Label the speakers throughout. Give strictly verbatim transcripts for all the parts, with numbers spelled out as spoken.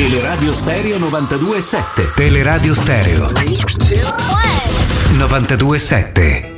Speaker 1: Teleradio Stereo novantadue e sette.
Speaker 2: Teleradio Stereo novantadue e sette.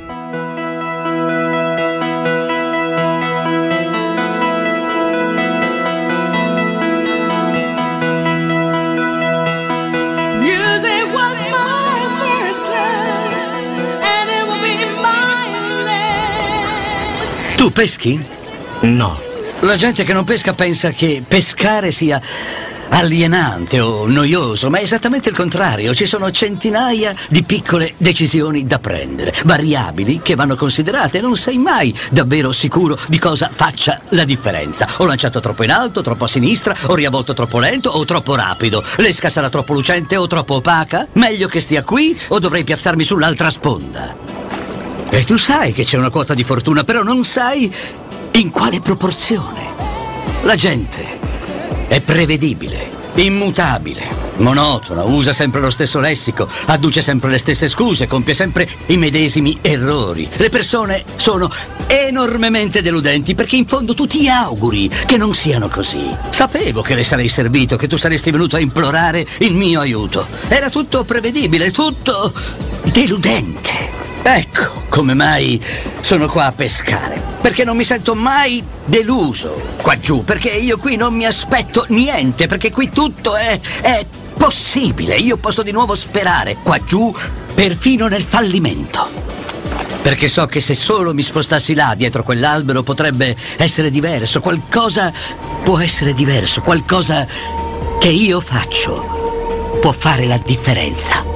Speaker 3: Tu peschi?
Speaker 4: No.
Speaker 3: La gente che non pesca pensa che pescare sia alienante o noioso, ma è esattamente il contrario. Ci sono centinaia di piccole decisioni da prendere, variabili che vanno considerate e non sei mai davvero sicuro di cosa faccia la differenza. Ho lanciato troppo in alto, troppo a sinistra, ho riavvolto troppo lento o troppo rapido. L'esca sarà troppo lucente o troppo opaca? Meglio che stia qui o dovrei piazzarmi sull'altra sponda? E tu sai che c'è una quota di fortuna, però non sai in quale proporzione. La gente è prevedibile, immutabile, monotona, usa sempre lo stesso lessico, adduce sempre le stesse scuse, compie sempre i medesimi errori. Le persone sono enormemente deludenti perché in fondo tu ti auguri che non siano così. Sapevo che le sarei servito, che tu saresti venuto a implorare il mio aiuto. Era tutto prevedibile, tutto deludente. Ecco come mai sono qua a pescare, perché non mi sento mai deluso qua giù, perché io qui non mi aspetto niente, perché qui tutto è, è possibile. Io posso di nuovo sperare qua giù perfino nel fallimento, perché so che se solo mi spostassi là dietro quell'albero potrebbe essere diverso, qualcosa può essere diverso, qualcosa che io faccio può fare la differenza.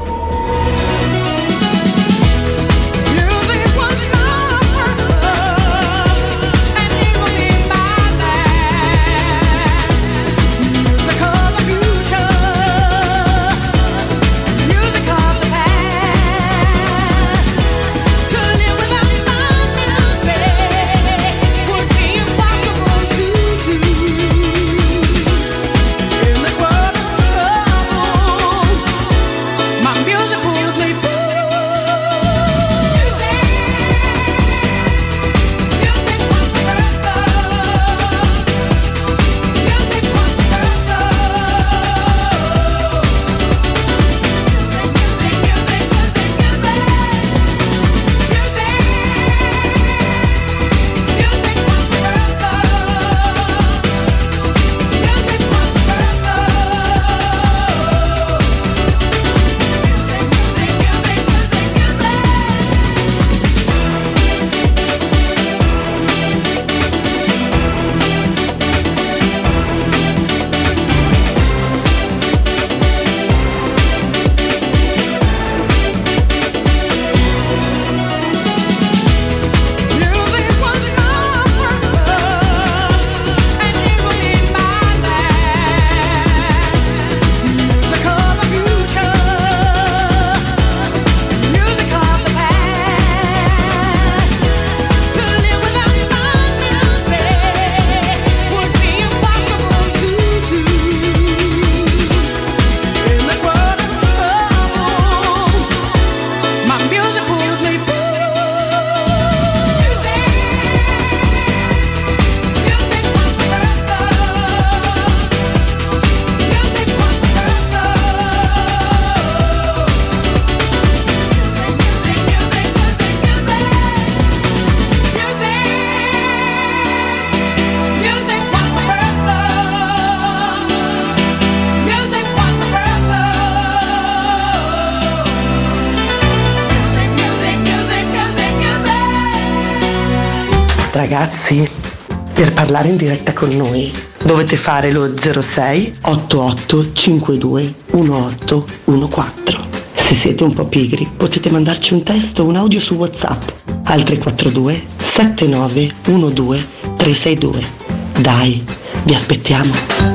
Speaker 5: Ragazzi, per parlare in diretta con noi dovete fare lo zero sei otto otto cinque due uno otto uno quattro. Se siete un po' pigri potete mandarci un testo o un audio su WhatsApp al tre quattro due sette nove uno due tre sei due. Dai, vi aspettiamo.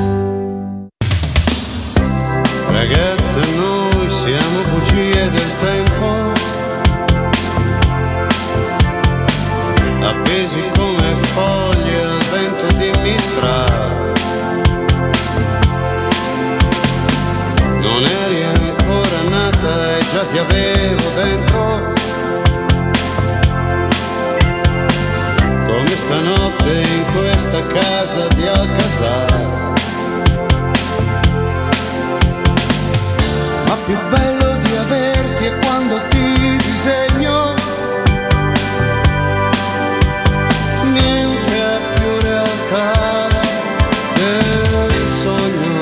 Speaker 6: Ragazze, noi siamo bugie del tempo, appesi come foglie al vento di Mistral. Non eri ancora nata e già ti avevo dentro, come stanotte in questa casa di Alcazar. più bello di averti è quando ti disegno. Niente è più realtà del sogno.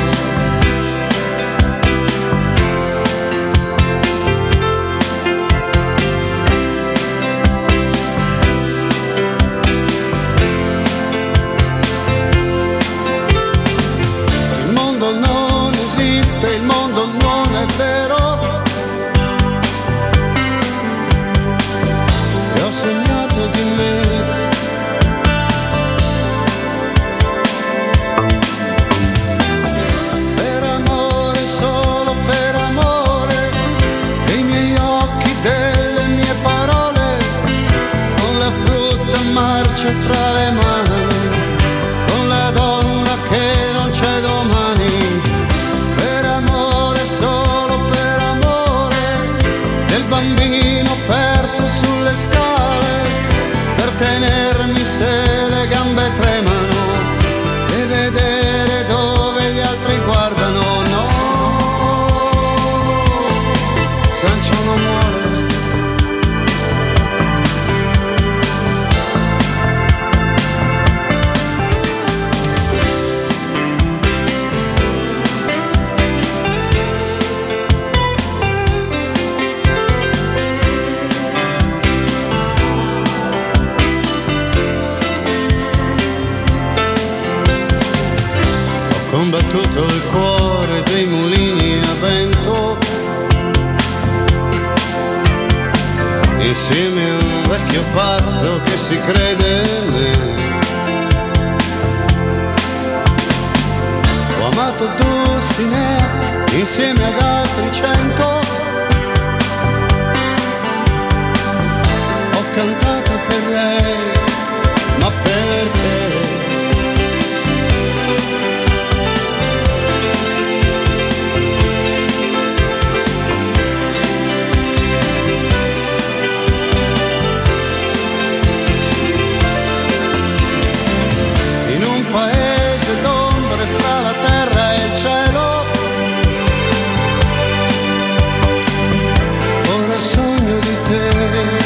Speaker 6: Il mondo non esiste, il mondo non è vero. E ho sognato di me. Per amore, solo per amore, dei miei occhi, delle mie parole, con la frutta marcia fra le mani, con la donna che non c'è domani. Per amore, solo per amore, del bambino perso sulle scale, per tenermi se le gambe tremano e vedere dove gli altri guardano. No, Sancio non muore. Ho combattuto il cuore dei mulini a vento, insieme a un vecchio pazzo che si crede in me. Ho amato Dulcinea insieme ad altri cento, ho cantato per lei, ma per te. In un paese d'ombre fra la terra e il cielo, ora sogno di te.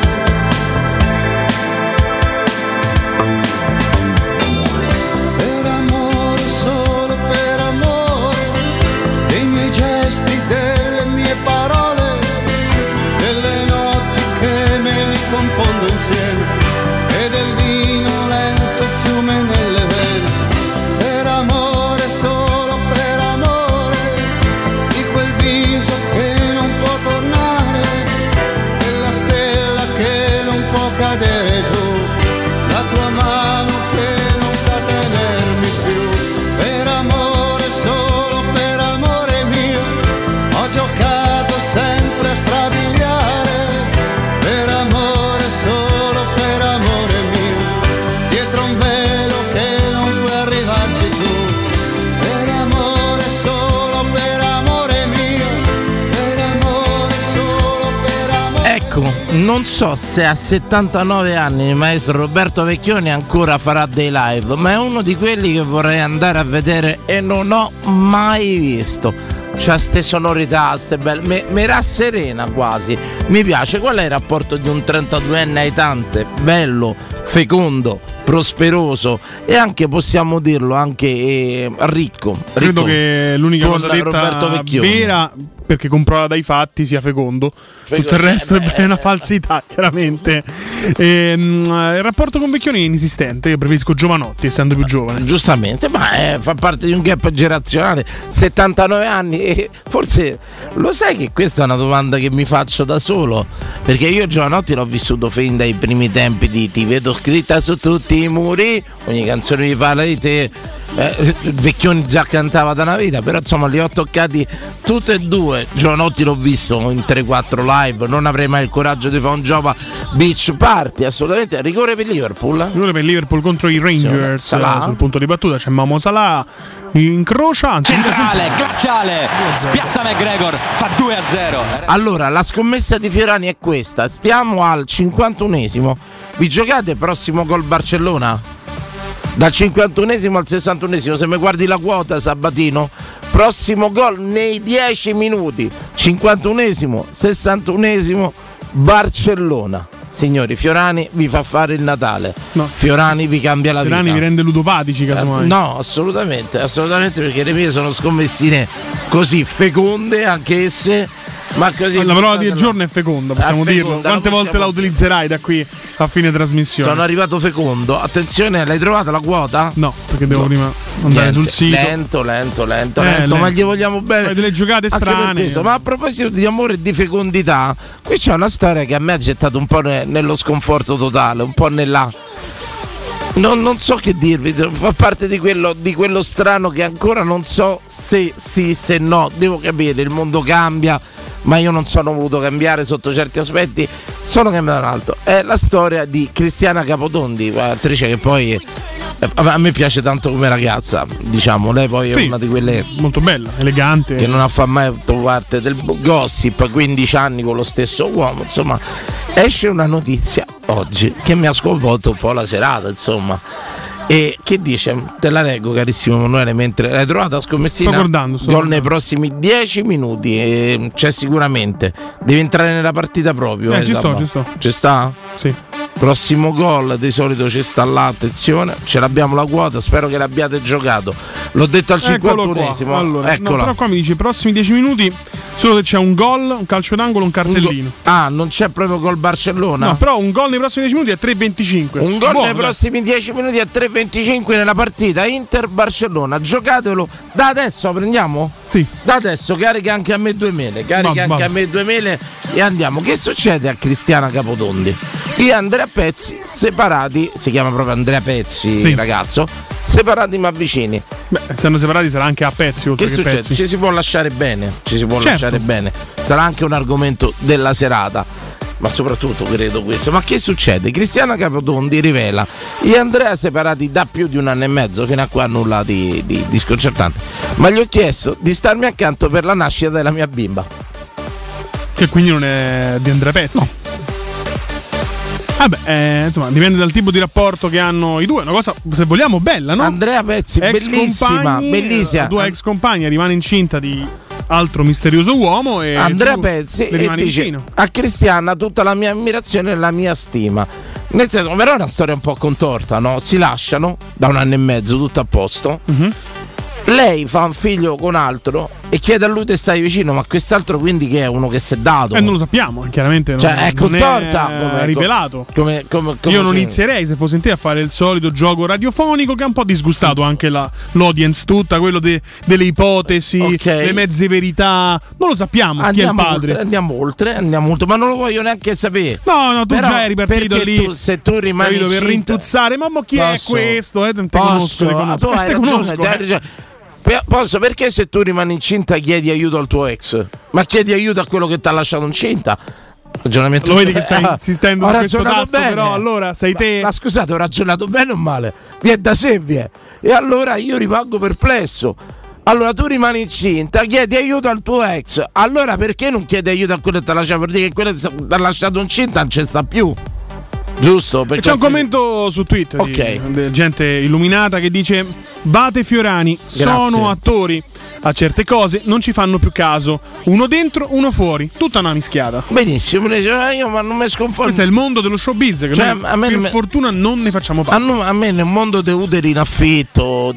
Speaker 6: Per amore, solo per amore, dei miei gesti, delle mie parole, delle notti che me li confondo insieme e del vino lento fiume nelle vene. Per amore, solo per amore, di quel viso che non può tornare, della stella che non può cadere giù, la tua mano che non sa tenermi più. Per amore, solo per amore mio, ho giocato sempre a strabiliare. Per amore, solo per amore mio, dietro un velo che non puoi arrivarci tu. Per amore, solo per amore mio, per amore, solo per amore.
Speaker 4: Ecco, non so se a settantanove anni il maestro Roberto Vecchioni ancora farà dei live, ma è uno di quelli che vorrei andare a vedere e non ho mai visto. C'ha ste sonorità, ste belle, mi, mi rasserena quasi. Mi piace. Qual è il rapporto di un trentaduenne aitante, bello, fecondo, prosperoso e anche, possiamo dirlo, anche eh, ricco, ricco.
Speaker 7: Credo che l'unica
Speaker 4: Con
Speaker 7: cosa detta
Speaker 4: Roberto Vecchioni.
Speaker 7: vera, perché comprova dai fatti, sia fecondo.
Speaker 4: Fecondo,
Speaker 7: Tutto il resto
Speaker 4: sì,
Speaker 7: è una falsità, chiaramente. Ehm, il rapporto con Vecchioni è inesistente. Io preferisco Giovanotti, essendo più giovane.
Speaker 4: Giustamente, ma eh, fa parte di un gap generazionale. settantanove anni e forse lo sai che questa è una domanda che mi faccio da solo, perché io Giovanotti l'ho vissuto fin dai primi tempi di Ti vedo scritta su tutti i muri, ogni canzone mi parla di te. eh, Vecchioni già cantava da una vita, però insomma li ho toccati tutti e due. Giovanotti l'ho visto in tre quattro live, non avrei mai il coraggio di fare un Giova Beach Party, assolutamente. Rigore per Liverpool,
Speaker 7: rigore per Liverpool contro i Rangers. Salah. Sul punto di battuta c'è Mohamed Salah, incrocia,
Speaker 8: centrale, glaciale, spiazza McGregor, fa due a zero.
Speaker 4: Allora la scommessa di Fiorani è questa: stiamo al cinquantunesimo, vi giocate prossimo col Barcellona? Dal cinquantunesimo al sessantunesimo, se mi guardi la quota Sabatino, Prossimo gol nei dieci minuti, cinquantunesimo, sessantunesimo, Barcellona. Signori, Fiorani vi fa fare il Natale.
Speaker 7: No.
Speaker 4: Fiorani vi cambia la
Speaker 7: Fiorani
Speaker 4: vita.
Speaker 7: vi rende ludopatici, casomai.
Speaker 4: Eh, no, assolutamente, assolutamente, perché le mie sono scommessine così feconde anch'esse. Ma così
Speaker 7: la parola del giorno è feconda, possiamo
Speaker 4: feconda,
Speaker 7: dirlo. Quante
Speaker 4: possiamo
Speaker 7: volte la utilizzerai da qui a fine trasmissione?
Speaker 4: Sono arrivato fecondo. Attenzione, l'hai trovata la quota?
Speaker 7: No, perché devo
Speaker 4: no.
Speaker 7: prima andare
Speaker 4: Niente,
Speaker 7: sul sito.
Speaker 4: Lento, lento, lento,
Speaker 7: eh,
Speaker 4: lento,
Speaker 7: lento.
Speaker 4: ma gli vogliamo bene.
Speaker 7: Fai delle giocate
Speaker 4: Anche per
Speaker 7: strane.
Speaker 4: questo. Ma a proposito di amore e di fecondità, qui c'è una storia che a me ha gettato un po' ne- nello sconforto totale, un po' nella. Non, non so che dirvi, fa parte di quello, di quello strano che ancora non so se sì, se no. Devo capire, il mondo cambia, ma io non sono voluto cambiare sotto certi aspetti, sono cambiato un altro. È la storia di Cristiana Capotondi, attrice che poi eh, a me piace tanto come ragazza, diciamo, lei poi è
Speaker 7: Sì,
Speaker 4: una di quelle
Speaker 7: molto bella, elegante,
Speaker 4: che non ha fatto mai parte del gossip, quindici anni con lo stesso uomo, insomma. Esce una notizia oggi che mi ha sconvolto un po' la serata, insomma. E che dice? Te la leggo, carissimo Emanuele, mentre l'hai trovata scommessina.
Speaker 7: Sto guardando, sto
Speaker 4: gol
Speaker 7: guardando.
Speaker 4: nei prossimi dieci minuti, e c'è sicuramente. Devi entrare nella partita proprio.
Speaker 7: Eh,
Speaker 4: eh,
Speaker 7: ci sto,
Speaker 4: Sabba.
Speaker 7: ci sto.
Speaker 4: Ci sta?
Speaker 7: Sì.
Speaker 4: Prossimo gol, di solito ci sta là, attenzione, ce l'abbiamo la quota, spero che l'abbiate giocato. L'ho detto al cinquantunesimo.
Speaker 7: Allora,
Speaker 4: Eccola.
Speaker 7: no, però qua mi dice prossimi dieci minuti, solo che c'è un gol, un calcio d'angolo, un cartellino.
Speaker 4: Un go- ah, non c'è proprio gol Barcellona?
Speaker 7: No, però un gol nei prossimi dieci minuti è tre venticinque.
Speaker 4: Un gol
Speaker 7: Buono,
Speaker 4: nei
Speaker 7: dai.
Speaker 4: prossimi dieci minuti a tre venticinque nella partita Inter-Barcellona. Giocatelo da adesso, prendiamo?
Speaker 7: Sì.
Speaker 4: Da adesso carica anche a me due mele, carica
Speaker 7: Va,
Speaker 4: anche
Speaker 7: va.
Speaker 4: a me due mele e andiamo. Che succede a Cristiana Capotondi? Io e Andrea Pezzi separati, si chiama proprio Andrea Pezzi,
Speaker 7: Sì.
Speaker 4: il ragazzo, separati ma vicini.
Speaker 7: Beh, essendo separati sarà anche a pezzi oltre
Speaker 4: Che
Speaker 7: che
Speaker 4: succede?
Speaker 7: pezzi.
Speaker 4: Ci si può lasciare bene, ci si può
Speaker 7: Certo.
Speaker 4: lasciare bene. Sarà anche un argomento della serata, ma soprattutto credo questo. Ma che succede? Cristiana Capotondi rivela io e Andrea separati da più di un anno e mezzo, fino a qua nulla di, di, di sconcertante, ma gli ho chiesto di starmi accanto per la nascita della mia bimba.
Speaker 7: Che quindi non è di Andrea Pezzi.
Speaker 4: No.
Speaker 7: Vabbè, eh, insomma, dipende dal tipo di rapporto che hanno i due. Una cosa, se vogliamo, bella, no?
Speaker 4: Andrea Pezzi,
Speaker 7: Ex
Speaker 4: bellissima,
Speaker 7: compagni,
Speaker 4: bellissima.
Speaker 7: La tua ex compagna rimane incinta di altro misterioso uomo e
Speaker 4: Andrea
Speaker 7: tu
Speaker 4: Pezzi
Speaker 7: le
Speaker 4: e
Speaker 7: rimani
Speaker 4: dice
Speaker 7: vicino.
Speaker 4: a Cristiana tutta la mia ammirazione e la mia stima. Nel senso, però è una storia un po' contorta, no? Si lasciano da un anno e mezzo, tutto a posto.
Speaker 7: Mhm.
Speaker 4: Lei fa un figlio con altro e chiede a lui te stai vicino, ma quest'altro quindi che è uno che si è dato?
Speaker 7: Eh, non lo sappiamo, chiaramente.
Speaker 4: Cioè,
Speaker 7: non,
Speaker 4: è
Speaker 7: non
Speaker 4: contorta,
Speaker 7: è
Speaker 4: come-
Speaker 7: rivelato.
Speaker 4: Come, come, come
Speaker 7: Io non
Speaker 4: si-
Speaker 7: inizierei, se fossi in te, a fare il solito gioco radiofonico che ha un po' disgustato anche la, l'audience tutta, quello de- delle ipotesi,
Speaker 4: Ok.
Speaker 7: le mezze verità. Non lo sappiamo
Speaker 4: Andiamo
Speaker 7: chi è il padre.
Speaker 4: oltre, andiamo oltre, andiamo oltre, ma non lo voglio neanche sapere.
Speaker 7: No, no, tu
Speaker 4: Però,
Speaker 7: già eri partito
Speaker 4: perché
Speaker 7: lì.
Speaker 4: tu, se tu rimani
Speaker 7: capito, per
Speaker 4: incinta-
Speaker 7: rintuzzare, ma mo chi
Speaker 4: Posso?
Speaker 7: è questo? Eh, te
Speaker 4: Posso?
Speaker 7: conosco, te
Speaker 4: Ah,
Speaker 7: conosco.
Speaker 4: tu
Speaker 7: Eh,
Speaker 4: hai
Speaker 7: te
Speaker 4: ragione,
Speaker 7: conosco,
Speaker 4: te hai
Speaker 7: eh.
Speaker 4: ragione. Pe- Posso? Perché se tu rimani incinta chiedi aiuto al tuo ex? Ma chiedi aiuto a quello che ti ha lasciato incinta? Ragionamento.
Speaker 7: Lo vedi che stai
Speaker 4: Ah,
Speaker 7: insistendo
Speaker 4: ho
Speaker 7: su questo
Speaker 4: ragionato
Speaker 7: tasto,
Speaker 4: bene.
Speaker 7: però allora sei te.
Speaker 4: Ma, ma scusate, ho ragionato bene o male? Viene da sé, viene. E allora io rimango perplesso. Allora tu rimani incinta, chiedi aiuto al tuo ex. Allora perché non chiedi aiuto a quello che ti ha lasciato? Per dire che quello che ti ha lasciato incinta non ci sta più. Giusto?
Speaker 7: E
Speaker 4: Perché
Speaker 7: c'è un commento su Twitter
Speaker 4: Ok.
Speaker 7: di, di gente illuminata che dice: Bate Fiorani sono attori, a certe cose non ci fanno più caso, uno dentro, uno fuori, tutta una mischiata.
Speaker 4: Benissimo, io ma non mi sconforto.
Speaker 7: Questo è il mondo dello showbiz, che
Speaker 4: Cioè,
Speaker 7: noi
Speaker 4: a me
Speaker 7: per
Speaker 4: non me-
Speaker 7: fortuna non ne facciamo
Speaker 4: A,
Speaker 7: parte.
Speaker 4: no- a me nel mondo dei uteri in affitto,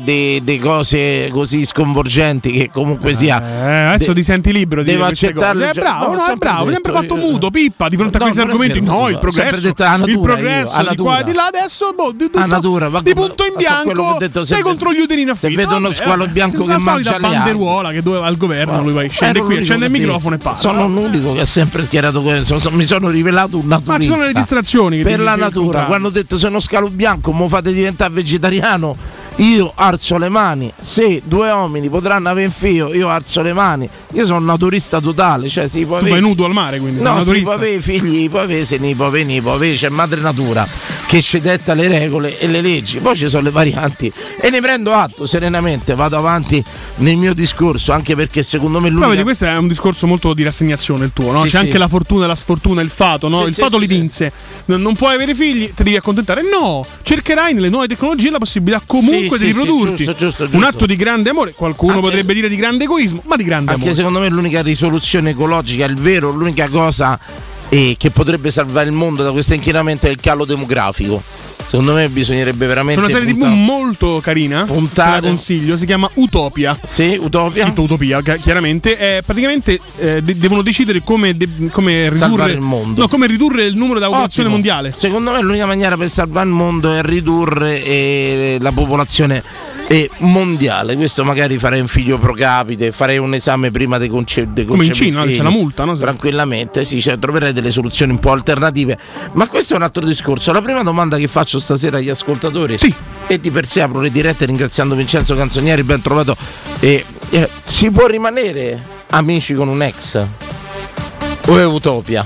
Speaker 4: di cose così sconvolgenti che comunque sia.
Speaker 7: Eh, adesso
Speaker 4: de-
Speaker 7: ti senti libero di
Speaker 4: devo
Speaker 7: dire queste cose.
Speaker 4: accettarle.
Speaker 7: Eh,
Speaker 4: già-
Speaker 7: bravo,
Speaker 4: no,
Speaker 7: no, è
Speaker 4: sempre
Speaker 7: bravo,
Speaker 4: detto,
Speaker 7: sempre fatto
Speaker 4: io-
Speaker 7: muto, pippa, di fronte
Speaker 4: No,
Speaker 7: a questi
Speaker 4: non è
Speaker 7: argomenti.
Speaker 4: vero,
Speaker 7: No,
Speaker 4: no,
Speaker 7: il
Speaker 4: ho
Speaker 7: progresso,
Speaker 4: sempre detto la natura,
Speaker 7: il progresso
Speaker 4: io, la
Speaker 7: di qua e
Speaker 4: natura.
Speaker 7: di là, adesso boh, di,
Speaker 4: La natura, va-
Speaker 7: di punto in
Speaker 4: ma so quello che ho
Speaker 7: bianco
Speaker 4: detto,
Speaker 7: sei
Speaker 4: se
Speaker 7: contro
Speaker 4: ve-
Speaker 7: gli uteri in
Speaker 4: se
Speaker 7: affitto.
Speaker 4: vedo uno
Speaker 7: Vabbè,
Speaker 4: squalo
Speaker 7: eh,
Speaker 4: bianco
Speaker 7: la
Speaker 4: che
Speaker 7: solita
Speaker 4: mangia le
Speaker 7: banderuola che dove al governo lui va scende
Speaker 4: Ero
Speaker 7: qui,
Speaker 4: l'unico
Speaker 7: accende il
Speaker 4: che
Speaker 7: microfono e
Speaker 4: dico.
Speaker 7: parla.
Speaker 4: Sono l'unico che ha sempre schierato questo. so- Mi sono rivelato un naturista.
Speaker 7: Ma ci sono le distrazioni che
Speaker 4: per
Speaker 7: ti
Speaker 4: la
Speaker 7: dice il
Speaker 4: natura.
Speaker 7: contrario.
Speaker 4: Quando ho detto se uno scalo bianco mo fate diventare vegetariano, io alzo le mani. Se due uomini potranno avere un figlio, io alzo le mani. Io sono un naturista totale, cioè si può
Speaker 7: Tu
Speaker 4: avere.
Speaker 7: vai nudo al mare, quindi sei
Speaker 4: No,
Speaker 7: un
Speaker 4: si
Speaker 7: naturista.
Speaker 4: può avere figli, può avere se ne può avere, ne può avere, c'è madre natura che ci detta le regole e le leggi, poi ci sono le varianti e ne prendo atto serenamente, vado avanti nel mio discorso, anche perché secondo me
Speaker 7: Ma
Speaker 4: l'unica...
Speaker 7: vedi, questo è un discorso molto di rassegnazione il tuo, no?
Speaker 4: Sì,
Speaker 7: C'è
Speaker 4: sì.
Speaker 7: anche la fortuna, la sfortuna, il fato, no?
Speaker 4: Sì,
Speaker 7: il
Speaker 4: sì,
Speaker 7: fato
Speaker 4: sì,
Speaker 7: li
Speaker 4: sì.
Speaker 7: vinse. Non, non puoi avere figli, ti devi accontentare. No, cercherai nelle nuove tecnologie la possibilità comunque
Speaker 4: Sì,
Speaker 7: comunque
Speaker 4: sì,
Speaker 7: di
Speaker 4: sì,
Speaker 7: riprodurti.
Speaker 4: giusto, giusto, giusto.
Speaker 7: Un atto di grande amore, qualcuno
Speaker 4: Anche-
Speaker 7: potrebbe dire di grande egoismo, ma di grande
Speaker 4: Anche
Speaker 7: amore.
Speaker 4: secondo me l'unica risoluzione ecologica, il vero, l'unica cosa eh, che potrebbe salvare il mondo da questo inquinamento è il calo demografico. Secondo me bisognerebbe veramente
Speaker 7: C'è una serie
Speaker 4: punta-
Speaker 7: tivù molto carina,
Speaker 4: puntare-
Speaker 7: te la consiglio, si chiama Utopia.
Speaker 4: Sì, Utopia.
Speaker 7: Scritto Utopia, ca- chiaramente. Eh, praticamente eh, de- devono decidere come, de- come ridurre
Speaker 4: Salvare il mondo.
Speaker 7: No, come ridurre il numero di popolazione
Speaker 4: Ottimo.
Speaker 7: mondiale.
Speaker 4: Secondo me l'unica maniera per salvare il mondo è ridurre eh, la popolazione eh, mondiale. Questo magari farei un figlio pro capite, farei un esame prima dei conce- dei
Speaker 7: Come in
Speaker 4: concepire
Speaker 7: Cina,
Speaker 4: figli.
Speaker 7: c'è la multa, no?
Speaker 4: Tranquillamente, sì, cioè, troverei delle soluzioni un po' alternative. Ma questo è un altro discorso. La prima domanda che faccio stasera agli ascoltatori,
Speaker 7: Sì.
Speaker 4: e di per sé apro le dirette ringraziando Vincenzo Canzonieri, ben trovato. Eh, eh, si può rimanere amici con un ex? O è utopia?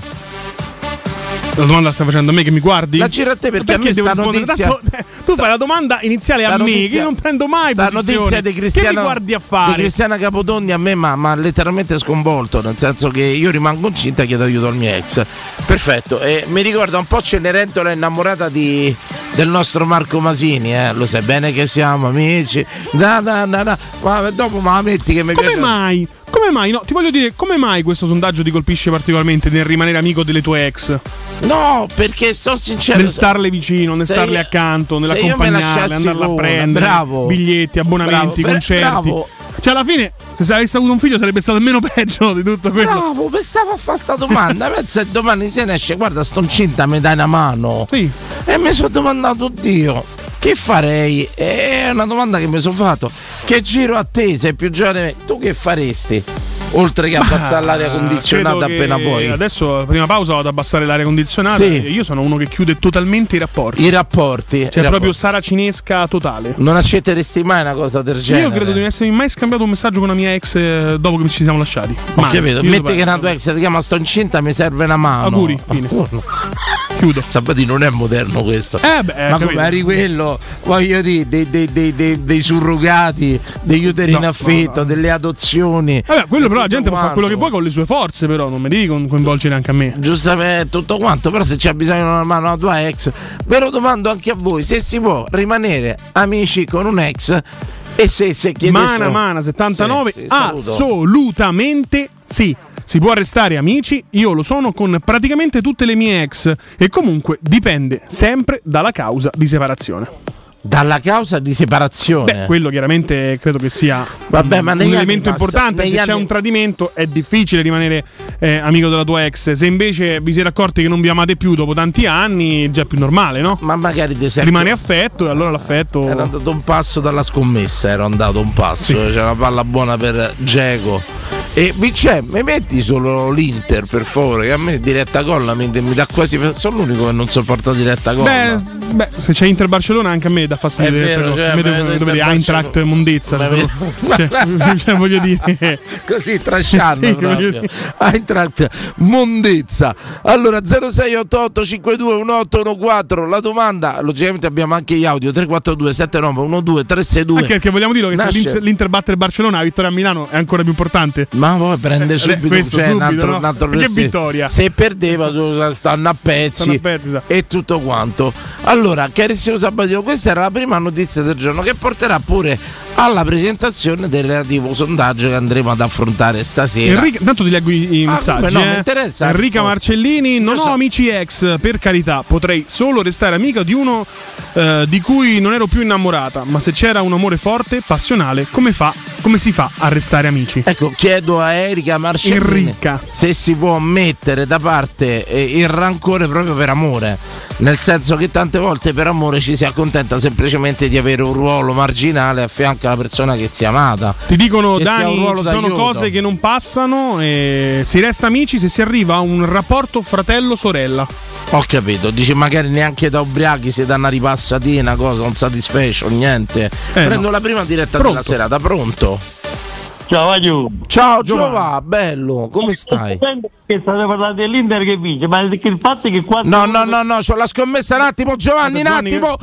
Speaker 7: La domanda la stai facendo a me che mi guardi?
Speaker 4: La giro a te perché, a me
Speaker 7: devo
Speaker 4: sta
Speaker 7: rispondere?
Speaker 4: notizia-
Speaker 7: Tanto, eh, tu
Speaker 4: sta-
Speaker 7: fai la domanda iniziale
Speaker 4: sta
Speaker 7: a me,
Speaker 4: notizia-
Speaker 7: che io non prendo mai
Speaker 4: sta
Speaker 7: posizione.
Speaker 4: notizia di Cristiana,
Speaker 7: Che mi guardi a
Speaker 4: di
Speaker 7: fare?
Speaker 4: Cristiana Capodonni a me ma, ma letteralmente sconvolto, nel senso che io rimango incinta e chiedo aiuto al mio ex. Perfetto, e mi ricorda un po' Cenerentola innamorata di, del nostro Marco Masini, eh? Lo sai bene che siamo amici. Da, da, da, da. Ma dopo ma la metti che mi
Speaker 7: Come
Speaker 4: piace.
Speaker 7: mai? Come mai? No, ti voglio dire, come mai questo sondaggio ti colpisce particolarmente nel rimanere amico delle tue ex?
Speaker 4: No, perché sono sincero.
Speaker 7: Nel starle vicino, nel
Speaker 4: se
Speaker 7: starle
Speaker 4: io-
Speaker 7: accanto,
Speaker 4: se io mi
Speaker 7: nell'accompagnarle,
Speaker 4: lasciassi
Speaker 7: andarla a
Speaker 4: con-
Speaker 7: prendere,
Speaker 4: bravo.
Speaker 7: biglietti, abbonamenti,
Speaker 4: Bravo,
Speaker 7: concerti.
Speaker 4: bravo.
Speaker 7: Cioè, alla fine, se avessi avuto un figlio, sarebbe stato meno peggio di tutto quello.
Speaker 4: Bravo, pensavo a fare sta domanda. Pensa che domani se ne esce, guarda, sto incinta, mi dai una mano.
Speaker 7: Sì.
Speaker 4: E mi sono domandato, oddio, che farei? È una domanda che mi sono fatto. Che giro a te, sei più giovane, tu che faresti? Oltre che abbassare l'aria condizionata
Speaker 7: credo
Speaker 4: appena
Speaker 7: che
Speaker 4: poi.
Speaker 7: Adesso, prima pausa, vado ad abbassare l'aria condizionata.
Speaker 4: Sì.
Speaker 7: Io sono uno che chiude totalmente i rapporti.
Speaker 4: I rapporti.
Speaker 7: Cioè,
Speaker 4: i rapporti.
Speaker 7: proprio saracinesca totale.
Speaker 4: Non accetteresti mai una cosa del genere?
Speaker 7: Io credo di non essermi mai scambiato un messaggio con una mia ex eh, dopo che ci siamo lasciati.
Speaker 4: Ho
Speaker 7: Mai.
Speaker 4: capito,
Speaker 7: Io
Speaker 4: metti
Speaker 7: so-
Speaker 4: che una tua ex ti chiama sto incinta, mi serve una mano.
Speaker 7: Auguri, fine. Chiudo.
Speaker 4: Sabatino non è moderno questo.
Speaker 7: Eh beh,
Speaker 4: ma
Speaker 7: capito.
Speaker 4: come eri quello, voglio dire, dei, dei, dei, dei, dei surrogati, degli uteri in
Speaker 7: No,
Speaker 4: affetto,
Speaker 7: no, no.
Speaker 4: delle adozioni.
Speaker 7: Vabbè, quello però la
Speaker 4: tutto
Speaker 7: gente può fare quello che
Speaker 4: quanto.
Speaker 7: vuoi con le sue forze, però non mi devi con- coinvolgere anche a me.
Speaker 4: Giustamente tutto quanto, però se c'è bisogno di una mano alla tua ex, ve lo domando anche a voi, se si può rimanere amici con un ex e se, se chiedessero...
Speaker 7: Mana Mana settantanove,
Speaker 4: Sì, sì, saluto.
Speaker 7: assolutamente sì. Si può restare amici, io lo sono con praticamente tutte le mie ex e comunque dipende sempre dalla causa di separazione.
Speaker 4: Dalla causa di separazione.
Speaker 7: Beh, quello chiaramente credo che sia
Speaker 4: Vabbè, ma
Speaker 7: un
Speaker 4: negli anni
Speaker 7: elemento
Speaker 4: passa-
Speaker 7: importante. Se
Speaker 4: negli
Speaker 7: c'è
Speaker 4: anni-
Speaker 7: un tradimento è difficile rimanere eh, amico della tua ex. Se invece vi siete accorti che non vi amate più dopo tanti anni, è già più normale, no?
Speaker 4: Ma magari ti sei
Speaker 7: Rimane affetto e allora l'affetto...
Speaker 4: Ero andato un passo dalla scommessa, ero andato un passo, c'è una palla buona per Dzeko. E Vincenzo, mi metti solo l'Inter per favore, che a me diretta colla mi, mi dà quasi. Sono l'unico che non sopporta diretta colla.
Speaker 7: Beh, beh, se c'è Inter Barcellona anche a me dà fastidio.
Speaker 4: È vero,
Speaker 7: diretta
Speaker 4: cioè,
Speaker 7: colla.
Speaker 4: ma
Speaker 7: Vedo-
Speaker 4: vedo
Speaker 7: vedo
Speaker 4: Inter
Speaker 7: Eintracht
Speaker 4: Barcellona-
Speaker 7: mondezza.
Speaker 4: ma
Speaker 7: cioè,
Speaker 4: vedo-
Speaker 7: cioè, voglio dire.
Speaker 4: Così trasciando
Speaker 7: Sì,
Speaker 4: proprio.
Speaker 7: voglio dire.
Speaker 4: Eintracht mondezza. Allora zero sei otto otto cinque due uno otto uno quattro, la domanda, logicamente abbiamo anche gli audio tre quattro due sette nove uno due tre sei due.
Speaker 7: Anche perché vogliamo dire che se
Speaker 4: Nasce-
Speaker 7: l'Inter, l'Inter batte il Barcellona, la vittoria a Milano è ancora più importante.
Speaker 4: Ma poi prende subito,
Speaker 7: questo
Speaker 4: cioè, un
Speaker 7: subito,
Speaker 4: altro,
Speaker 7: no?
Speaker 4: un altro
Speaker 7: Che
Speaker 4: se-
Speaker 7: vittoria.
Speaker 4: Se perdeva stanno a
Speaker 7: Stanno a
Speaker 4: pezzi,
Speaker 7: pezzi, sa.
Speaker 4: e tutto quanto. Allora, carissimo Sabatino, questa era la prima notizia del giorno che porterà pure alla presentazione del relativo sondaggio che andremo ad affrontare stasera.
Speaker 7: Enrica, tanto ti leggo i, i
Speaker 4: Ah,
Speaker 7: messaggi.
Speaker 4: come no,
Speaker 7: eh.
Speaker 4: mi interessa.
Speaker 7: Enrica
Speaker 4: Oh.
Speaker 7: Marcellini, non
Speaker 4: Io
Speaker 7: ho
Speaker 4: so-
Speaker 7: amici ex, per carità, potrei solo restare amica di uno eh, di cui non ero più innamorata, ma se c'era un amore forte, passionale, come fa? Come si fa a restare amici?
Speaker 4: Ecco, chiedo a Erika Marcellini
Speaker 7: Enrica.
Speaker 4: se si può mettere da parte eh, il rancore proprio per amore, nel senso che tante volte per amore ci si accontenta semplicemente di avere un ruolo marginale a fianco alla persona che si è amata.
Speaker 7: Ti dicono,
Speaker 4: Che sia un
Speaker 7: Dani,
Speaker 4: ruolo
Speaker 7: ci sono
Speaker 4: d'aiuto.
Speaker 7: cose che non passano e si resta amici se si arriva a un rapporto fratello-sorella.
Speaker 4: Ho capito, dici magari neanche da ubriachi si danno una ripassatina, cosa, un satisfaction, niente. Prendo
Speaker 7: no.
Speaker 4: la prima diretta
Speaker 7: Pronto.
Speaker 4: della serata, pronto?
Speaker 9: Ciao Maglio.
Speaker 4: Ciao
Speaker 7: Giovanni.
Speaker 4: Giova, bello, come stai?
Speaker 9: Che state parlando dell'Inter che vince, ma il il fatto è che quando
Speaker 4: No, no, no, no, c'ho la scommessa un attimo, Giovanni, un
Speaker 7: Giovanni,
Speaker 4: attimo.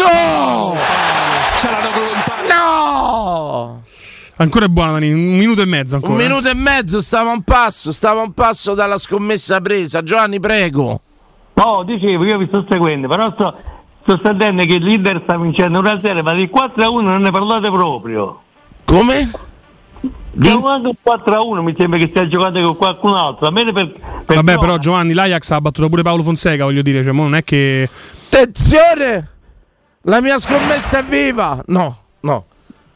Speaker 4: No!
Speaker 8: Ce l'hanno volontà.
Speaker 4: No!
Speaker 7: Ancora è buona, Dani, un minuto e mezzo ancora.
Speaker 4: Un
Speaker 7: eh.
Speaker 4: minuto e mezzo, stava un passo, stava un passo dalla scommessa presa. Giovanni, prego.
Speaker 9: No, dicevo, io vi sto seguendo, però sto, sto sentendo che l'Inter sta vincendo uno a zero, ma di quattro a uno non ne parlate proprio.
Speaker 4: Come?
Speaker 9: Siamo anche un quattro a uno, mi sembra che stia giocando con qualcun altro. A me per, per
Speaker 7: Vabbè, però Giovanni, l'Ajax ha battuto pure Paolo Fonseca, voglio dire, cioè, mo non è che...
Speaker 4: Attenzione! La mia scommessa è viva! No, no.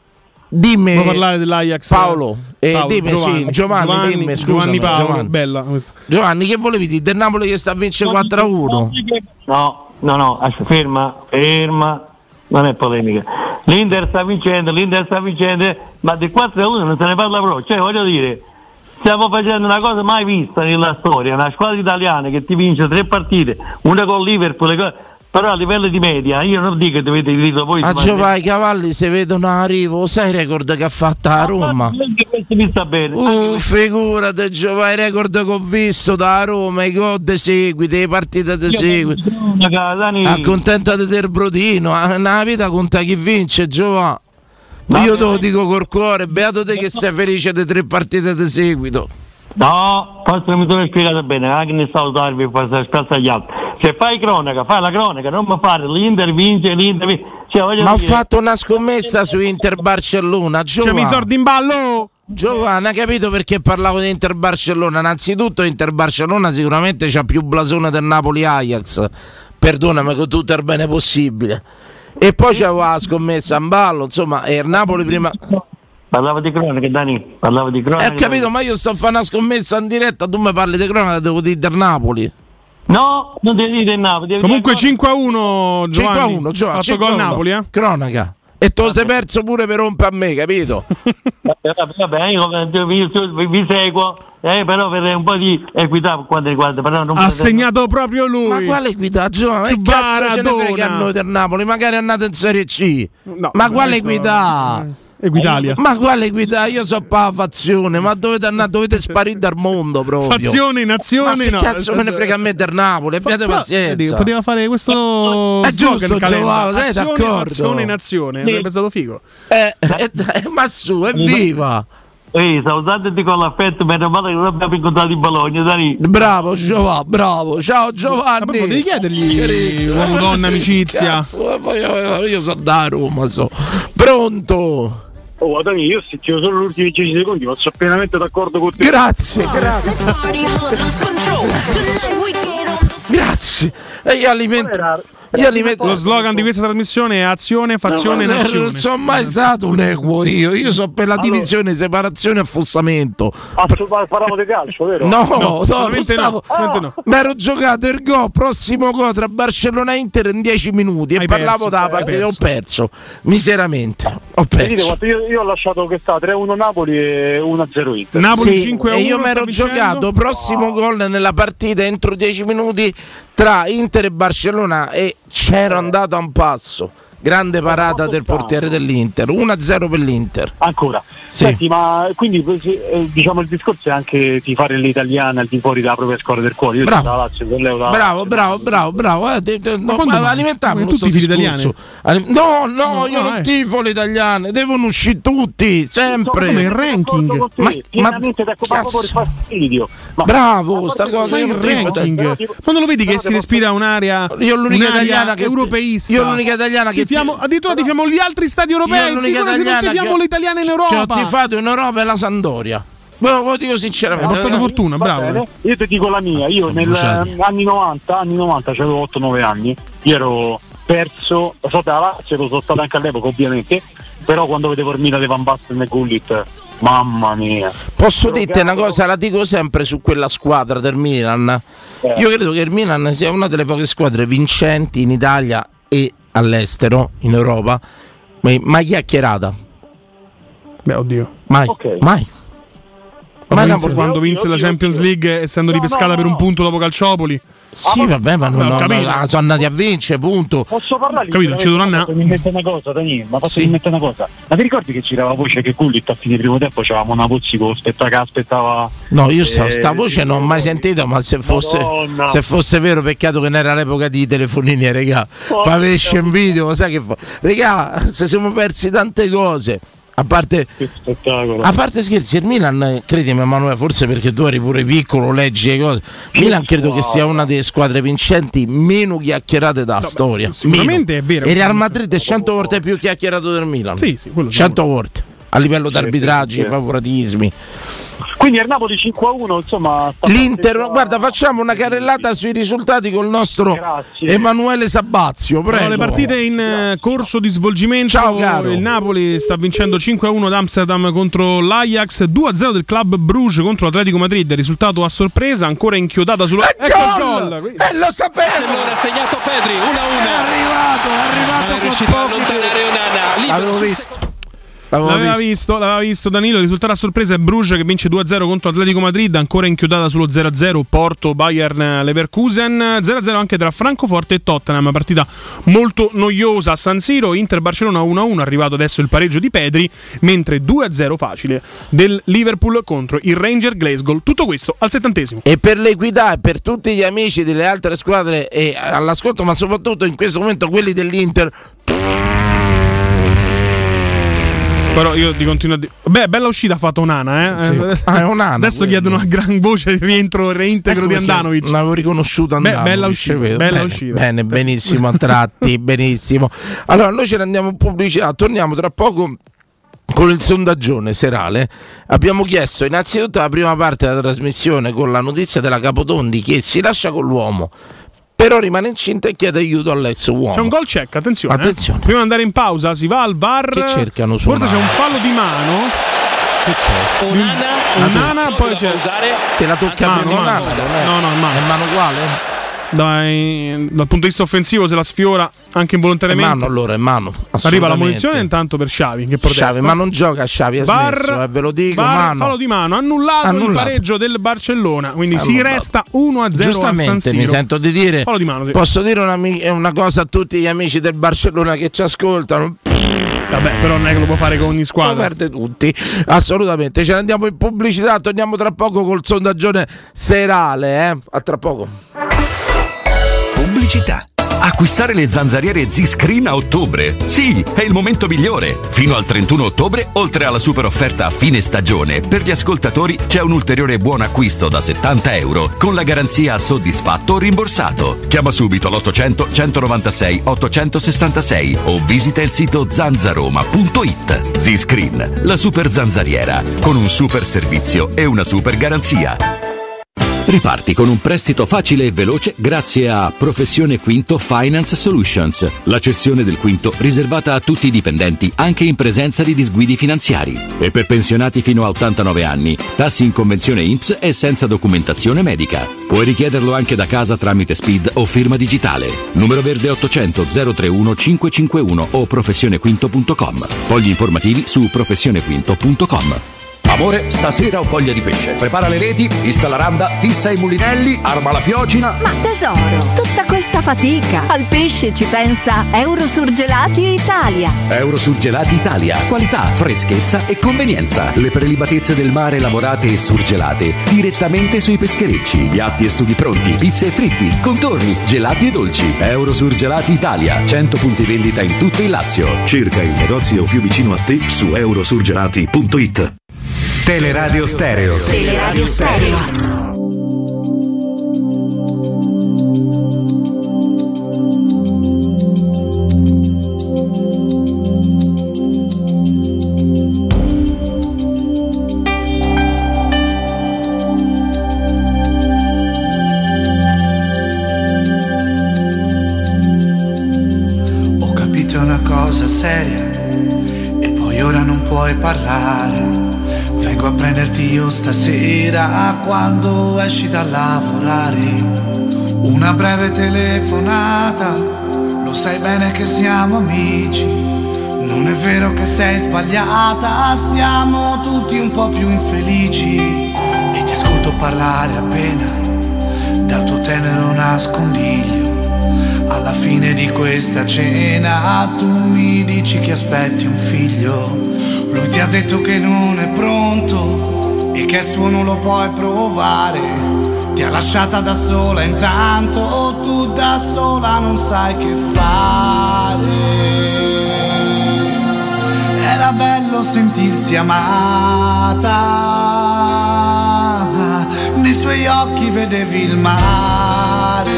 Speaker 4: Dimmi.
Speaker 7: Vuoi parlare dell'Ajax?
Speaker 4: Paolo, eh,
Speaker 7: Paolo
Speaker 4: dimmi
Speaker 7: Giovanni,
Speaker 4: sì, Giovanni,
Speaker 7: Giovanni,
Speaker 4: dimmi,
Speaker 7: Giovanni
Speaker 4: scusami,
Speaker 7: Paolo,
Speaker 4: Giovanni.
Speaker 7: bella questa.
Speaker 4: Giovanni, che volevi dire? Del Napoli che sta a vincere quattro a uno?
Speaker 9: No, no, no, aspetta, ferma, ferma, non è polemica. L'Inter sta vincendo, l'Inter sta vincendo, ma di quattro a uno non se ne parla proprio. Cioè, voglio dire, stiamo facendo una cosa mai vista nella storia, una squadra italiana che ti vince tre partite, una con Liverpool, però a livello di media, io non dico che dovete dirlo voi.
Speaker 4: A Giovanni, i cavalli si vedono a arrivo, sai il record che ha fatto a Roma?
Speaker 9: Mi sta bene.
Speaker 4: Uh, figurati Giovanni, il record che ho visto da Roma, i gol di seguito, le partite di seguito. Accontentate del brodino, nella vita conta chi vince, Giovanni. Io te lo dico col cuore, beato te che sei felice di tre partite di seguito.
Speaker 9: No, forse mi sono spiegato bene, anche ne stavo darvi per spazio agli altri. Se fai cronaca, fai la cronaca, non mi fare l'Inter vince, l'Inter vince. Cioè,
Speaker 4: ma ho
Speaker 9: dire...
Speaker 4: fatto una scommessa su Inter Barcellona, Giovanni.
Speaker 7: C'è i soldi in ballo!
Speaker 4: Giovanni, hai capito perché parlavo di Inter Barcellona? Innanzitutto Inter Barcellona sicuramente c'ha più blasone del Napoli Ajax. Perdonami, con tutto il bene possibile. E poi c'avevo la scommessa in ballo, insomma, e il Napoli prima.
Speaker 9: Parlavo di cronaca, Dani, parlavo di cronaca.
Speaker 4: Hai capito, ma io sto a fare una scommessa in diretta, tu mi parli di cronaca, devo dire del Napoli.
Speaker 9: No, non devi dire del Napoli. Devi
Speaker 7: Comunque
Speaker 9: dire...
Speaker 7: cinque a uno Giovanni.
Speaker 4: cinque a uno, Giovanni.
Speaker 7: Fatto gol Napoli, eh?
Speaker 4: Cronaca. E te lo sei perso pure per rompere a me, capito?
Speaker 9: Vabbè, io vi, vi seguo, eh, però per un po' di equità per quanto riguarda. Però non
Speaker 7: ha segnato proprio lui.
Speaker 4: Ma quale equità, Giovanni? Che cazzo ce ne frega a noi del Napoli? Magari è andato in Serie C. No, ma quale equità?
Speaker 7: Equitalia.
Speaker 4: Ma quale equità? Io so per la fazione, ma dovete andare, dovete sparire dal mondo proprio.
Speaker 7: Fazione, nazione,
Speaker 4: ma che
Speaker 7: no.
Speaker 4: cazzo me ne frega a me del Napoli? Abbiate pazienza.
Speaker 7: Poteva fare questo
Speaker 4: è giusto, Giovanni, sei d'accordo?
Speaker 7: Fazione, nazione, avrebbe stato figo.
Speaker 4: Eh, eh, eh, ma su, evviva!
Speaker 9: Ehi, salutati con l'affetto, meno male che non abbiamo incontrato in Bologna, Dani.
Speaker 4: Bravo Giovanni, bravo, ciao Giovanni.
Speaker 7: Ma devi chiedergli uomo, donna, amicizia.
Speaker 4: Cazzo, io, io sono da Roma, so. Pronto?
Speaker 10: Oh, Dani, io sentivo solo gli ultimi dieci secondi, ma sono pienamente d'accordo con te.
Speaker 4: Grazie, grazie. Grazie. E io alimento. Io alimento.
Speaker 7: Lo slogan di questa trasmissione è azione, fazione,
Speaker 4: no,
Speaker 7: nazione.
Speaker 4: Non sono mai stato un equo io. Io sono per la allora, divisione, separazione e affossamento.
Speaker 10: Parliamo di calcio, vero?
Speaker 4: No,
Speaker 7: no,
Speaker 4: no, non stavo.
Speaker 7: No, no.
Speaker 4: Mi ero giocato il gol, prossimo gol tra Barcellona e Inter in dieci minuti. Hai e perso, parlavo della partita. Ho perso miseramente. Ho perso.
Speaker 10: Io, io ho lasciato che sta tre a uno Napoli e uno a zero Inter.
Speaker 7: Napoli
Speaker 4: sì,
Speaker 7: cinque a uno.
Speaker 4: E io mi ero giocato prossimo gol nella partita entro dieci minuti tra Inter e Barcellona e c'ero andato a un passo. Grande parata del portiere dell'Inter, uno a zero per l'Inter.
Speaker 10: Ancora.
Speaker 4: Sì.
Speaker 10: Senti, ma quindi diciamo il discorso è anche tifare l'italiana al di fuori dalla propria squadra del cuore. Io
Speaker 4: bravo.
Speaker 10: Da Lazio, da
Speaker 4: bravo, bravo, bravo, bravo, eh, te, te, no, alimentiamo
Speaker 7: tutti i figli italiani.
Speaker 4: No, no, no, io
Speaker 7: no,
Speaker 4: non
Speaker 7: eh.
Speaker 4: tifo le italiane, devono uscire tutti, sempre.
Speaker 7: Come il ranking.
Speaker 10: Ma, ma per fastidio. Ma,
Speaker 4: bravo,
Speaker 10: ma
Speaker 4: sta cosa
Speaker 7: ma il ranking. Quando lo vedi che si respira un'area,
Speaker 4: io l'unica italiana che
Speaker 7: europeista.
Speaker 4: Io l'unica italiana che
Speaker 7: tifiamo, addirittura tifiamo gli altri stati europei. Figurati se non tifiamo
Speaker 4: che,
Speaker 7: l'italiana in Europa.
Speaker 4: Che ho tifato in Europa è la Sampdoria. Lo, lo dico sinceramente.
Speaker 7: Hai portato fortuna, bravo.
Speaker 10: Bene. Io ti dico la mia, io negli anni novanta, anni novanta, c'avevo otto nove anni, io ero perso, lo so dalla Lazio, lo sono stato anche all'epoca ovviamente, però quando vedevo il Milan di Van Basten e Gullit, mamma mia.
Speaker 4: Posso dirti una cosa, la dico sempre su quella squadra del Milan. Eh. Io credo che il Milan sia una delle poche squadre vincenti in Italia e all'estero, in Europa, mai chiacchierata.
Speaker 7: Beh, oddio.
Speaker 4: Mai,
Speaker 10: okay.
Speaker 4: mai.
Speaker 7: Ma vinse, quando vinse oddio, la Champions oddio. League essendo no, ripescata no, no. per un punto dopo Calciopoli.
Speaker 4: Sì, vabbè, ma non, non, non sono andati a vincere, punto.
Speaker 10: Posso parlare?
Speaker 7: Capito, ci dovrà
Speaker 10: Mi mette una cosa, Daniele, ma posso
Speaker 4: sì.
Speaker 10: mettere una cosa? Ma ti ricordi che c'era la voce che Gullit a fine primo tempo c'avevamo una Pozzico aspettava che aspettava.
Speaker 4: No, io so, eh, sta voce non ho mai sentita, ma se fosse Madonna. se fosse vero, peccato che non era l'epoca di telefonini, regà. Pavesce in video, sai che fa? Regà, se siamo persi tante cose. A parte, a parte scherzi, il Milan, credimi Emanuele, forse perché tu eri pure piccolo, leggi le cose. Milan credo che sia una delle squadre vincenti meno chiacchierate della no, storia.
Speaker 7: Sicuramente meno. È vero.
Speaker 4: E Real Madrid è cento volte più chiacchierato del Milan.
Speaker 7: Sì, sì, quello
Speaker 4: cento volte. A livello di arbitraggi, favoritismi.
Speaker 10: Quindi il Napoli cinque a uno, insomma.
Speaker 4: L'Inter, a... guarda, facciamo una carrellata sui risultati col nostro Grazie. Emanuele Sabazio. Prego.
Speaker 7: No, le partite in Grazie. corso di svolgimento.
Speaker 4: Ciao, caro.
Speaker 7: Il Napoli sta vincendo cinque a uno ad Amsterdam contro l'Ajax, due a zero del Club Bruges contro l'Atletico Madrid. Risultato a sorpresa, ancora inchiodata sullo.
Speaker 4: E ecco gol! il gol! E lo sapevo!
Speaker 8: Allora ha segnato Pedri, uno a uno.
Speaker 4: È arrivato, è arrivato
Speaker 8: non è riuscito a allontanare Onana.
Speaker 4: L'avevo visto.
Speaker 7: L'aveva visto. visto, l'aveva visto Danilo. Il risultato a sorpresa è Bruges che vince due a zero contro Atletico Madrid, ancora inchiodata sullo zero a zero Porto Bayern Leverkusen, zero a zero anche tra Francoforte e Tottenham, partita molto noiosa a San Siro. Inter Barcellona uno a uno, arrivato adesso il pareggio di Pedri, mentre due a zero facile del Liverpool contro il Ranger Glasgow. Tutto questo al settantesimo.
Speaker 4: E per l'equità e per tutti gli amici delle altre squadre e all'ascolto, ma soprattutto in questo momento quelli dell'Inter,
Speaker 7: però io ti continuo a dire. Beh, bella uscita ha fatto Onana, eh?
Speaker 4: Sì. Ah, è Onana,
Speaker 7: adesso
Speaker 4: quello.
Speaker 7: Chiedono a gran voce il rientro, il reintegro ecco di Andanovic.
Speaker 4: Non avevo riconosciuto Andanovic.
Speaker 7: Beh, bella uscita, bella
Speaker 4: bene,
Speaker 7: uscita.
Speaker 4: Bene, benissimo a tratti, benissimo. Allora, noi ce ne andiamo in pubblicità, torniamo tra poco con il sondaggione serale. Abbiamo chiesto innanzitutto la prima parte della trasmissione con la notizia della Capotondi che si lascia con l'uomo, però rimane incinta e chiede aiuto all'ex uomo.
Speaker 7: C'è un gol check, attenzione.
Speaker 4: attenzione.
Speaker 7: Eh. Prima di andare in pausa si va al V A R.
Speaker 4: Che cercano su
Speaker 7: Forse
Speaker 4: una...
Speaker 7: c'è un fallo di mano.
Speaker 4: Che cosa?
Speaker 8: Onana,
Speaker 7: Onana, poi c'è.
Speaker 4: Se la tocca
Speaker 7: mano,
Speaker 4: prima
Speaker 7: mano,
Speaker 4: Onana,
Speaker 7: no, no, è mano.
Speaker 4: È mano uguale?
Speaker 7: Dai, dal punto di vista offensivo se la sfiora anche involontariamente.
Speaker 4: È mano allora, è mano.
Speaker 7: Arriva la munizione intanto per Xavi che protesta.
Speaker 4: Xavi, ma non gioca Xavi, ha
Speaker 7: Bar,
Speaker 4: smesso, eh, ve lo dico,
Speaker 7: Bar,
Speaker 4: mano.
Speaker 7: fallo di mano, annullato, annullato il pareggio del Barcellona, quindi annullato. Si resta uno a zero a San Siro.
Speaker 4: Mi sento di dire,
Speaker 7: fallo di mano, sì.
Speaker 4: Posso dire una, una cosa a tutti gli amici del Barcellona che ci ascoltano?
Speaker 7: Vabbè, però non è che lo può fare con ogni squadra.
Speaker 4: Lo perde tutti, assolutamente. Ce ne andiamo in pubblicità, torniamo tra poco col sondaggione serale, eh? A tra poco.
Speaker 1: Pubblicità. Acquistare le zanzariere Z-Screen a ottobre? Sì, è il momento migliore. Fino al trentuno ottobre, oltre alla super offerta a fine stagione, per gli ascoltatori c'è un ulteriore buon acquisto da settanta euro con la garanzia soddisfatto o rimborsato. Chiama subito l'ottocento centonovantasei ottocentosessantasei o visita il sito zanzaroma punto it. Z-Screen, la super zanzariera, con un super servizio e una super garanzia.
Speaker 11: Riparti con un prestito facile e veloce grazie a Professione Quinto Finance Solutions, la cessione del quinto riservata a tutti i dipendenti anche in presenza di disguidi finanziari. E per pensionati fino a ottantanove anni, tassi in convenzione I N P S e senza documentazione medica. Puoi richiederlo anche da casa tramite S P I D o firma digitale. Numero verde ottocento zero trentuno cinquecentocinquantuno o professionequinto punto com. Fogli informativi su professionequinto punto com.
Speaker 1: Amore, stasera ho voglia di pesce. Prepara le reti, fissa la randa, fissa i mulinelli, arma la fiocina.
Speaker 12: Ma tesoro, tutta questa fatica. Al pesce ci pensa Eurosurgelati Italia.
Speaker 11: Eurosurgelati Italia. Qualità, freschezza e convenienza. Le prelibatezze del mare lavorate e surgelate direttamente sui pescherecci. Piatti e sughi pronti, pizze e fritti, contorni, gelati e dolci. Eurosurgelati Italia. cento punti vendita in tutto il Lazio.
Speaker 13: Cerca il negozio più vicino a te su eurosurgelati punto it.
Speaker 2: Teleradio Stereo.
Speaker 12: Teleradio Stereo.
Speaker 6: Ho capito una cosa seria e poi ora non puoi parlare. Vengo a prenderti io stasera quando esci da lavorare. Una breve telefonata, lo sai bene che siamo amici. Non è vero che sei sbagliata, siamo tutti un po' più infelici. E ti ascolto parlare appena dal tuo tenero nascondiglio. Alla fine di questa cena tu mi dici che aspetti un figlio. Lui ti ha detto che non è pronto e che su non lo puoi provare. Ti ha lasciata da sola intanto, tu da sola non sai che fare. Era era bello sentirsi amata, nei suoi occhi vedevi il mare,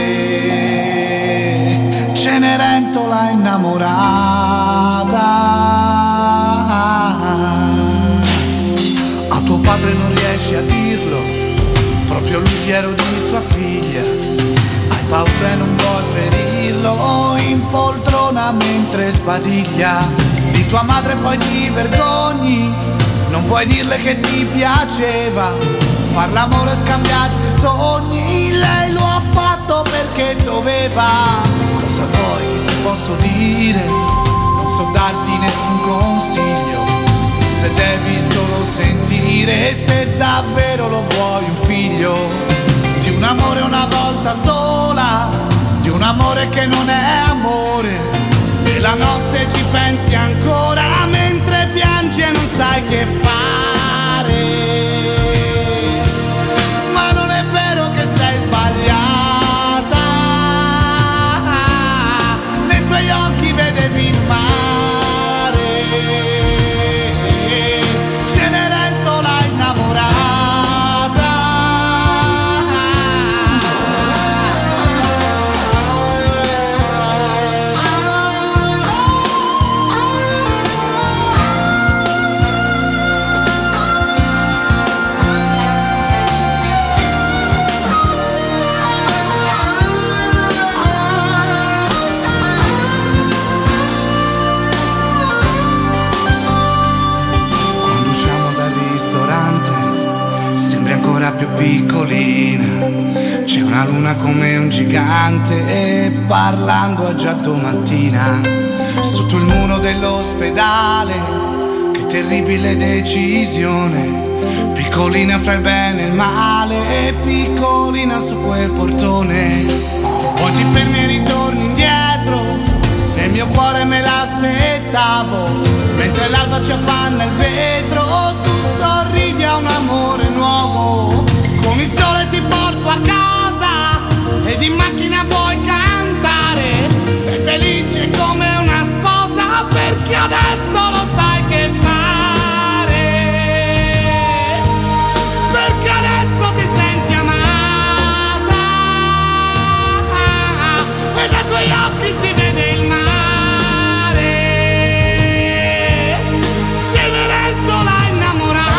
Speaker 6: Cenerentola innamorata. A tuo padre non riesci a dirlo, proprio lui fiero di sua figlia, hai paura e non vuoi ferirlo, in poltrona mentre sbadiglia. Di tua madre poi ti vergogni, non vuoi dirle che ti piaceva far l'amore e scambiarsi i sogni, lei lo ha fatto perché doveva. Cosa vuoi che ti posso dire? Non so darti nessun consiglio, se devi solo sentire, se davvero lo vuoi un figlio, di un amore una volta sola, di un amore che non è amore, e la notte ci pensi ancora mentre piangi e non sai che fare, ma non è vero che sei sbagliata, nei suoi occhi vedevi il mare, Cenerentola innamorata. Più piccolina, c'è una luna come un gigante e parlando a già domattina sotto il muro dell'ospedale. Che terribile decisione, piccolina fra il bene e il male, e piccolina su quel portone. Poi ti fermi e ritorni indietro, nel mio cuore me l'aspettavo, mentre l'alba ci appanna il vetro, tu sorridi a un amore nuovo. Con il sole ti porto a casa ed in macchina vuoi cantare, sei felice come una sposa perché adesso lo sai che fare, perché adesso ti senti amata e dai tuoi occhi si vede il mare, Cenerentola innamorata.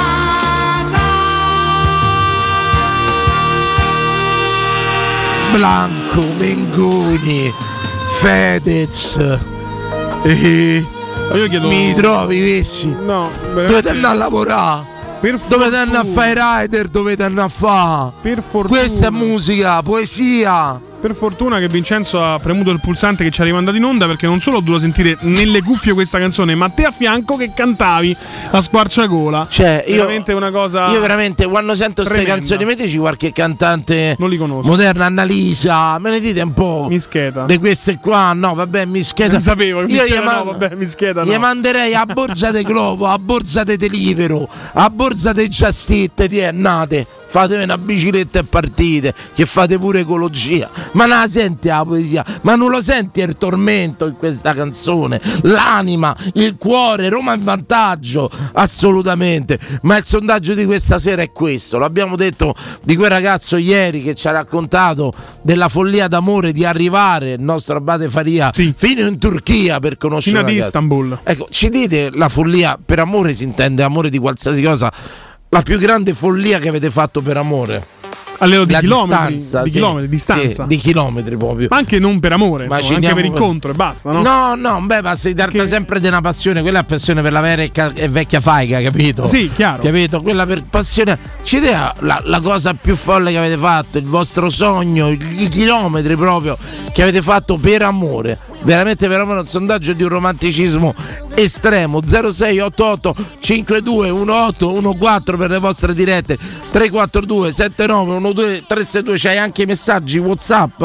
Speaker 4: Blanco, Mengoni, Fedez, eh,
Speaker 7: io chiedo...
Speaker 4: mi trovi Vessi?
Speaker 7: No,
Speaker 4: dovete andare a lavorare, dovete andare a fare i rider, dovete andare a fare.
Speaker 7: Per fortuna.
Speaker 4: Questa è musica, poesia.
Speaker 7: Per fortuna che Vincenzo ha premuto il pulsante che ci arriva andato in onda, perché non solo ho dovuto sentire nelle cuffie questa canzone, ma te a fianco che cantavi a squarciagola.
Speaker 4: Cioè, io,
Speaker 7: veramente una cosa.
Speaker 4: Io veramente quando sento queste canzoni, metteteci qualche cantante non li conosco. Moderna, Annalisa, me ne dite un po'.
Speaker 7: Mischeta.
Speaker 4: Di queste qua, no, vabbè, Mischeta.
Speaker 7: Non sapevo,
Speaker 4: io
Speaker 7: Mischeta
Speaker 4: gli
Speaker 7: no,
Speaker 4: man-
Speaker 7: vabbè, Mischeta no.
Speaker 4: Gli manderei a Borsa de Glovo, a Borsa de Delivero, a Borsa de Giastitte, di Ennate. Fatevi una bicicletta e partite, che fate pure ecologia. Ma non la senti la poesia? Ma non lo senti il tormento in questa canzone? L'anima, il cuore, Roma in vantaggio, assolutamente. Ma il sondaggio di questa sera è questo. L'abbiamo detto di quel ragazzo ieri che ci ha raccontato della follia d'amore di arrivare, il nostro Abate Faria, sì, fino in Turchia per conoscere
Speaker 7: fino ad Istanbul.
Speaker 4: Ecco, ci dite la follia, per amore si intende amore di qualsiasi cosa, la più grande follia che avete fatto per amore?
Speaker 7: A livello di
Speaker 4: la
Speaker 7: chilometri,
Speaker 4: distanza,
Speaker 7: di
Speaker 4: sì,
Speaker 7: chilometri, distanza.
Speaker 4: Sì, di chilometri proprio.
Speaker 7: Ma anche non per amore,
Speaker 4: ma
Speaker 7: insomma, anche per incontro e basta, no?
Speaker 4: No, no, beh, ma si tratta sempre di una passione, quella è passione per la vera e, ca- e vecchia faica, capito?
Speaker 7: Sì, chiaro.
Speaker 4: Capito? Quella per passione. Ci dà la, la cosa più folle che avete fatto, il vostro sogno, i chilometri proprio che avete fatto per amore. Veramente per amore, un sondaggio di un romanticismo estremo. Zero sei otto otto cinque due uno otto uno quattro per le vostre dirette, tre quattro due sette nove uno due tre sei due. C'hai anche i messaggi WhatsApp?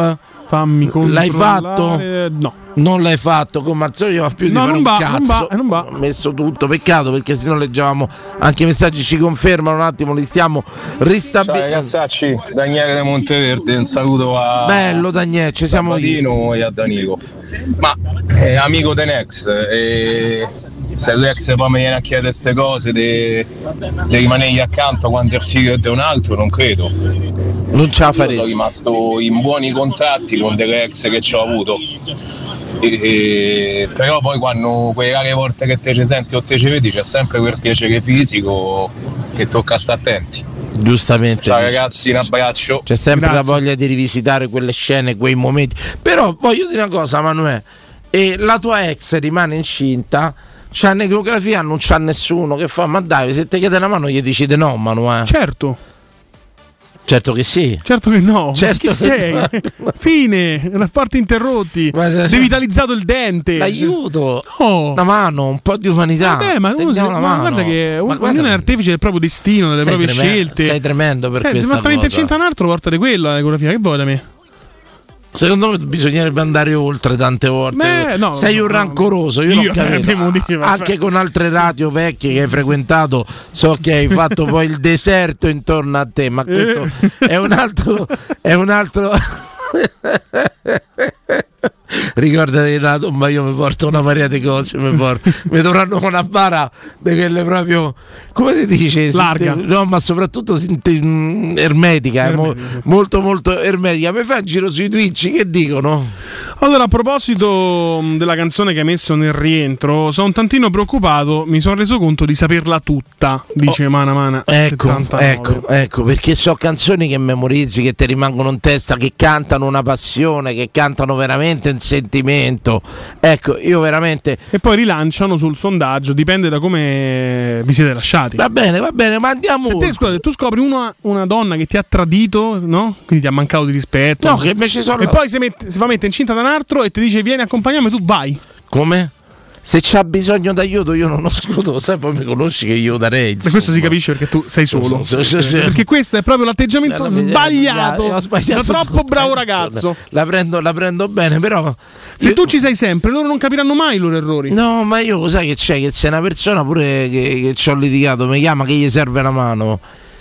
Speaker 7: Fammi controllare.
Speaker 4: L'hai fatto?
Speaker 7: No.
Speaker 4: Non l'hai fatto con Marzolio, ma più di
Speaker 7: No,
Speaker 4: fare
Speaker 7: non
Speaker 4: un
Speaker 7: va,
Speaker 4: cazzo.
Speaker 7: non va, non va.
Speaker 4: Ho messo tutto, peccato, perché se no leggevamo anche i messaggi, ci confermano un attimo, li stiamo ristabilendo.
Speaker 14: Ciao ragazzacci, Daniele da Monteverde, un saluto a
Speaker 4: Bello Daniele, ci siamo visti.
Speaker 14: e a Danico. Ma è amico de Nex, e se l'ex poi mi viene a chiedere queste cose di rimanere accanto quando è figlio di un altro, non credo.
Speaker 4: Non ce la
Speaker 14: faresti. Sono rimasto in buoni contatti con delle ex che ci ho avuto. E, e, però poi quando quelle rare volte che te ci senti o te ci vedi c'è sempre quel piacere fisico che tocca stare attenti.
Speaker 4: Giustamente.
Speaker 14: Ciao ragazzi, un abbraccio.
Speaker 4: C'è sempre
Speaker 14: Grazie.
Speaker 4: la voglia di rivisitare quelle scene, quei momenti. Però voglio dire una cosa, Manuè, e la tua ex rimane incinta, c'ha necrografia, non c'ha nessuno che fa, ma dai, se ti chiede la mano gli dici di no, Manuè.
Speaker 7: Certo.
Speaker 4: Certo che sì.
Speaker 7: Certo che no.
Speaker 4: Certo
Speaker 7: Chi sei? Fine, rapporti interrotti. Devitalizzato il dente.
Speaker 4: L'aiuto.
Speaker 7: No.
Speaker 4: Una mano, un po' di umanità.
Speaker 7: Vabbè, ma uno si,
Speaker 4: Tendiamo la
Speaker 7: ma
Speaker 4: mano.
Speaker 7: guarda che
Speaker 4: Ma
Speaker 7: un-
Speaker 4: guarda-
Speaker 7: ognuno è artefice del proprio destino, delle
Speaker 4: Sei
Speaker 7: proprie
Speaker 4: tremendo,
Speaker 7: scelte.
Speaker 4: sei tremendo per
Speaker 7: Eh,
Speaker 4: questa
Speaker 7: se fattamente
Speaker 4: cosa.
Speaker 7: incinta un altro, portate quello all'ecografia. Che vuoi da me?
Speaker 4: Secondo me bisognerebbe andare oltre tante volte.
Speaker 7: Beh, no,
Speaker 4: Sei un
Speaker 7: no,
Speaker 4: rancoroso, io,
Speaker 7: io,
Speaker 4: non capito.
Speaker 7: eh, abbiamo detto, ma-
Speaker 4: Anche con altre radio vecchie che hai frequentato, so che hai fatto poi il deserto intorno a te, ma questo è un altro è un altro Ricordati la tomba, io mi porto una marea di cose, mi, porto. mi dovranno con una bara di quelle proprio, come si dice?
Speaker 7: Larga.
Speaker 4: Sinte- no, ma soprattutto sinte- mh, ermetica, eh, mo- molto molto ermetica. Mi fai un giro sui Twitch, che dicono?
Speaker 7: Allora, a proposito mh, della canzone che hai messo nel rientro, sono un tantino preoccupato, mi sono reso conto di saperla tutta, dice Mana Mana.
Speaker 4: Ecco,
Speaker 7: settantanove.
Speaker 4: ecco, ecco, perché so canzoni che memorizzi, che ti rimangono in testa, che cantano una passione, che cantano veramente un sentimento. Ecco, io veramente.
Speaker 7: E poi rilanciano sul sondaggio, dipende da come vi siete lasciati.
Speaker 4: Va bene, va bene, ma andiamo.
Speaker 7: Se te, scusa, tu scopri una, una donna che ti ha tradito, no? Quindi ti ha mancato di rispetto.
Speaker 4: No, che invece sono.
Speaker 7: E poi si, mette, si fa mettere incinta da un altro e ti dice vieni a accompagnarmi, tu vai.
Speaker 4: Come? Se c'ha bisogno d'aiuto io non lo scudo, sai, poi mi conosci che io darei.
Speaker 7: E questo si capisce perché tu sei solo.
Speaker 4: Sì, sì, sì.
Speaker 7: Perché questo è proprio l'atteggiamento
Speaker 4: Eh,
Speaker 7: sbagliato.
Speaker 4: ho sbagliato
Speaker 7: Da troppo
Speaker 4: tutta
Speaker 7: bravo
Speaker 4: la canzone.
Speaker 7: ragazzo.
Speaker 4: La prendo, la prendo bene, però.
Speaker 7: Se
Speaker 4: io-
Speaker 7: tu ci sei sempre, loro non capiranno mai i loro errori.
Speaker 4: No, ma io sai che c'è? Che c'è una persona pure che, che ci ho litigato, mi chiama che gli serve una mano.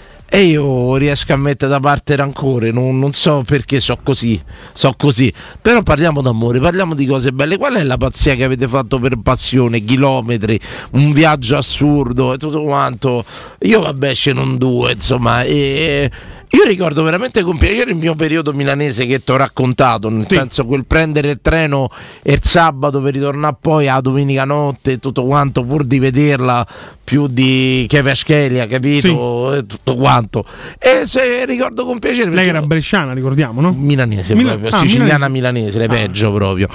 Speaker 4: E io riesco a mettere da parte rancore, non, non so perché so così, so così. Però parliamo d'amore, parliamo di cose belle. Qual è la pazzia che avete fatto per passione? Chilometri, un viaggio assurdo e tutto quanto. Io vabbè ce non due, insomma. E io ricordo veramente con piacere il mio periodo milanese che ti ho raccontato, nel
Speaker 7: Sì.
Speaker 4: senso quel prendere il treno il sabato per ritornare poi a domenica notte e tutto quanto, pur di vederla più di che Vaschelia, capito? E tutto quanto. E se ricordo con piacere
Speaker 7: Lei
Speaker 4: perché-
Speaker 7: era bresciana, ricordiamo, no?
Speaker 4: milanese
Speaker 7: Mila-
Speaker 4: proprio,
Speaker 7: ah,
Speaker 4: siciliana milanese, le
Speaker 7: Ah.
Speaker 4: peggio proprio.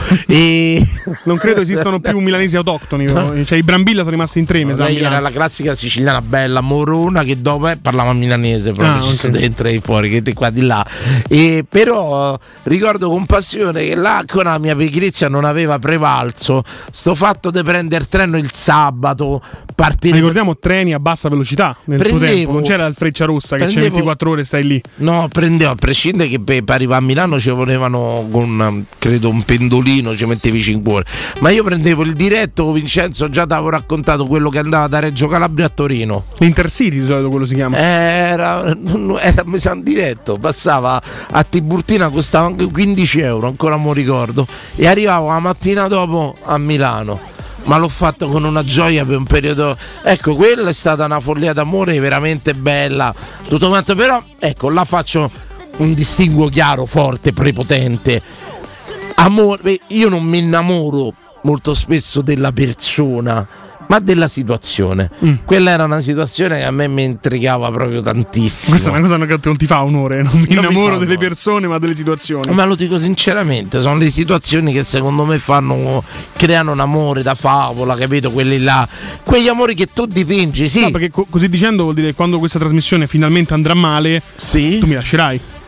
Speaker 4: E
Speaker 7: Non credo esistano più milanesi autoctoni. Cioè i Brambilla sono rimasti in tre, mi sa, a
Speaker 4: lei
Speaker 7: Milano.
Speaker 4: era la classica siciliana bella morona che dopo eh, parlava milanese proprio,
Speaker 7: Ah,
Speaker 4: ci
Speaker 7: ok.
Speaker 4: sta dentro e fuori, che di qua di là. E però eh, ricordo con passione che là con la mia pigrizia non aveva prevalso sto fatto di prendere il treno il sabato, partire.
Speaker 7: Ricordiamo treni a bassa velocità nel tuo
Speaker 4: Prendevo-
Speaker 7: tempo, non c'era il Freccia Rossa che c'è
Speaker 4: prendevo-
Speaker 7: ventiquattro ore e stai lì.
Speaker 4: No, prendevo a prescindere che per, per arrivare a Milano ci volevano con um, credo un pendolino, ci mettevi cinque ore. Ma io prendevo il diretto, Vincenzo, già ti avevo raccontato quello che andava da Reggio Calabria a Torino.
Speaker 7: L'Intercity di solito quello si chiama.
Speaker 4: Era, era mi sa, un diretto, passava a Tiburtina, costava anche quindici euro, ancora me lo ricordo, e arrivavo la mattina dopo a Milano. Ma l'ho fatto con una gioia per un periodo. Ecco, quella è stata una follia d'amore veramente bella. Tutto quanto, però, ecco, là faccio un distinguo chiaro, forte, prepotente. Amore, io non mi innamoro molto spesso della persona, ma della situazione.
Speaker 7: Mm.
Speaker 4: Quella era una situazione che a me mi intrigava proprio tantissimo.
Speaker 7: Questa è una cosa che non ti fa onore, non mi
Speaker 4: Non mi
Speaker 7: innamoro
Speaker 4: fa
Speaker 7: delle
Speaker 4: onore.
Speaker 7: persone ma delle situazioni.
Speaker 4: Ma lo dico sinceramente, sono le situazioni che secondo me fanno, creano un amore da favola, capito? Quelli là, quegli amori che tu dipingi, sì.
Speaker 7: No, perché co- così dicendo vuol dire che quando questa trasmissione finalmente andrà male,
Speaker 4: sì.
Speaker 7: tu mi lascerai.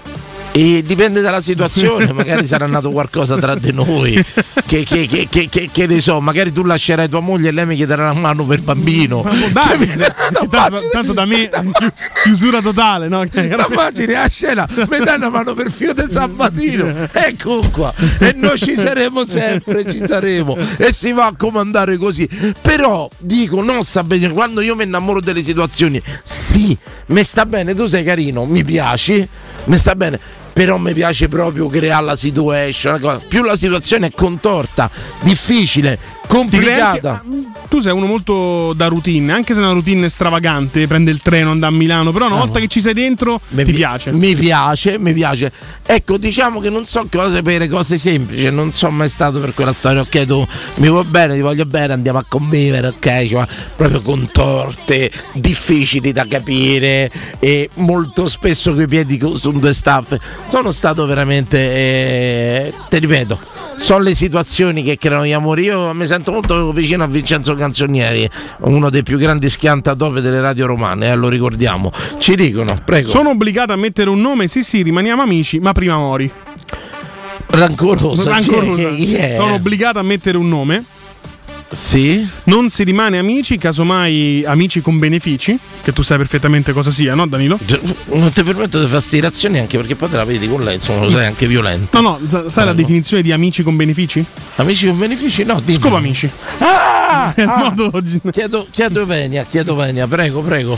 Speaker 4: E dipende dalla situazione, magari sarà nato qualcosa tra di noi, che, che, che, che, che, che ne so, magari tu lascerai tua moglie e lei mi chiederà la mano per bambino.
Speaker 7: Dai, tanto, tanto, tanto da me chiusura totale, no?
Speaker 4: Immagini la scena, mi dai una mano per fio di Sabatino, ecco qua, e noi ci saremo sempre, ci saremo, e si va a comandare così. Però dico, non sta bene, quando io mi innamoro delle situazioni, sì, mi sta bene, tu sei carino, mi piaci, mi sta bene, però mi piace proprio creare la situation, più la situazione è contorta, difficile, complicata.
Speaker 7: Anche, tu sei uno molto da routine, anche se è una routine stravagante, prende il treno, anda a Milano, però una no. volta che ci sei dentro mi ti piace.
Speaker 4: Mi piace, mi piace. Ecco, diciamo che non so cosa sapere, cose semplici, non sono mai stato per quella storia, ok, tu mi vuoi bene, ti voglio bene, andiamo a convivere, ok, cioè, proprio contorte, difficili da capire e molto spesso coi piedi su due staffe. Sono stato veramente, eh, te ripeto, sono le situazioni che creano gli amori. Io mi sento molto vicino a Vincenzo Canzonieri, uno dei più grandi schiantatopi delle radio romane, eh, lo ricordiamo. Ci dicono, prego.
Speaker 7: Sono obbligato a mettere un nome, sì sì, rimaniamo amici, ma prima mori.
Speaker 4: Rancorosa.
Speaker 7: Rancorosa.
Speaker 4: Chi è? Chi è?
Speaker 7: Sono obbligato a mettere un nome.
Speaker 4: Sì.
Speaker 7: Non si rimane amici, casomai amici con benefici, che tu sai perfettamente cosa sia, no Danilo?
Speaker 4: Non ti permetto di fare sti reazioni, anche perché poi te la vedi con lei, insomma, lo sai, anche violento.
Speaker 7: No, no, sai Prego. La definizione di amici con benefici?
Speaker 4: Amici con benefici? No, dimmi.
Speaker 7: Scopo amici.
Speaker 4: Ah!
Speaker 7: È il
Speaker 4: ah
Speaker 7: modo...
Speaker 4: chiedo, chiedo venia, chiedo venia, prego, prego.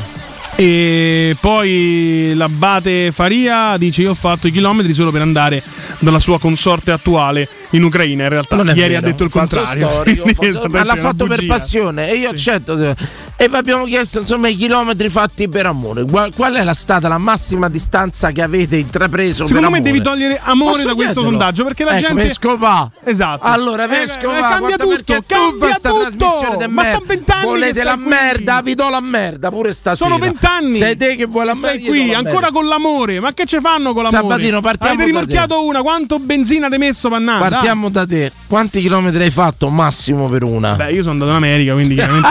Speaker 7: E poi l'Abate Faria dice: io ho fatto i chilometri solo per andare dalla sua consorte attuale in Ucraina. In realtà ieri vero, ha detto il contrario.
Speaker 4: Storico, fatto, ma l'ha fatto per passione e io sì. accetto. E vi abbiamo chiesto insomma i chilometri fatti per amore. Qual, qual è la stata la massima distanza che avete intrapreso?
Speaker 7: Secondo
Speaker 4: per
Speaker 7: me
Speaker 4: amore?
Speaker 7: Devi togliere amore Posso da questo chiederlo? sondaggio, perché la
Speaker 4: ecco,
Speaker 7: gente
Speaker 4: Vescova.
Speaker 7: Esatto.
Speaker 4: Allora Vescova,
Speaker 7: eh, eh, cambia tutto,
Speaker 4: perché
Speaker 7: cambia
Speaker 4: tu fai sta
Speaker 7: tutto.
Speaker 4: trasmissione di
Speaker 7: ma sono vent'anni
Speaker 4: volete la
Speaker 7: qui.
Speaker 4: merda, vi do la merda pure stasera.
Speaker 7: Sono vent'anni.
Speaker 4: Sei te che vuoi la merda.
Speaker 7: Sei qui ancora merda. Con l'amore. Ma che ci fanno con l'amore?
Speaker 4: Sabatino, partiamo.
Speaker 7: Avete rimorchiato una, quanto benzina ti messo pannata?
Speaker 4: Partiamo da te. Quanti chilometri hai fatto massimo per una?
Speaker 7: Beh, io sono andato in America, quindi chiaramente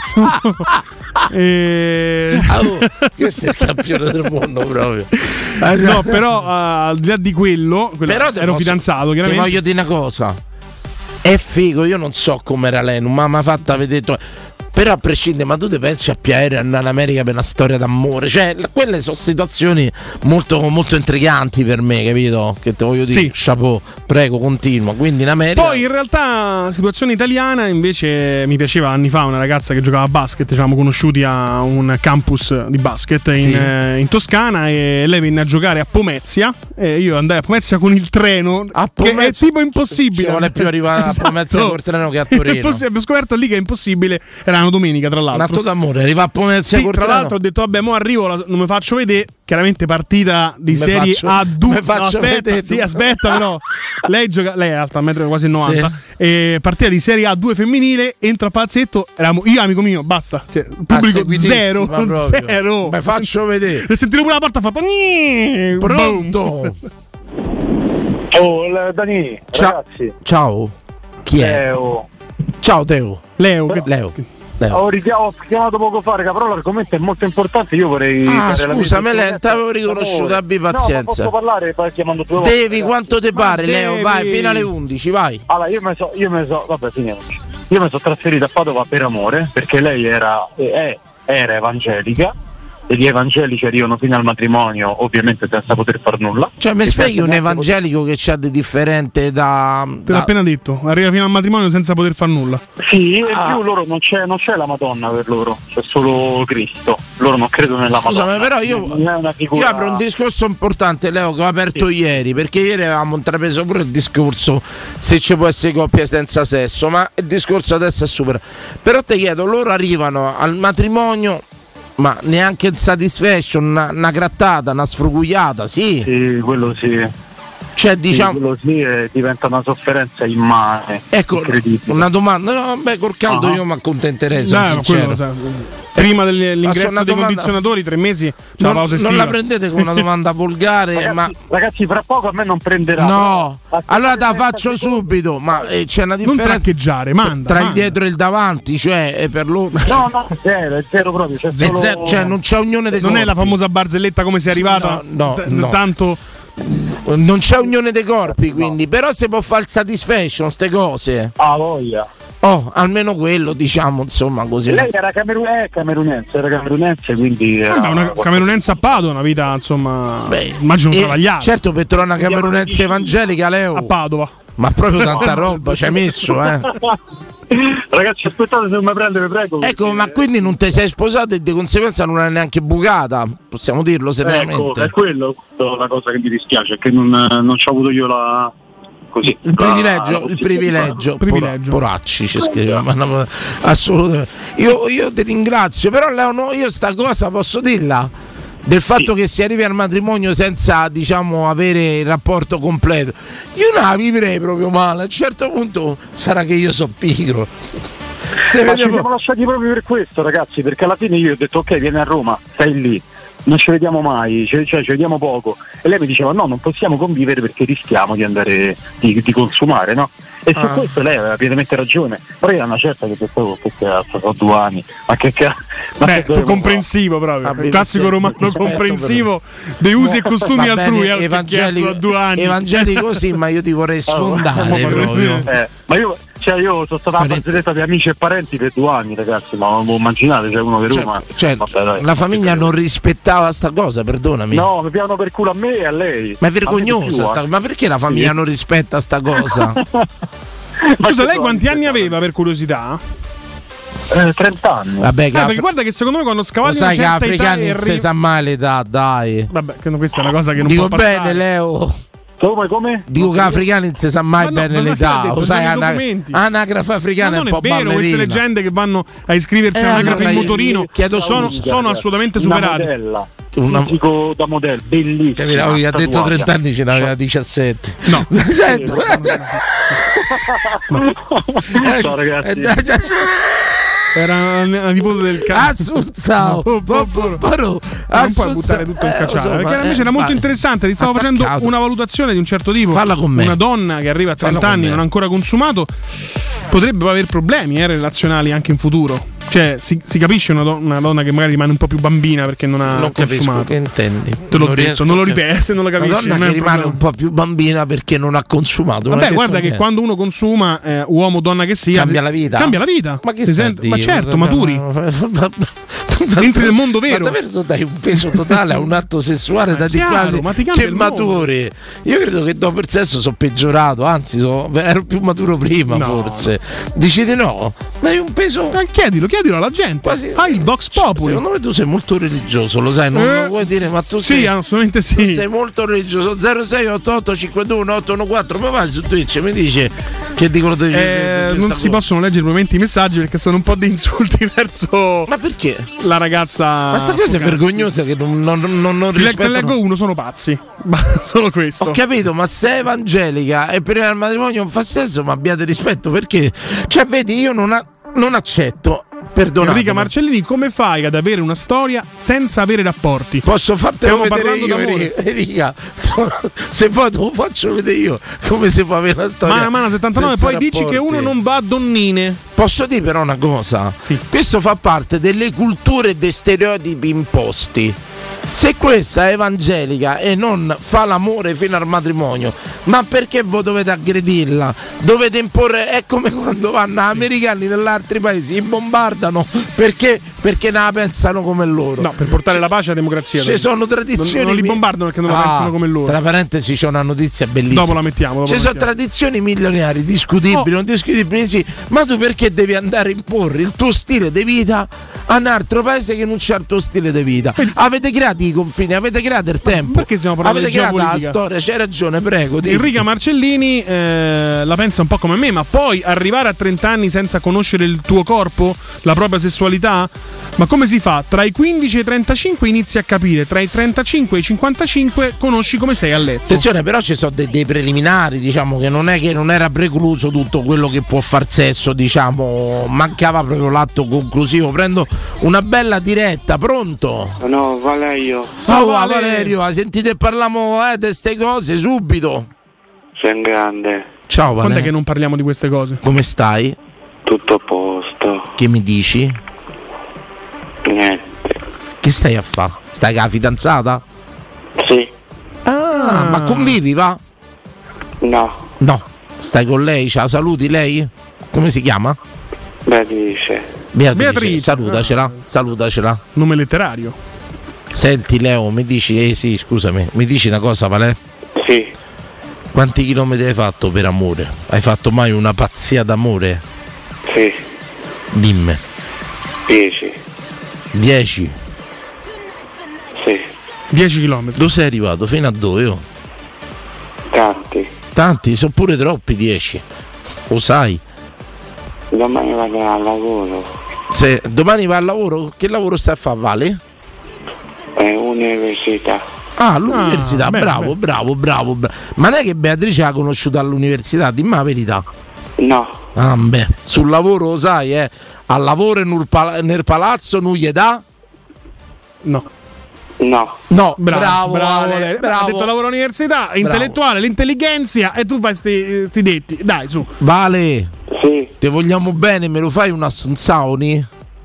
Speaker 7: e...
Speaker 4: oh, questo è il campione del mondo proprio.
Speaker 7: No, però uh, al di là di quello, quello però ero posso, fidanzato, chiaramente.
Speaker 4: Ti voglio dire una cosa. È figo, io non so com'era lei, ma mi ha fatta vedere. Però a prescindere, ma tu ti pensi a Pierre andare in America per una storia d'amore? Cioè, quelle sono situazioni molto, molto intriganti per me, capito? Che te voglio dire, sì. Chapeau, prego, continua. Quindi in America.
Speaker 7: Poi in realtà, situazione italiana, invece mi piaceva anni fa una ragazza che giocava a basket, ci eravamo conosciuti a un campus di basket sì. in, eh, in Toscana e lei venne a giocare a Pomezia e io andai a Pomezia con il treno, a che Pomezia, è tipo impossibile.
Speaker 4: Ci vuole più arrivare esatto. a Pomezia col treno che a Torino.
Speaker 7: Abbiamo scoperto lì che è impossibile, era domenica tra l'altro.
Speaker 4: Un atto d'amore, arriva a Pomezia.
Speaker 7: Sì, tra l'altro ho detto vabbè, mo arrivo, la, non mi faccio vedere. Chiaramente partita di me serie faccio, A due. No, aspetta, sì, aspetta però. Lei gioca, lei è alta, metro quasi novanta. Sì. E partita di serie A due femminile, entro a palazzetto, eravamo io amico mio, basta. Cioè, pubblico zero, zero.
Speaker 4: Mi faccio vedere.
Speaker 7: E sentire pure la porta ha fatto Gni!
Speaker 4: Pronto.
Speaker 10: Oh, Dani,
Speaker 4: ciao. Ragazzi. Ciao. Chi è?
Speaker 10: Leo.
Speaker 4: Ciao Teo.
Speaker 7: Leo,
Speaker 4: che... Leo. Leo.
Speaker 10: Ho, richiamato, ho chiamato poco fa, raga, però l'argomento è molto importante. Io vorrei.
Speaker 4: Ah, scusa, me l'hai avevo riconosciuto, abbi pazienza.
Speaker 10: No, posso parlare poi chiamando due
Speaker 4: volte. Devi quanto ti pare, devi. Leo, vai fino alle undici, vai.
Speaker 10: Allora, io mi so, io mi so, vabbè, finiamoci. Io mi sono trasferito a Padova per amore, perché lei era, è, era evangelica. E gli evangelici arrivano fino al matrimonio, ovviamente senza poter far nulla.
Speaker 4: Cioè, mi spieghi un evangelico poter... che c'ha di differente da.
Speaker 7: Te l'ho appena detto, arriva fino al matrimonio senza poter far nulla.
Speaker 10: Sì, ah. e più loro non c'è, non c'è la Madonna per loro, c'è solo Cristo. Loro non credono nella Madonna.
Speaker 4: Scusami, però io, non è una figura... io apro un discorso importante, Leo, che ho aperto sì. ieri, perché ieri avevamo intrapreso pure il discorso se ci può essere coppie senza sesso, ma il discorso adesso è super. Però ti chiedo, loro arrivano al matrimonio. Ma neanche in satisfaction, una, una grattata, una sfrugugliata, sì.
Speaker 10: Sì, quello sì.
Speaker 4: Cioè, diciamo.
Speaker 10: Sì, quello sì, eh, diventa una sofferenza immane.
Speaker 4: Ecco, una domanda. No, beh, col caldo uh-huh. io mi accontenterei.
Speaker 7: No, prima dell'ingresso dei condizionatori, tre mesi.
Speaker 4: Non,
Speaker 7: pausa
Speaker 4: non la prendete come una domanda volgare,
Speaker 10: ragazzi,
Speaker 4: ma.
Speaker 10: Ragazzi, fra poco a me non prenderà.
Speaker 4: No, allora te la faccio subito. Ma eh, c'è una differenza.
Speaker 7: Non traccheggiare, manda.
Speaker 4: Tra
Speaker 7: manda.
Speaker 4: il dietro e il davanti, cioè è per loro.
Speaker 10: No, no, zero, è zero proprio. C'è solo...
Speaker 4: zero, cioè non c'è unione dei
Speaker 7: Non
Speaker 4: corpi.
Speaker 7: è la famosa barzelletta come sei arrivata?
Speaker 4: No, no, no.
Speaker 7: Tanto.
Speaker 4: Non c'è unione dei corpi, quindi, no. Però si può fare il satisfaction, ste cose.
Speaker 10: Ah, voglia.
Speaker 4: Oh, almeno quello, diciamo, insomma, così.
Speaker 10: E lei era cameru- eh, camerunense, era camerunense, quindi. Era...
Speaker 7: Vabbè, una camerunense a Padova, una vita, insomma. Beh, immagino travagliata.
Speaker 4: Certo, per trovare una camerunense evangelica, Leo.
Speaker 7: A Padova.
Speaker 4: Ma proprio tanta roba ci hai messo, eh.
Speaker 10: Ragazzi, aspettate, se non mi prende, vi prego.
Speaker 4: Ecco,
Speaker 10: perché...
Speaker 4: ma quindi non ti sei sposato e di conseguenza non è neanche bucata, possiamo dirlo serenamente.
Speaker 10: Ecco, è quello la cosa che mi dispiace, è che non, non ci ho avuto io la. Così,
Speaker 4: il
Speaker 10: la,
Speaker 4: privilegio,
Speaker 10: la
Speaker 4: il privilegio,
Speaker 7: privilegio.
Speaker 4: Poracci ci scrive, ma no, assolutamente. Io, io ti ringrazio, però Leo, no, io sta cosa posso dirla. Del fatto sì. Che si arrivi al matrimonio senza, diciamo, avere il rapporto completo, io non la vivrei proprio male. A un certo punto sarà che io so pigro.
Speaker 10: Se ma ci siamo lasciati proprio per questo, ragazzi, perché alla fine io ho detto ok, vieni a Roma, stai lì, non ci vediamo mai, cioè, cioè ci vediamo poco, e lei mi diceva no, non possiamo convivere perché rischiamo di andare di, di consumare, no? E su ah. questo lei aveva pienamente ragione. Però io a una certa che pensavo che sono due anni, ma che cazzo.
Speaker 7: Beh, tu comprensivo proprio, il classico romano comprensivo dei usi e costumi altrui.
Speaker 4: Eh, evangelico, a due anni. Evangelico sì, ma io ti vorrei sfondare oh, proprio.
Speaker 10: Eh, ma io, cioè, io sono stata una barzelletta di amici e parenti per due anni, ragazzi, ma non lo immaginate, c'è uno per Roma.
Speaker 4: Cioè, cioè, vabbè, la famiglia non rispettava sta cosa, perdonami.
Speaker 10: No, mi piano per culo a me e a lei.
Speaker 4: Ma è vergognosa, sta, ma perché la famiglia sì. non rispetta sta cosa?
Speaker 7: Scusa, lei quanti anni aveva, per curiosità?
Speaker 10: Eh, trenta anni.
Speaker 4: Vabbè,
Speaker 7: ah, perché guarda che secondo me quando scavalli
Speaker 4: sai
Speaker 7: una certa
Speaker 4: che africani
Speaker 7: età
Speaker 4: non si sa mai l'età, dai.
Speaker 7: Vabbè, questa è una cosa che non
Speaker 4: dico
Speaker 7: può passare.
Speaker 4: bene, Leo.
Speaker 10: Come, come?
Speaker 4: Dico che africani non si sa mai no, bene l'età.
Speaker 7: Detto,
Speaker 4: lo sai, ana- anagrafe africana è un po'
Speaker 7: ballerina. Queste leggende che vanno a iscriversi
Speaker 4: eh,
Speaker 7: all'anagrafe
Speaker 4: allora
Speaker 7: in motorino
Speaker 4: chiedo
Speaker 7: sono, sono assolutamente superate.
Speaker 10: Una una musico da modello, bellissimo.
Speaker 4: Capirò, ha detto trenta anni, ce n'aveva diciassette.
Speaker 7: No.
Speaker 4: Sento.
Speaker 10: Ciao ragazzi.
Speaker 7: Era la nipote del cazzo.
Speaker 4: Assunzao.
Speaker 7: Non puoi buttare tutto in cacciara. Perché invece era molto interessante. Ti stavo facendo una valutazione di un certo tipo.
Speaker 4: Falla con me.
Speaker 7: Una donna che arriva a trenta anni, non ha ancora consumato, potrebbe avere problemi eh, relazionali anche in futuro. Cioè, si, si capisce una, don- una donna che magari rimane un po' più bambina perché non ha
Speaker 4: non
Speaker 7: consumato.
Speaker 4: Che intendi?
Speaker 7: Te l'ho non detto, non lo ripeto, se non lo capisci.
Speaker 4: Una donna
Speaker 7: non
Speaker 4: che rimane un po' più bambina perché non ha consumato.
Speaker 7: Vabbè, guarda che quando uno consuma, eh, uomo o donna che sia,
Speaker 4: cambia la vita.
Speaker 7: Cambia la vita.
Speaker 4: Ma che
Speaker 7: senti? Ma certo, maturi. Entri nel mondo vero.
Speaker 4: Ma davvero tu dai un peso totale a un atto sessuale da di quasi
Speaker 7: ma ti
Speaker 4: che maturi. Io credo che dopo il sesso sono peggiorato, anzi so, ero più maturo prima, no. Forse. Dici di no? Dai un peso.
Speaker 7: Ma chiedilo, chiedilo alla gente. Quasi. Fai il Vox Populi.
Speaker 4: Secondo me tu sei molto religioso, lo sai, non
Speaker 7: eh,
Speaker 4: lo vuoi dire, ma tu
Speaker 7: sì,
Speaker 4: sei.
Speaker 7: assolutamente sì.
Speaker 4: Tu sei molto religioso. zero sei otto otto cinque due uno otto uno quattro, ma vai su Twitch e mi dice che dicono di,
Speaker 7: eh,
Speaker 4: di
Speaker 7: non si
Speaker 4: cosa.
Speaker 7: Possono leggere probabilmente i messaggi perché sono un po' di insulti verso.
Speaker 4: Ma perché?
Speaker 7: La ragazza.
Speaker 4: Ma sta cosa è vergognosa che non, non, non, non rispettano.
Speaker 7: Te leggo uno, sono pazzi. Solo questo.
Speaker 4: Ho capito, ma sei evangelica e prima del matrimonio non fa sesso, ma abbiate rispetto perché. Cioè, vedi, io non, ha, non accetto. Perdonatemi.
Speaker 7: Enrica Marcellini, come fai ad avere una storia senza avere rapporti?
Speaker 4: Posso fartelo vedere io, Enrica. Se poi te lo faccio vedere io come si può avere la storia.
Speaker 7: Mana Mana settantanove, poi rapporti. Dici che uno non va a donnine.
Speaker 4: Posso dire però una cosa?
Speaker 7: Sì.
Speaker 4: Questo fa parte delle culture e dei stereotipi imposti. Se questa è evangelica e non fa l'amore fino al matrimonio, ma perché voi dovete aggredirla? Dovete imporre, è come quando vanno americani negli altri paesi, li bombardano perché, perché ne la pensano come loro.
Speaker 7: No, per portare la pace e la democrazia.
Speaker 4: Ci sono tradizioni.
Speaker 7: Non, non li bombardano perché non
Speaker 4: ah,
Speaker 7: la pensano come loro.
Speaker 4: Tra parentesi c'è una notizia bellissima.
Speaker 7: Dopo la mettiamo. Dopo
Speaker 4: Ci
Speaker 7: la
Speaker 4: sono
Speaker 7: mettiamo.
Speaker 4: tradizioni milionari, discutibili, oh. non discutibili, sì. Ma tu perché devi andare a imporre il tuo stile di vita a un altro paese che non c'ha il tuo stile di vita? Quindi, avete creato i confini, avete creato il tempo.
Speaker 7: Perché stiamo parlando
Speaker 4: avete
Speaker 7: di
Speaker 4: creato
Speaker 7: geopolitica?
Speaker 4: la storia, c'hai ragione, prego. Dimmi.
Speaker 7: Enrica Marcellini eh, la pensa un po' come me, ma poi arrivare a trenta anni senza conoscere il tuo corpo, la propria sessualità? Ma come si fa? Tra i quindici e i trentacinque inizi a capire, tra i trentacinque e i cinquantacinque conosci come sei a letto.
Speaker 4: Attenzione, però ci sono dei, dei preliminari, diciamo che non è che non era precluso tutto quello che può far sesso, diciamo, mancava proprio l'atto conclusivo. Prendo una bella diretta, pronto?
Speaker 15: No, Valerio.
Speaker 4: Oh, Valerio, Valerio, sentite parliamo eh, di queste cose subito.
Speaker 15: Sei un grande.
Speaker 4: Ciao Valerio.
Speaker 7: Quando è che non parliamo di queste cose?
Speaker 4: Come stai?
Speaker 15: Tutto a posto.
Speaker 4: Che mi dici?
Speaker 15: Niente.
Speaker 4: Che stai a fare? Stai con la fidanzata?
Speaker 15: Sì.
Speaker 4: Ah, Ah, ma convivi, va?
Speaker 15: No.
Speaker 4: No. Stai con lei? Ce la saluti lei? Come si chiama?
Speaker 15: Beatrice.
Speaker 4: Beatrice,
Speaker 7: Beatrice.
Speaker 4: salutacela,
Speaker 7: Ah.
Speaker 4: salutacela.
Speaker 7: Nome letterario.
Speaker 4: Senti Leo, mi dici, eh sì, scusami, mi dici una cosa, Valè?
Speaker 15: Sì.
Speaker 4: Quanti chilometri hai fatto per amore? Hai fatto mai una pazzia d'amore?
Speaker 15: Sì.
Speaker 4: Dimmi.
Speaker 15: Dieci.
Speaker 4: Dieci?
Speaker 15: Sì.
Speaker 7: dieci chilometri.
Speaker 4: Dove sei arrivato? Fino a dove? Io?
Speaker 15: Tanti.
Speaker 4: Tanti, sono pure troppi dieci. Lo sai?
Speaker 15: Domani vado al lavoro.
Speaker 4: Se domani vai al lavoro, che lavoro stai a fare, Vale?
Speaker 15: È università.
Speaker 4: Ah, all'università,
Speaker 15: Ah, bene,
Speaker 4: bravo,
Speaker 15: bene.
Speaker 4: bravo, bravo, bravo. Ma non è che Beatrice l'ha conosciuta all'università, dimmi la verità.
Speaker 15: No.
Speaker 4: Ah, beh, sul lavoro lo sai, eh? Al lavoro nel, pala- nel palazzo non gli dà?
Speaker 7: No.
Speaker 15: No.
Speaker 4: No,
Speaker 7: Bravo,
Speaker 4: bravo,
Speaker 7: bravo,
Speaker 4: Vale,
Speaker 7: Valerio.
Speaker 4: bravo.
Speaker 7: Ha detto lavoro all'università, intellettuale, l'intelligenza e tu fai sti, sti detti. Dai, su.
Speaker 4: Vale,
Speaker 15: sì.
Speaker 4: Ti vogliamo bene, me lo fai un assunzaoni?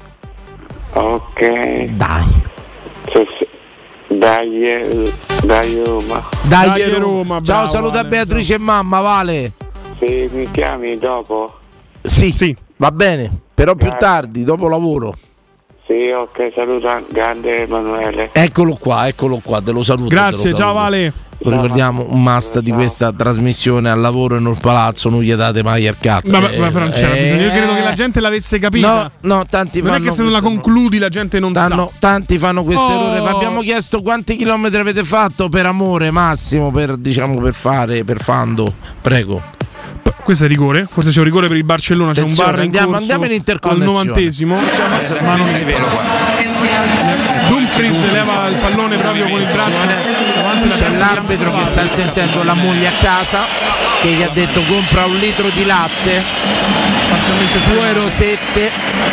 Speaker 15: Ok.
Speaker 4: Dai.
Speaker 15: Sì, sì. Dai, eh, dai Roma.
Speaker 4: Dai,
Speaker 7: Dai,
Speaker 4: Roma.
Speaker 7: Roma,
Speaker 4: Ciao,
Speaker 7: bravo,
Speaker 4: saluta
Speaker 7: Vale,
Speaker 4: Beatrice e mamma, Vale.
Speaker 15: Se mi chiami dopo?
Speaker 4: Sì, sì, va bene, però più
Speaker 15: Grazie.
Speaker 4: tardi, dopo lavoro.
Speaker 15: Sì, ok, saluta grande Emanuele.
Speaker 4: Eccolo qua, eccolo qua, te lo saluto.
Speaker 7: Grazie,
Speaker 4: te lo
Speaker 7: ciao
Speaker 4: saluto.
Speaker 7: Vale.
Speaker 4: Lo ricordiamo, un must di questa trasmissione: al lavoro e nel palazzo non gli date mai al cazzo.
Speaker 7: Ma, ma- ma però non c'era
Speaker 4: Eh,
Speaker 7: bisogno. Io credo che la gente l'avesse capita.
Speaker 4: No, no, tanti
Speaker 7: non è
Speaker 4: fanno
Speaker 7: che se non la
Speaker 4: questo-
Speaker 7: concludi la gente non
Speaker 4: Tanno-
Speaker 7: sa.
Speaker 4: tanti fanno questo
Speaker 7: Oh.
Speaker 4: errore. Vi abbiamo chiesto quanti chilometri avete fatto per amore, Massimo, per diciamo per fare, per fando. Prego.
Speaker 7: Questo è rigore. Forse c'è un rigore per il Barcellona. C'è un
Speaker 4: Attenzione,
Speaker 7: bar in
Speaker 4: andiamo-
Speaker 7: corso
Speaker 4: andiamo in
Speaker 7: al
Speaker 4: interconnessione.
Speaker 7: novantesimo. Ma non si Dumfries leva il pallone proprio con il braccio davanti alla
Speaker 4: C'è
Speaker 7: testa
Speaker 4: l'arbitro
Speaker 7: di
Speaker 4: che sta sentendo la moglie a casa che gli ha detto compra un litro di latte, due rosette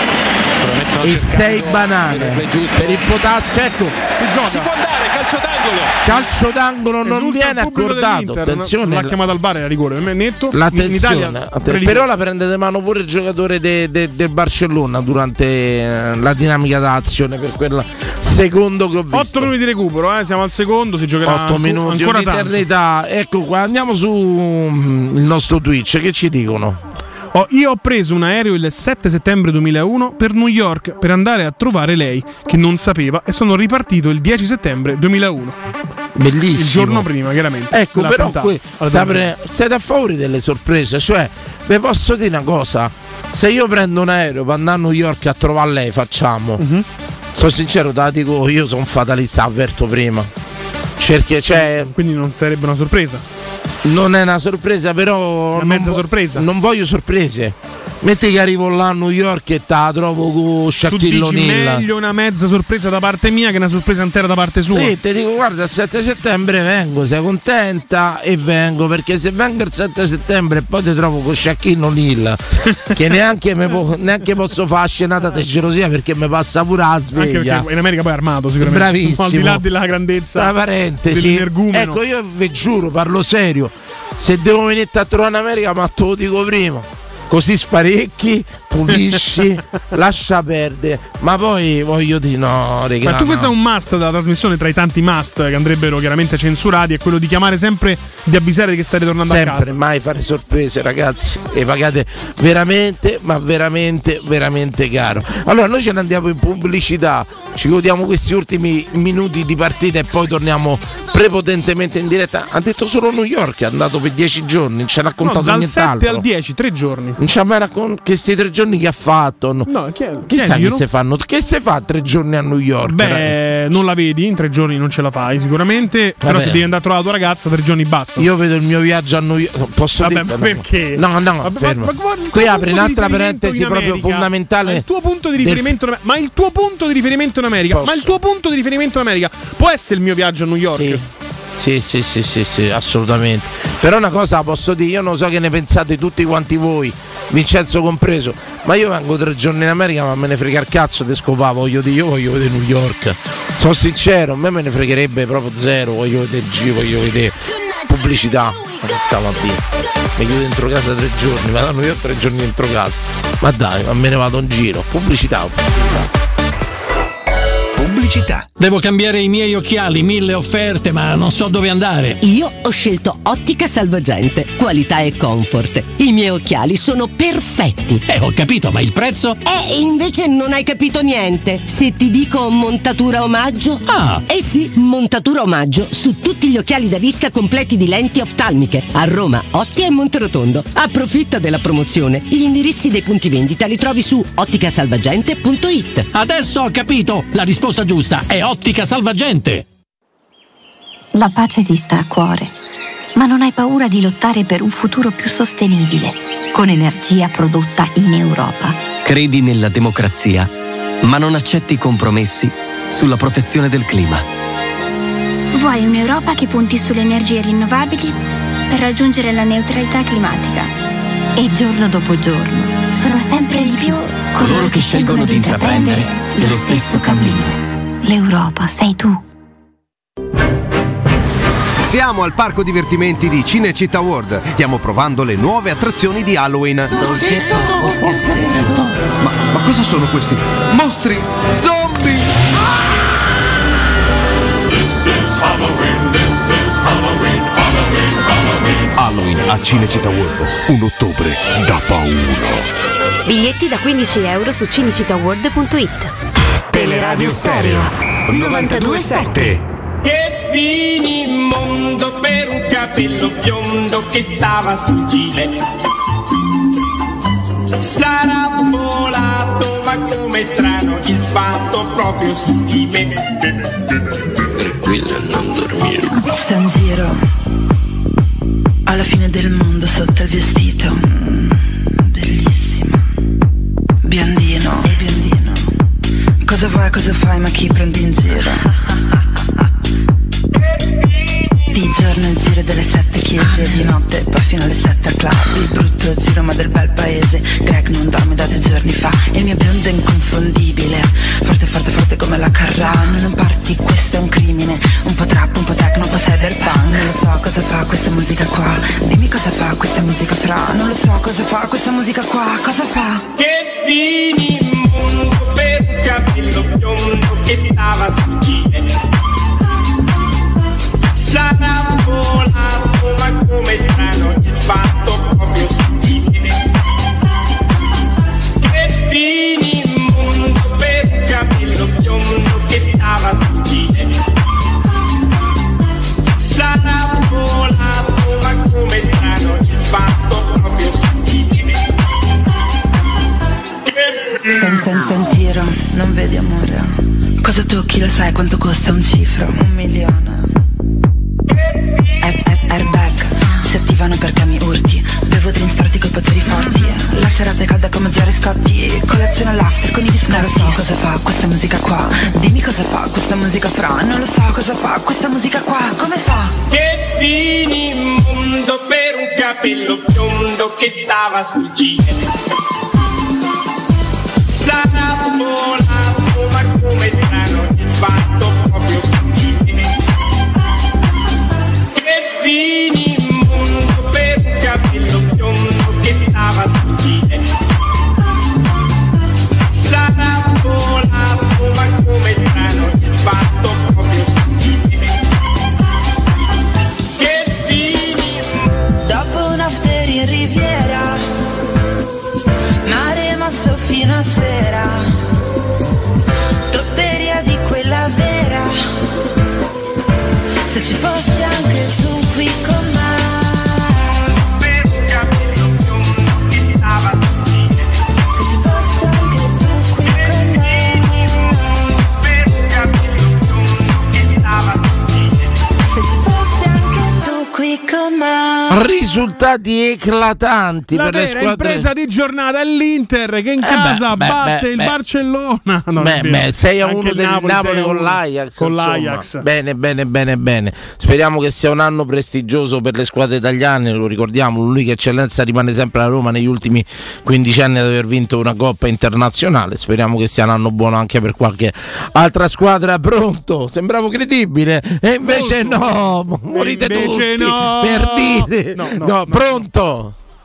Speaker 4: e sei banane per il potassio. Ecco,
Speaker 8: Si può andare, calcio d'angolo.
Speaker 4: calcio d'angolo non
Speaker 7: Esulta
Speaker 4: viene
Speaker 7: il pubblico
Speaker 4: accordato.
Speaker 7: dell'Inter,
Speaker 4: Attenzione,
Speaker 7: non l'ha chiamato al bar, era rigore per me, netto. In
Speaker 4: l'attenzione,
Speaker 7: Italia,
Speaker 4: atten-
Speaker 7: tre rigori.
Speaker 4: però la prende di mano pure il giocatore de- de- del Barcellona durante eh, la dinamica d'azione per quel secondo che ho visto.
Speaker 7: otto minuti di recupero, eh, siamo al secondo, si giocherà
Speaker 4: otto
Speaker 7: anco-
Speaker 4: minuti,
Speaker 7: ancora tanto.
Speaker 4: un'eternità. Ecco qua, andiamo su mm, il nostro Twitch, che ci dicono?
Speaker 7: Oh, io ho preso un aereo il sette settembre duemilauno per New York per andare a trovare lei, che non sapeva, e sono ripartito il dieci settembre duemilauno.
Speaker 4: Bellissimo.
Speaker 7: Il giorno prima, chiaramente.
Speaker 4: Ecco, però
Speaker 7: L'attentato
Speaker 4: qui
Speaker 7: alla
Speaker 4: sapre- siete a favore delle sorprese, cioè vi posso dire una cosa, se io prendo un aereo per andare a New York a trovare lei, facciamo.
Speaker 7: Mhm.
Speaker 4: Sono sincero, te la dico, io sono fatalista, avverto prima. Cerchi, cioè,
Speaker 7: Quindi non sarebbe una sorpresa.
Speaker 4: non è una sorpresa, però.
Speaker 7: Una
Speaker 4: non
Speaker 7: mezza
Speaker 4: vo-
Speaker 7: sorpresa.
Speaker 4: Non voglio sorprese. Metti che arrivo là a New York e te la trovo con
Speaker 7: Tu
Speaker 4: Shaquille
Speaker 7: dici
Speaker 4: O'Neal.
Speaker 7: meglio una mezza sorpresa da parte mia che una sorpresa intera da parte sua.
Speaker 4: Sì, ti dico, guarda, il sette settembre vengo, sei contenta e vengo, perché se vengo il sette settembre e poi ti trovo con Shaquille O'Neal, che neanche, me po- neanche posso fare la scenata di gelosia perché mi passa pure la
Speaker 7: Anche
Speaker 4: sveglia.
Speaker 7: perché in America poi è armato sicuramente.
Speaker 4: Bravissimo.
Speaker 7: Al di là della grandezza
Speaker 4: Tra parentesi,
Speaker 7: dell'energumeno.
Speaker 4: ecco, io vi giuro, parlo serio, se devo venire a trovare in America, ma te lo dico prima. Così sparecchi, pulisci, lascia perdere. Ma poi voglio dire no, regà,
Speaker 7: Ma tu questo
Speaker 4: no.
Speaker 7: è un must della trasmissione, tra i tanti must che andrebbero chiaramente censurati, è quello di chiamare sempre, di avvisare che stai ritornando a
Speaker 4: Sempre,
Speaker 7: casa.
Speaker 4: mai fare sorprese, ragazzi. E pagate veramente, ma veramente, veramente caro. Allora, noi ce ne andiamo in pubblicità, ci godiamo questi ultimi minuti di partita e poi torniamo prepotentemente in diretta. Ha detto solo New York, è andato per dieci giorni, non ci ha
Speaker 7: No,
Speaker 4: raccontato
Speaker 7: dal
Speaker 4: nient'altro.
Speaker 7: sette al dieci, tre giorni.
Speaker 4: Non ci ha mai raccontato questi tre giorni che ha fatto. No,
Speaker 7: No, chi è?
Speaker 4: Chissà che
Speaker 7: Chiedilo.
Speaker 4: se fanno. Che se fa tre giorni a New York?
Speaker 7: Beh, non la vedi, in tre giorni non ce la fai sicuramente. Però
Speaker 4: Vabbè.
Speaker 7: se devi andare a trovare la tua ragazza, tre giorni basta.
Speaker 4: Io vedo il mio viaggio a New York. Posso
Speaker 7: Vabbè,
Speaker 4: dirlo?
Speaker 7: ma perché?
Speaker 4: No, no,
Speaker 7: Vabbè,
Speaker 4: fermo.
Speaker 7: ma- ma guarda il
Speaker 4: Qui
Speaker 7: tuo
Speaker 4: apre
Speaker 7: punto di
Speaker 4: un'altra
Speaker 7: riferimento
Speaker 4: parentesi
Speaker 7: in
Speaker 4: proprio
Speaker 7: America.
Speaker 4: fondamentale.
Speaker 7: Ma il tuo punto di
Speaker 4: del-
Speaker 7: riferimento in America- Ma il tuo punto di riferimento in America
Speaker 4: Posso?
Speaker 7: Ma il tuo punto di riferimento in America può essere il mio viaggio a New York?
Speaker 4: Sì. Sì, sì, sì, sì, sì, assolutamente. Però una cosa la posso dire, io non so che ne pensate tutti quanti voi, Vincenzo compreso, ma io vengo tre giorni in America, ma me ne frega il cazzo di scopare, voglio dire, io voglio vedere New York. Sono sincero, a me me ne fregherebbe proprio zero, voglio vedere il giro, voglio vedere pubblicità. Ma che stavo a dire? Mi chiudo dentro casa tre giorni, vado a New York tre giorni dentro casa. Ma dai, ma me ne vado in giro, pubblicità, pubblicità.
Speaker 16: pubblicità.
Speaker 17: Devo cambiare i miei occhiali, mille offerte, ma non so dove andare.
Speaker 18: Io ho scelto Ottica Salvagente, qualità e comfort. I miei occhiali sono perfetti.
Speaker 17: Eh, ho capito, ma il prezzo?
Speaker 18: Eh, invece non hai capito niente. Se ti dico montatura omaggio?
Speaker 17: Ah!
Speaker 18: Eh sì, montatura omaggio su tutti gli occhiali da vista completi di lenti oftalmiche. A Roma, Ostia e Monterotondo. Approfitta della promozione. Gli indirizzi dei punti vendita li trovi su otticasalvagente punto it.
Speaker 17: Adesso ho capito! La risposta giusta è Ottica Salvagente.
Speaker 19: La pace ti sta a cuore, ma non hai paura di lottare per un futuro più sostenibile, con energia prodotta in Europa.
Speaker 20: Credi nella democrazia, ma non accetti compromessi sulla protezione del clima.
Speaker 21: Vuoi un'Europa che punti sulle energie rinnovabili per raggiungere la neutralità climatica.
Speaker 19: E giorno dopo giorno sono sempre di più coloro che scelgono di intraprendere lo stesso cammino. L'Europa sei tu.
Speaker 22: Siamo al parco divertimenti di Cinecittà World. Stiamo provando le nuove attrazioni di Halloween.
Speaker 6: Dolcetto o scherzetto?
Speaker 22: Ma, ma cosa sono questi? Mostri! Zombie!
Speaker 6: This is Halloween, this is Halloween, Halloween, Halloween.
Speaker 22: Halloween a Cinecittà World. Un ottobre da paura.
Speaker 23: Biglietti da quindici euro su cinecittàworld punto it.
Speaker 2: Teleradio Stereo novantadue sette.
Speaker 24: Che finimondo per un capello biondo che stava sul gilet. Sarà volato, ma come strano il fatto proprio su di me.
Speaker 25: Tranquilla, non dormire.
Speaker 26: Sta in giro alla fine del mondo sotto il vestito. Bellissimo. Biondino e biondino. Cosa vuoi, cosa fai, ma chi prendi in giro? Di giorno il giro delle sette chiese, di notte poi fino alle sette al club. Il brutto giro ma del bel paese. Greg non dorme da due giorni fa. Il mio biondo è inconfondibile, forte forte forte come la Carrà. Non parti, questo è un crimine. Un po' trap, un po' techno, un po' cyberpunk. Non lo so cosa fa questa musica qua. Dimmi cosa fa questa musica fra. Non lo so cosa fa questa musica qua. Cosa fa?
Speaker 24: Che finimondo per un capello biondo che stava sul gilet. Sarà volato, ma come strano il fatto proprio su di me. Che finimondo per un capello biondo che stava sul gilet. Sarà volato, ma come strano il fatto proprio su di me.
Speaker 26: Senza in tiro, non vedi amore. Cosa tocchi lo sai quanto costa un cifro? Un milione. Airbag, si attivano perché mi urti. Bevo drink storti coi poteri forti. La serata è calda come Jerry Scotti. Colazione all'after con i biscotti. Non lo so cosa fa questa musica qua. Dimmi cosa fa questa musica fra. Non lo so cosa fa questa musica qua. Come fa?
Speaker 24: Che finimondo per un capello biondo che stava sul gilet. Sarà volato, ma come strano il fatto proprio su di me. Che finimondo per un capello biondo che stava sul gilet. Sarà volato, ma come strano il fatto proprio su di me. Che finimondo.
Speaker 26: Dopo un after in Riviera, mare mosso fino a sera. Topperia di quella vera. Se ci fossi anche tu qui con me.
Speaker 24: Per un capello biondo che stava sul gilet.
Speaker 26: Se ci fossi anche tu qui con me.
Speaker 24: Per un capello biondo che stava sul gilet.
Speaker 26: Se ci fossi anche tu qui con me.
Speaker 4: Risultati eclatanti
Speaker 7: la
Speaker 4: per le
Speaker 7: vera
Speaker 4: squadre.
Speaker 7: impresa di giornata è l'Inter che in
Speaker 4: Eh
Speaker 7: casa
Speaker 4: beh,
Speaker 7: batte
Speaker 4: beh,
Speaker 7: il
Speaker 4: beh.
Speaker 7: Barcellona. Non
Speaker 4: Beh,
Speaker 7: è vero.
Speaker 4: beh, sei a
Speaker 7: Anche
Speaker 4: uno
Speaker 7: il
Speaker 4: del Napoli,
Speaker 7: sei a
Speaker 4: con
Speaker 7: uno.
Speaker 4: l'Ajax.
Speaker 7: Con
Speaker 4: insomma.
Speaker 7: l'Ajax.
Speaker 4: Bene, bene, bene, bene. Speriamo che sia un anno prestigioso per le squadre italiane. Lo ricordiamo, l'unica eccellenza rimane sempre la Roma negli ultimi quindici anni ad aver vinto una Coppa internazionale. Speriamo che sia un anno buono anche per qualche altra squadra. Pronto? Sembravo credibile. E invece no, morite
Speaker 7: Invece
Speaker 4: tutti.
Speaker 7: no.
Speaker 4: Perdite.
Speaker 7: No, no,
Speaker 4: No,
Speaker 7: no.
Speaker 4: pronto?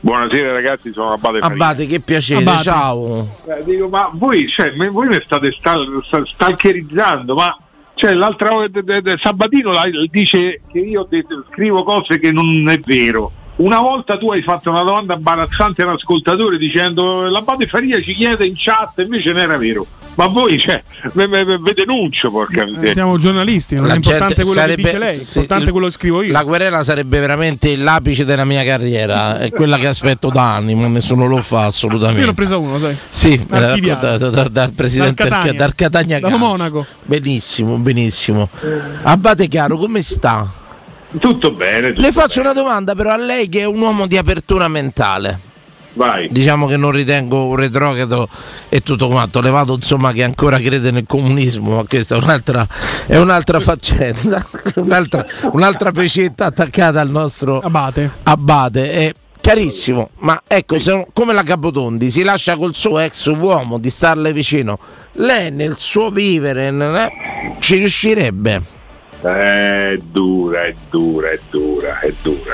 Speaker 1: Buonasera ragazzi, sono Abate Faria.
Speaker 4: Abate, che piacere,
Speaker 1: Abate.
Speaker 4: ciao.
Speaker 1: Eh, dico, ma voi, cioè, me- voi mi state stal- stal- stalkerizzando, ma cioè, l'altra volta de- de- Sabatino la- dice che io de- scrivo cose che non è vero. Una volta tu hai fatto una domanda imbarazzante all'ascoltatore dicendo l'Abate Faria ci chiede in chat, invece non era vero. Ma voi, cioè, ve, ve, ve denuncio, porca miseria.
Speaker 7: Eh, siamo giornalisti, non
Speaker 4: La
Speaker 7: è importante
Speaker 4: gente
Speaker 7: quello
Speaker 4: sarebbe-
Speaker 7: che dice lei, è
Speaker 4: sì,
Speaker 7: importante
Speaker 4: il-
Speaker 7: quello che scrivo io.
Speaker 4: La querela sarebbe veramente l'apice della mia carriera, è quella che aspetto da anni, ma nessuno lo fa assolutamente.
Speaker 7: Io ne ho presa uno, sai.
Speaker 4: Sì, me l'ha
Speaker 7: Archiviato.
Speaker 4: raccontato dal, dal presidente
Speaker 7: Dal Catania.
Speaker 4: dal Catania
Speaker 7: Dallo
Speaker 4: Calcio.
Speaker 7: Monaco.
Speaker 4: Benissimo, benissimo. Abate Caro, come sta?
Speaker 1: Tutto bene. Tutto
Speaker 4: Le faccio una domanda però a lei che è un uomo di apertura mentale.
Speaker 1: Vai.
Speaker 4: Diciamo che non ritengo un retrogrado e tutto quanto, levato insomma che ancora crede nel comunismo, ma questa è un'altra, è un'altra faccenda, un'altra, un'altra pecetta attaccata al nostro
Speaker 7: Abate.
Speaker 4: Abate. Eh, carissimo, ma ecco, se, come la Capotondi si lascia col suo ex uomo di starle vicino, lei nel suo vivere nel- ci riuscirebbe?
Speaker 1: È dura, è dura, è dura, è dura.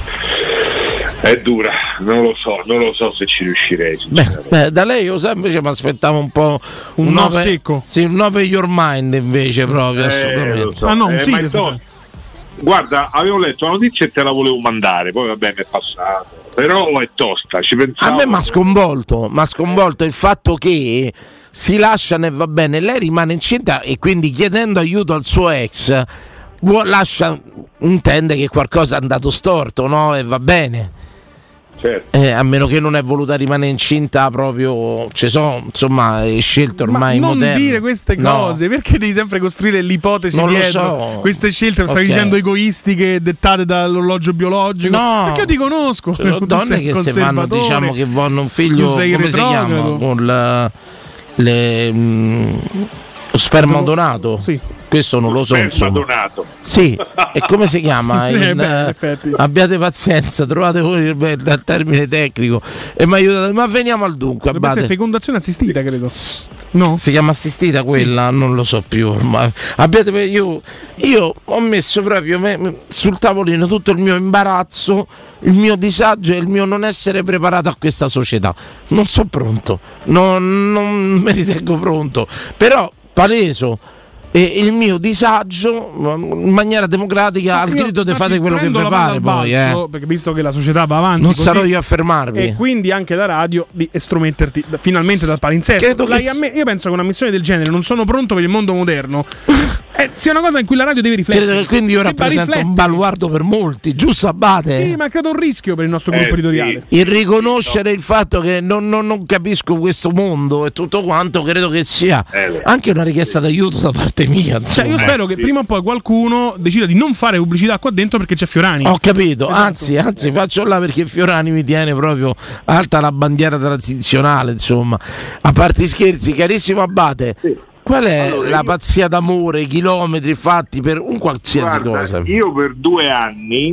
Speaker 1: È dura, non lo so, non lo so se ci riuscirei.
Speaker 4: Beh, beh, da lei io sempre invece mi aspettavo un po'
Speaker 7: Un
Speaker 4: un
Speaker 7: no
Speaker 4: open-
Speaker 7: secco.
Speaker 4: Sì, un open your mind invece proprio,
Speaker 1: Eh,
Speaker 4: assolutamente.
Speaker 1: lo so.
Speaker 7: Ah, no,
Speaker 1: Eh,
Speaker 7: sì,
Speaker 1: ma è
Speaker 7: che
Speaker 1: to- Guarda, avevo letto la notizia e te la volevo mandare, poi va bene, è passato. Però è tosta, ci pensavo.
Speaker 4: A me mi ha sconvolto, mi ha sconvolto il fatto che si lasciano e va bene, lei rimane incinta e quindi chiedendo aiuto al suo ex vuo- lascia intende che qualcosa è andato storto, no? E va bene.
Speaker 1: Certo.
Speaker 4: Eh, a meno che non è voluta rimanere incinta proprio, ci sono insomma eh, scelte ormai
Speaker 7: Ma non
Speaker 4: moderne.
Speaker 7: dire queste
Speaker 4: No.
Speaker 7: cose, perché devi sempre costruire l'ipotesi
Speaker 4: Non lo
Speaker 7: dietro?
Speaker 4: so.
Speaker 7: Queste scelte, stai
Speaker 4: Ok.
Speaker 7: dicendo egoistiche dettate dall'orologio biologico?
Speaker 4: No.
Speaker 7: Perché io ti conosco.
Speaker 4: Ci sono
Speaker 7: Tu
Speaker 4: donne
Speaker 7: sei
Speaker 4: che se vanno,
Speaker 7: conservatore,
Speaker 4: diciamo che vogliono un figlio,
Speaker 7: tu sei
Speaker 4: come si chiama?
Speaker 7: retrogrado.
Speaker 4: Con la- le, mm, lo sperma donato?
Speaker 7: Sì.
Speaker 4: Questo non lo so.
Speaker 1: Sperma
Speaker 4: Insomma.
Speaker 1: donato.
Speaker 4: Sì, e come si chiama?
Speaker 7: Eh,
Speaker 4: In,
Speaker 7: beh, in
Speaker 4: eh,
Speaker 7: effetti sì.
Speaker 4: abbiate pazienza, trovate voi il, il termine tecnico e mi aiutate. Ma veniamo al dunque.
Speaker 7: Dovrebbe essere
Speaker 4: Abate.
Speaker 7: fecondazione assistita, credo. No?
Speaker 4: Si chiama assistita quella? Non lo so più ormai. Abbiate, io, io ho messo proprio me- me- sul tavolino tutto il mio imbarazzo, il mio disagio e il mio non essere preparato a questa società. Non sono pronto, non, non mi ritengo pronto, però paleso. E il mio disagio in maniera democratica al
Speaker 7: Io,
Speaker 4: grido di
Speaker 7: infatti,
Speaker 4: fate quello che vi
Speaker 7: prendo la
Speaker 4: pare
Speaker 7: palla al
Speaker 4: poi
Speaker 7: balzo,
Speaker 4: eh.
Speaker 7: perché visto che la società va avanti
Speaker 4: Non
Speaker 7: così,
Speaker 4: sarò io a fermarvi.
Speaker 7: e quindi anche la radio di estrometterti da- finalmente dal palinsesto.
Speaker 4: Credo che
Speaker 7: L'hai
Speaker 4: s-
Speaker 7: amme- io penso che una missione del genere, non sono pronto per il mondo moderno, eh, sia una cosa in cui la radio deve riflettere.
Speaker 4: Credo che quindi io
Speaker 7: Debba
Speaker 4: rappresento un
Speaker 7: riflettere.
Speaker 4: baluardo per molti, giusto Abate?
Speaker 7: Sì, ma credo un rischio per il nostro gruppo
Speaker 1: Eh,
Speaker 7: editoriale.
Speaker 4: Il riconoscere il fatto che non, non- non capisco questo mondo e tutto quanto, credo che sia
Speaker 1: Eh,
Speaker 4: anche una richiesta d'aiuto da parte mia.
Speaker 7: Cioè,
Speaker 4: insomma.
Speaker 7: io spero che
Speaker 1: sì.
Speaker 7: prima o poi qualcuno decida di non fare pubblicità qua dentro perché c'è Fiorani.
Speaker 4: Ho capito,
Speaker 7: Esatto.
Speaker 4: anzi, anzi faccio là perché Fiorani mi tiene proprio alta la bandiera transizionale, insomma. A parte i scherzi, carissimo Abate, qual è
Speaker 1: Allora,
Speaker 4: la
Speaker 1: io-
Speaker 4: pazzia d'amore, i chilometri fatti per un qualsiasi
Speaker 1: Guarda,
Speaker 4: cosa?
Speaker 1: io per due anni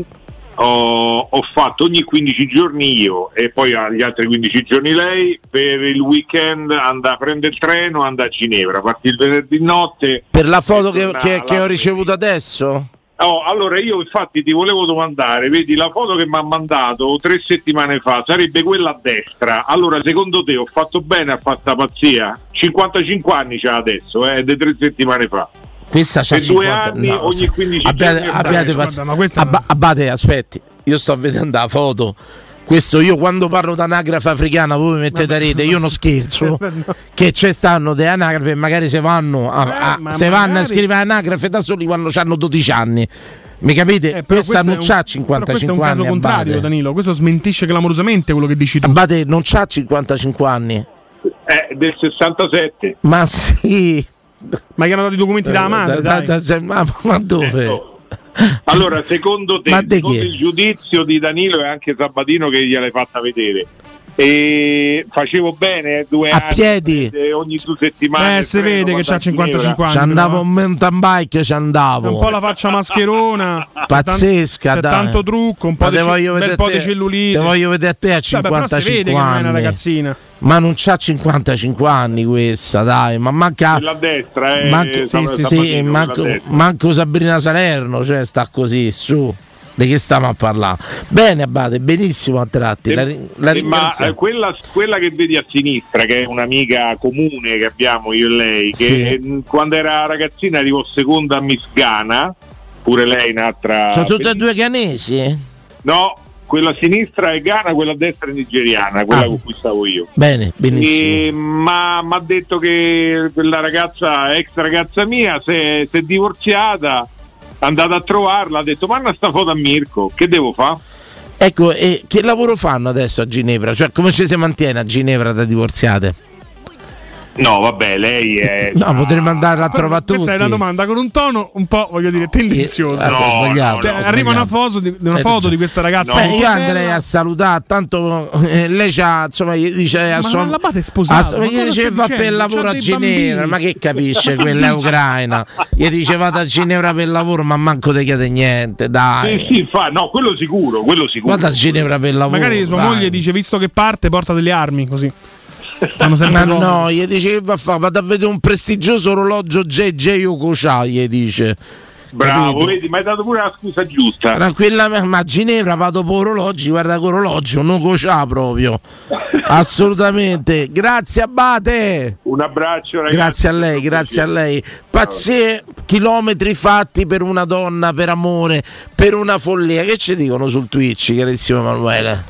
Speaker 1: ho, ho fatto ogni quindici giorni io e poi gli altri quindici giorni lei, per il weekend anda a prendere il treno, anda a Ginevra, partì il venerdì notte.
Speaker 4: Per la foto che,
Speaker 1: torna
Speaker 4: che- che
Speaker 1: la-
Speaker 4: ho ricevuto adesso?
Speaker 1: Oh, allora io infatti ti volevo domandare, vedi la foto che mi ha mandato tre settimane fa sarebbe quella a destra, allora secondo te ho fatto bene a fare sta pazzia? cinquantacinque anni c'ha adesso, eh, di tre settimane fa.
Speaker 4: Questa c'ha
Speaker 1: Per due
Speaker 4: cinquanta
Speaker 1: anni,
Speaker 4: no,
Speaker 1: ogni
Speaker 4: sì.
Speaker 1: quindici
Speaker 4: abbiate,
Speaker 1: giorni.
Speaker 4: abbiate
Speaker 7: Dai,
Speaker 4: pazz-
Speaker 7: guarda, ma questa
Speaker 4: Abba- Abate, aspetti, io sto vedendo la foto. Questo io quando parlo d'anagrafe africana voi mi mettete a rete, io non scherzo. Che ci stanno delle anagrafe e magari se vanno a, a-
Speaker 7: Eh, ma
Speaker 4: se vanno a
Speaker 7: magari-
Speaker 4: scrivere anagrafe da soli quando hanno dodici anni. Mi capite?
Speaker 7: Eh, però
Speaker 4: Questa
Speaker 7: questo
Speaker 4: non
Speaker 7: è un-
Speaker 4: c'ha
Speaker 7: però
Speaker 4: cinquantacinque
Speaker 7: questo è un caso
Speaker 4: anni.
Speaker 7: contrario,
Speaker 4: Abate.
Speaker 7: Danilo. Questo smentisce clamorosamente quello che dici tu.
Speaker 4: Abate non c'ha cinquantacinque anni.
Speaker 1: Eh, del sessantasette.
Speaker 4: Ma sì.
Speaker 7: Ma gli hanno dato i documenti dalla madre,
Speaker 4: Da-
Speaker 7: dai.
Speaker 4: da- da- ma, ma dove?
Speaker 1: Eh, oh. Allora, secondo te,
Speaker 4: Ma di
Speaker 1: secondo
Speaker 4: chi?
Speaker 1: il giudizio di Danilo e anche Sabatino che gliel'hai fatta vedere, e facevo bene eh, due
Speaker 4: A
Speaker 1: anni
Speaker 4: piedi?
Speaker 1: eh, ogni due settimane.
Speaker 7: Eh, si
Speaker 1: treno,
Speaker 7: vede che
Speaker 1: vado
Speaker 7: c'ha
Speaker 1: a
Speaker 7: cinquantacinque anni.
Speaker 4: Ci andavo
Speaker 7: però,
Speaker 4: in mountain bike, ci andavo.
Speaker 7: un po' la faccia mascherona,
Speaker 4: Pazzesca,
Speaker 7: c'è
Speaker 4: dai.
Speaker 7: tanto trucco, un po'
Speaker 4: Ma
Speaker 7: di
Speaker 4: te
Speaker 7: ce-
Speaker 4: voglio
Speaker 7: un bel
Speaker 4: vedere
Speaker 7: po'
Speaker 4: te-
Speaker 7: di cellulite.
Speaker 4: Te voglio vedere a te a
Speaker 7: Vabbè, però si vede
Speaker 4: cinquantacinque
Speaker 7: che non è una
Speaker 4: anni.
Speaker 7: ragazzina.
Speaker 4: Ma non c'ha cinquantacinque anni questa, dai, ma manca.
Speaker 1: Quella a destra, eh,
Speaker 4: manco,
Speaker 1: Sab-
Speaker 4: sì, sì,
Speaker 1: Sabatino,
Speaker 4: sì,
Speaker 1: quella
Speaker 4: manco,
Speaker 1: a destra.
Speaker 4: manco Sabrina Salerno, cioè sta così su. di che stiamo a parlare. Bene Abate, benissimo a tratti. La, la
Speaker 1: eh, ma eh, quella, quella che vedi a sinistra, che è un'amica comune che abbiamo io e lei, che
Speaker 4: Sì.
Speaker 1: eh, quando era ragazzina arrivò seconda a Miss Ghana, pure lei un'altra.
Speaker 4: Sono tutte e due ghanesi? Eh?
Speaker 1: No, quella a sinistra è Ghana, quella a destra è nigeriana, quella
Speaker 4: Ah.
Speaker 1: con cui stavo io.
Speaker 4: Bene, benissimo.
Speaker 1: E, ma mi ha detto che quella ragazza, ex ragazza mia, si è, si è divorziata, è andata a trovarla, ha detto manna sta foto a Mirko, che devo fare?
Speaker 4: Ecco, e che lavoro fanno adesso a Ginevra? Cioè, come ci si mantiene a Ginevra da divorziate?
Speaker 1: No, vabbè, lei è.
Speaker 4: No, potremmo andarla a trovare tutti.
Speaker 7: Questa è una domanda con un tono un po', voglio dire, tendenzioso.
Speaker 4: Eh, no, ho sbagliato,
Speaker 7: Cioè,
Speaker 4: ho
Speaker 7: arriva
Speaker 4: sbagliato.
Speaker 7: una foto di, una
Speaker 4: Eh,
Speaker 7: foto di questa ragazza.
Speaker 4: Beh,
Speaker 7: molto
Speaker 4: io
Speaker 7: bella.
Speaker 4: andrei a salutare, tanto eh, lei c'ha, insomma, gli dice a
Speaker 7: Ma
Speaker 4: suo-
Speaker 7: l'Abate è sposato,
Speaker 4: a-
Speaker 7: ma
Speaker 4: gli
Speaker 7: cosa
Speaker 4: dice
Speaker 7: stai
Speaker 4: va per
Speaker 7: dicendo?
Speaker 4: lavoro
Speaker 7: C'ha
Speaker 4: a
Speaker 7: dei
Speaker 4: Ginevra,
Speaker 7: bambini.
Speaker 4: ma che capisce
Speaker 7: Ma
Speaker 4: quella è
Speaker 7: dici?
Speaker 4: ucraina. Gli dice vado a Ginevra per lavoro, ma manco te chiede niente, dai.
Speaker 1: Sì, sì, fa, no, quello sicuro, quello sicuro.
Speaker 4: Vado a Ginevra per lavoro.
Speaker 7: Magari sua
Speaker 4: dai.
Speaker 7: moglie dice visto che parte porta delle armi così. Fanno sempre
Speaker 4: Ma
Speaker 7: comodo.
Speaker 4: no, gli dice che va a fare, vado a vedere un prestigioso orologio J J Okocha, gli dice.
Speaker 1: Bravo,
Speaker 4: Capito?
Speaker 1: vedi, mi hai dato pure la scusa giusta.
Speaker 4: Tranquillamente, ma a Ginevra vado per orologi, guarda che orologio, non coccia proprio. Assolutamente. Grazie Abate.
Speaker 1: Un abbraccio ragazzi.
Speaker 4: Grazie a lei, grazie a lei. Pazzie, chilometri fatti per una donna, per amore, per una follia. Che ci dicono sul Twitch, carissimo Emanuele?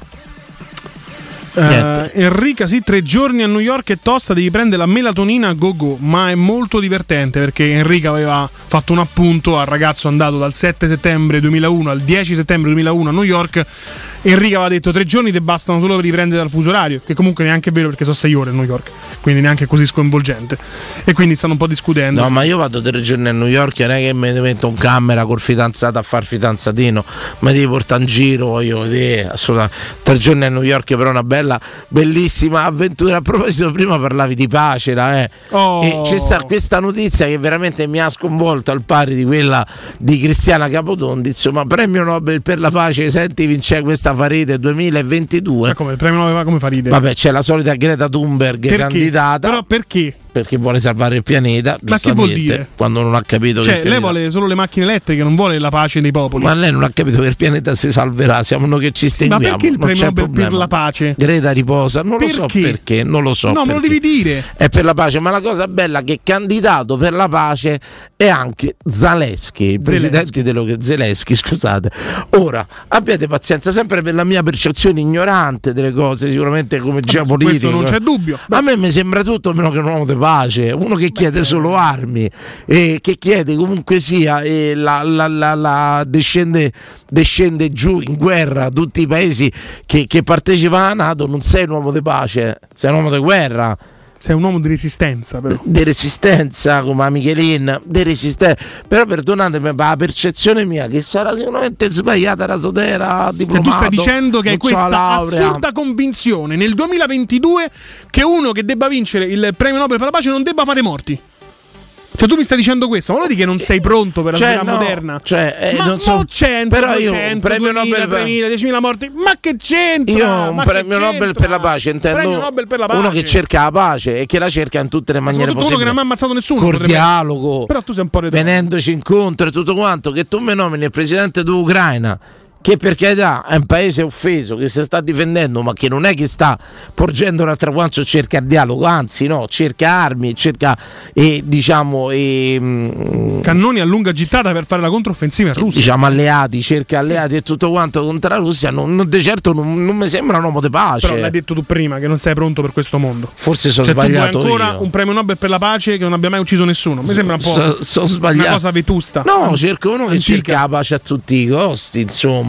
Speaker 7: Eh, Enrica, sì, tre giorni a New York è tosta, devi prendere la melatonina a go-go, ma è molto divertente perché Enrica aveva fatto un appunto al ragazzo andato dal sette settembre duemilauno al dieci settembre duemilauno a New York. Enrica aveva detto tre giorni ti bastano solo per riprendere dal fuso orario, che comunque neanche è vero perché sono sei ore a New York, quindi neanche così sconvolgente. E quindi stanno un po' discutendo.
Speaker 4: No, ma io vado tre giorni a New York, non è che mi metto in camera col fidanzato a far fidanzatino, mi devi portare in giro, voglio vedere, assolutamente. Tre giorni a New York però una bella, bellissima avventura. A proposito, prima parlavi di Pacera, eh.
Speaker 7: Oh.
Speaker 4: E c'è sta questa notizia che veramente mi ha sconvolto al pari di quella di Cristiana Capotondi, insomma, premio Nobel per la pace, senti vince questa Faride duemilaventidue.
Speaker 7: Ma come il premio Nobel come fa ridere?
Speaker 4: Vabbè, c'è la solita Greta Thunberg
Speaker 7: Perché?
Speaker 4: candidata.
Speaker 7: Però perché?
Speaker 4: Perché vuole salvare il pianeta.
Speaker 7: Ma che vuol
Speaker 4: giustamente,
Speaker 7: dire?
Speaker 4: Quando non ha capito che
Speaker 7: Cioè,
Speaker 4: il
Speaker 7: lei
Speaker 4: pianeta-
Speaker 7: vuole solo le macchine elettriche, non vuole la pace dei popoli.
Speaker 4: Ma lei non ha capito che il pianeta si salverà, siamo noi che ci
Speaker 7: Ma
Speaker 4: stendiamo.
Speaker 7: perché il
Speaker 4: non
Speaker 7: premio
Speaker 4: c'è
Speaker 7: Nobel
Speaker 4: problema.
Speaker 7: per la pace?
Speaker 4: Greta riposa, non lo so
Speaker 7: Perché?
Speaker 4: perché, non lo so.
Speaker 7: No, me lo
Speaker 4: perché.
Speaker 7: devi dire.
Speaker 4: È per la pace, ma la cosa bella è che candidato per la pace è anche Zaleschi, il presidente dello Zelensky, scusate. Ora, abbiate pazienza sempre per la mia percezione ignorante delle cose, sicuramente come geopolitico.
Speaker 7: questo non c'è dubbio.
Speaker 4: A me mi sembra tutto meno che un uomo di pace, uno che chiede solo armi e che chiede comunque sia e la, la, la, la descende, descende giù in guerra tutti i paesi che, che partecipano alla NATO. Non sei un uomo di pace, sei un uomo di guerra.
Speaker 7: Sei un uomo di resistenza, però.
Speaker 4: Di resistenza, come a Michelin, di resistenza. Però perdonatemi, ma la percezione mia che sarà sicuramente sbagliata, la sotera,
Speaker 7: Cioè,
Speaker 4: diplomato.
Speaker 7: tu stai dicendo che hai
Speaker 4: non c'ho la
Speaker 7: questa
Speaker 4: laurea.
Speaker 7: assurda convinzione nel duemilaventidue che uno che debba vincere il premio Nobel per la pace non debba fare morti. Cioè tu mi stai dicendo questo, ma vuol dire che non sei pronto per la
Speaker 4: Cioè,
Speaker 7: società
Speaker 4: no,
Speaker 7: moderna?
Speaker 4: cioè, eh,
Speaker 7: ma
Speaker 4: non so-
Speaker 7: cento,
Speaker 4: però io un
Speaker 7: duecento,
Speaker 4: premio
Speaker 7: duemila,
Speaker 4: Nobel per-
Speaker 7: tremila, diecimila morti, ma che c'entra?
Speaker 4: Io un
Speaker 7: Ma che
Speaker 4: premio Nobel
Speaker 7: c'entra?
Speaker 4: per la pace intendo
Speaker 7: Premio Nobel per la
Speaker 4: uno
Speaker 7: pace.
Speaker 4: che cerca la pace e che la cerca in tutte le maniere
Speaker 7: Soprattutto uno che
Speaker 4: possibili.
Speaker 7: non ha ammazzato nessuno.
Speaker 4: Col
Speaker 7: potrebbe-
Speaker 4: dialogo,
Speaker 7: Però tu sei un po' retorno.
Speaker 4: venendoci incontro e tutto quanto, che tu mi nomini il presidente dell'Ucraina, che per carità è un paese offeso che si sta difendendo, ma che non è che sta porgendo un traguanzo, cerca il dialogo, anzi no, cerca armi, cerca e diciamo e, mm,
Speaker 7: Cannoni a lunga gittata per fare la controffensiva in Russia.
Speaker 4: diciamo alleati, cerca alleati e tutto quanto contro la Russia. Non, non- di certo non, non mi sembra un uomo di pace.
Speaker 7: Però l'hai detto tu prima che non sei pronto per questo mondo.
Speaker 4: Forse sono
Speaker 7: Cioè,
Speaker 4: sbagliato
Speaker 7: tu vuoi ancora
Speaker 4: io.
Speaker 7: un premio Nobel per la pace che non abbia mai ucciso nessuno. Mi sembra un po'
Speaker 4: So- sono sbagliato.
Speaker 7: una cosa vetusta.
Speaker 4: No, cerco uno che
Speaker 7: Antica.
Speaker 4: cerca la pace a tutti i costi, insomma.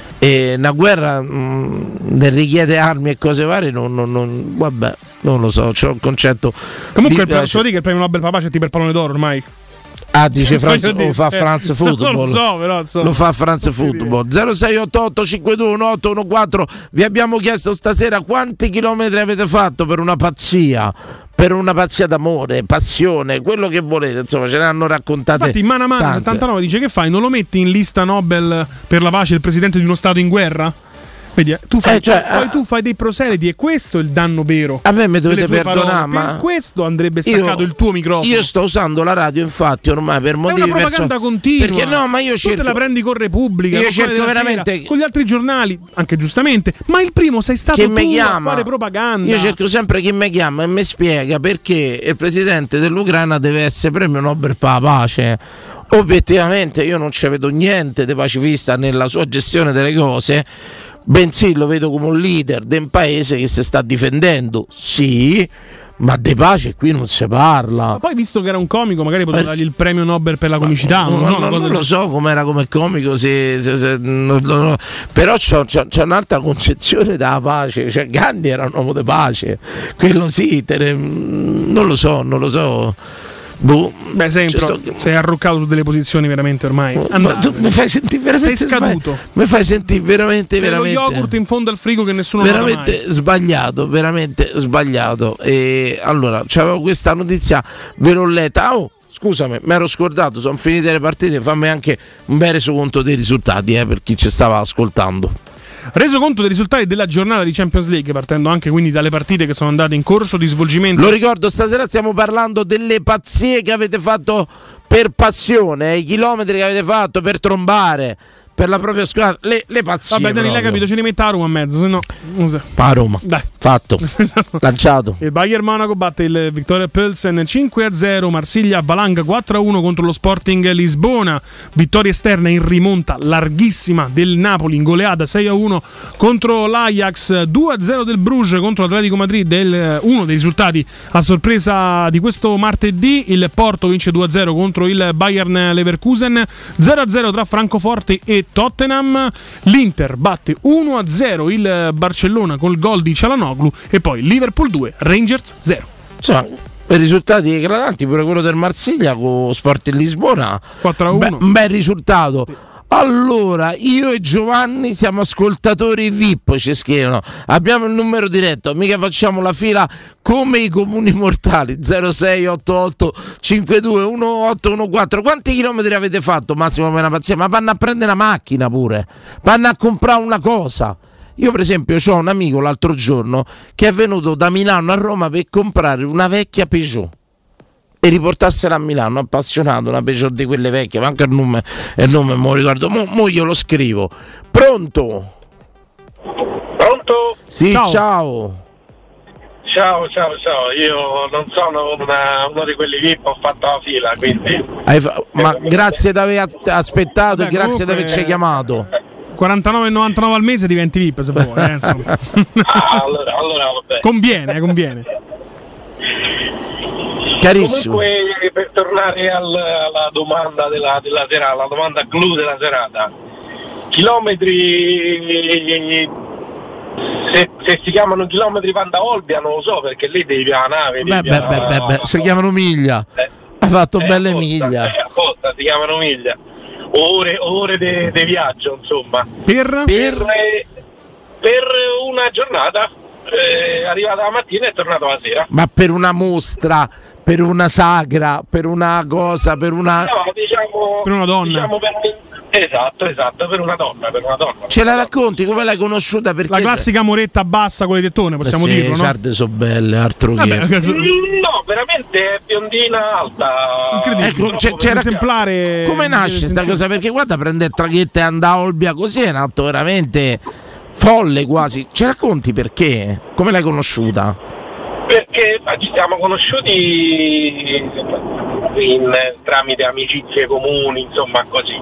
Speaker 4: E una guerra mh, ne richiede armi e cose varie, non, non- non- vabbè, non lo so, c'è un concetto.
Speaker 7: Comunque,
Speaker 4: di
Speaker 7: il,
Speaker 4: pace.
Speaker 7: so dire che il premio Nobel per la pace è tipo il pallone d'oro ormai.
Speaker 4: Ah, dice Franz,
Speaker 7: Voglio dire,
Speaker 4: lo fa
Speaker 7: cioè,
Speaker 4: France Football.
Speaker 7: non lo so, però, insomma.
Speaker 4: Lo fa France Football. zero sei otto otto cinque due uno otto uno quattro. Vi abbiamo chiesto stasera quanti chilometri avete fatto per una pazzia. Per una pazzia d'amore, passione, quello che volete, insomma, ce ne hanno raccontate.
Speaker 7: Infatti, Mana Mana
Speaker 4: tante.
Speaker 7: settantanove dice: che fai? Non lo metti in lista Nobel per la pace il presidente di uno stato in guerra? Vedi, tu fai,
Speaker 4: Eh, cioè,
Speaker 7: poi
Speaker 4: ah,
Speaker 7: tu fai dei proseliti e questo è il danno vero.
Speaker 4: A me mi dovete
Speaker 7: delle tue
Speaker 4: perdonare,
Speaker 7: parole.
Speaker 4: ma
Speaker 7: Per questo andrebbe staccato
Speaker 4: io-
Speaker 7: il tuo microfono.
Speaker 4: Io sto usando la radio, infatti, ormai per
Speaker 7: È
Speaker 4: motivi
Speaker 7: una propaganda
Speaker 4: perso-
Speaker 7: continua.
Speaker 4: Perché no, ma io
Speaker 7: tu
Speaker 4: cerco
Speaker 7: te la prendi con Repubblica,
Speaker 4: Io
Speaker 7: con Corriere
Speaker 4: cerco
Speaker 7: della
Speaker 4: veramente-
Speaker 7: Sera, con gli altri giornali, anche giustamente. Ma il primo sei stato
Speaker 4: che
Speaker 7: tu
Speaker 4: mi
Speaker 7: a
Speaker 4: chiama.
Speaker 7: fare propaganda.
Speaker 4: Io cerco sempre chi mi chiama e mi spiega perché il presidente dell'Ucraina deve essere premio Nobel per la pace. Obiettivamente io non ci vedo niente di pacifista nella sua gestione delle cose, bensì lo vedo come un leader di un paese che si sta difendendo, sì, ma di pace qui non si parla.
Speaker 7: Ma poi, visto che era un comico, magari poteva
Speaker 4: Per-
Speaker 7: dargli il premio Nobel per la comicità.
Speaker 4: No,
Speaker 7: non,
Speaker 4: no,
Speaker 7: so,
Speaker 4: no,
Speaker 7: una cosa
Speaker 4: non
Speaker 7: del-
Speaker 4: lo so com'era come comico, se, se- se- no, no, no. Però c'ho, c'ho- c'ho un'altra concezione della pace. Cioè, Gandhi era un uomo di pace, quello sì, te- non lo so, non lo so. Boh.
Speaker 7: Beh, sei,
Speaker 4: Cioè,
Speaker 7: impro-
Speaker 4: sto-
Speaker 7: sei arroccato su delle posizioni veramente ormai.
Speaker 4: Ma
Speaker 7: Andate.
Speaker 4: tu mi fai sentire veramente
Speaker 7: Sei scaduto.
Speaker 4: sbagli- Mi fai sentire veramente,
Speaker 7: Sei lo
Speaker 4: veramente.
Speaker 7: yogurt in fondo al frigo che nessuno nota
Speaker 4: veramente
Speaker 7: mai.
Speaker 4: sbagliato, veramente sbagliato. E allora c'avevo questa notizia, ve l'ho letta. Oh, scusami, mi ero scordato, sono finite le partite. Fammi anche un bel resoconto dei risultati, eh, per chi ci stava ascoltando.
Speaker 7: Reso conto dei risultati della giornata di Champions League, partendo anche quindi dalle partite che sono andate in corso di svolgimento.
Speaker 4: Lo ricordo, stasera stiamo parlando delle pazzie che avete fatto per passione, i chilometri che avete fatto per trombare per la propria squadra, le, le pazzie.
Speaker 7: Vabbè, Dani, l'hai
Speaker 4: proprio.
Speaker 7: capito, ce ne metta a Roma a mezzo, se no. non so.
Speaker 4: Pa' Roma.
Speaker 7: Dai.
Speaker 4: Fatto. Lanciato.
Speaker 7: Il Bayern Monaco batte il Victoria Pilsen cinque a zero, Marsiglia Valanga quattro a uno contro lo Sporting Lisbona, vittoria esterna in rimonta larghissima del Napoli in goleada sei a uno contro l'Ajax, due a zero del Bruges contro l'Atletico Madrid, del, uno dei risultati a sorpresa di questo martedì. Il Porto vince due a zero contro il Bayern Leverkusen, zero a zero tra Francoforte e Tottenham, l'Inter batte uno a zero il Barcellona col gol di Çalhanoğlu e poi Liverpool due, Rangers zero.
Speaker 4: Insomma, per risultati eclatanti, pure quello del Marsiglia con Sport in Lisbona,
Speaker 7: quattro a uno.
Speaker 4: Beh, un bel risultato. Allora, io e Giovanni siamo ascoltatori V I P, ci scrivono. Abbiamo il numero diretto, mica facciamo la fila come i comuni mortali. zero sei otto otto cinque due uno otto uno quattro. Quanti chilometri avete fatto, Massimo, per una pazzia? Ma vanno a prendere una macchina pure, vanno a comprare una cosa. Io per esempio ho un amico l'altro giorno che è venuto da Milano a Roma per comprare una vecchia Peugeot e riportarsela a Milano, appassionato, una Peugeot di quelle vecchie, ma anche il nome, il nome me lo ricordo, mo, mo io lo scrivo. Pronto?
Speaker 3: Pronto?
Speaker 4: Sì,
Speaker 3: ciao.
Speaker 4: ciao.
Speaker 3: Ciao, ciao, ciao, io non sono una- uno di quelli V I P, ho fatto la fila, quindi...
Speaker 4: Hai fa- ma grazie di aver aspettato
Speaker 7: Vabbè,
Speaker 4: e grazie di
Speaker 7: comunque,
Speaker 4: averci chiamato.
Speaker 7: quarantanove e novantanove al mese diventi V I P se vuoi, eh, insomma.
Speaker 3: Ah, allora, allora vabbè.
Speaker 7: Conviene, eh, conviene.
Speaker 4: Carissimo.
Speaker 3: Comunque, per tornare al- alla domanda della, della serata, la domanda clou della serata, chilometri, se, se si chiamano chilometri vanno da Olbia non lo so, perché lì devi via la nave.
Speaker 4: Beh,
Speaker 3: devi
Speaker 4: beh,
Speaker 3: via
Speaker 4: beh,
Speaker 3: la-
Speaker 4: beh, beh, si chiamano miglia. Hai fatto
Speaker 3: eh,
Speaker 4: belle
Speaker 3: apposta,
Speaker 4: miglia.
Speaker 3: eh, apposta, si chiamano miglia. Ore, ore di viaggio, insomma.
Speaker 7: Per?
Speaker 3: Per, per una giornata, eh, arrivata la mattina e tornato la sera.
Speaker 4: Ma per una mostra, per una sagra, per una cosa, per una...
Speaker 3: No, diciamo,
Speaker 7: Per una donna.
Speaker 3: diciamo per- esatto, esatto, per una donna, per una donna.
Speaker 4: Ce la racconti? Come l'hai conosciuta? Perché
Speaker 7: La classica moretta bassa con le tettone, possiamo
Speaker 4: sì,
Speaker 7: dirlo,
Speaker 4: le
Speaker 7: no?
Speaker 4: sarde sono belle, altro che...
Speaker 7: Vabbè,
Speaker 3: No, veramente è biondina alta.
Speaker 4: Ecco, c'è, c'è racc-
Speaker 7: esemplare.
Speaker 4: come nasce sta cosa? Perché guarda, prendere traghetto e andare a Olbia così è un atto veramente folle quasi. Ci racconti perché? Come l'hai conosciuta?
Speaker 3: Perché ah, ci siamo conosciuti in, tramite amicizie comuni, insomma così.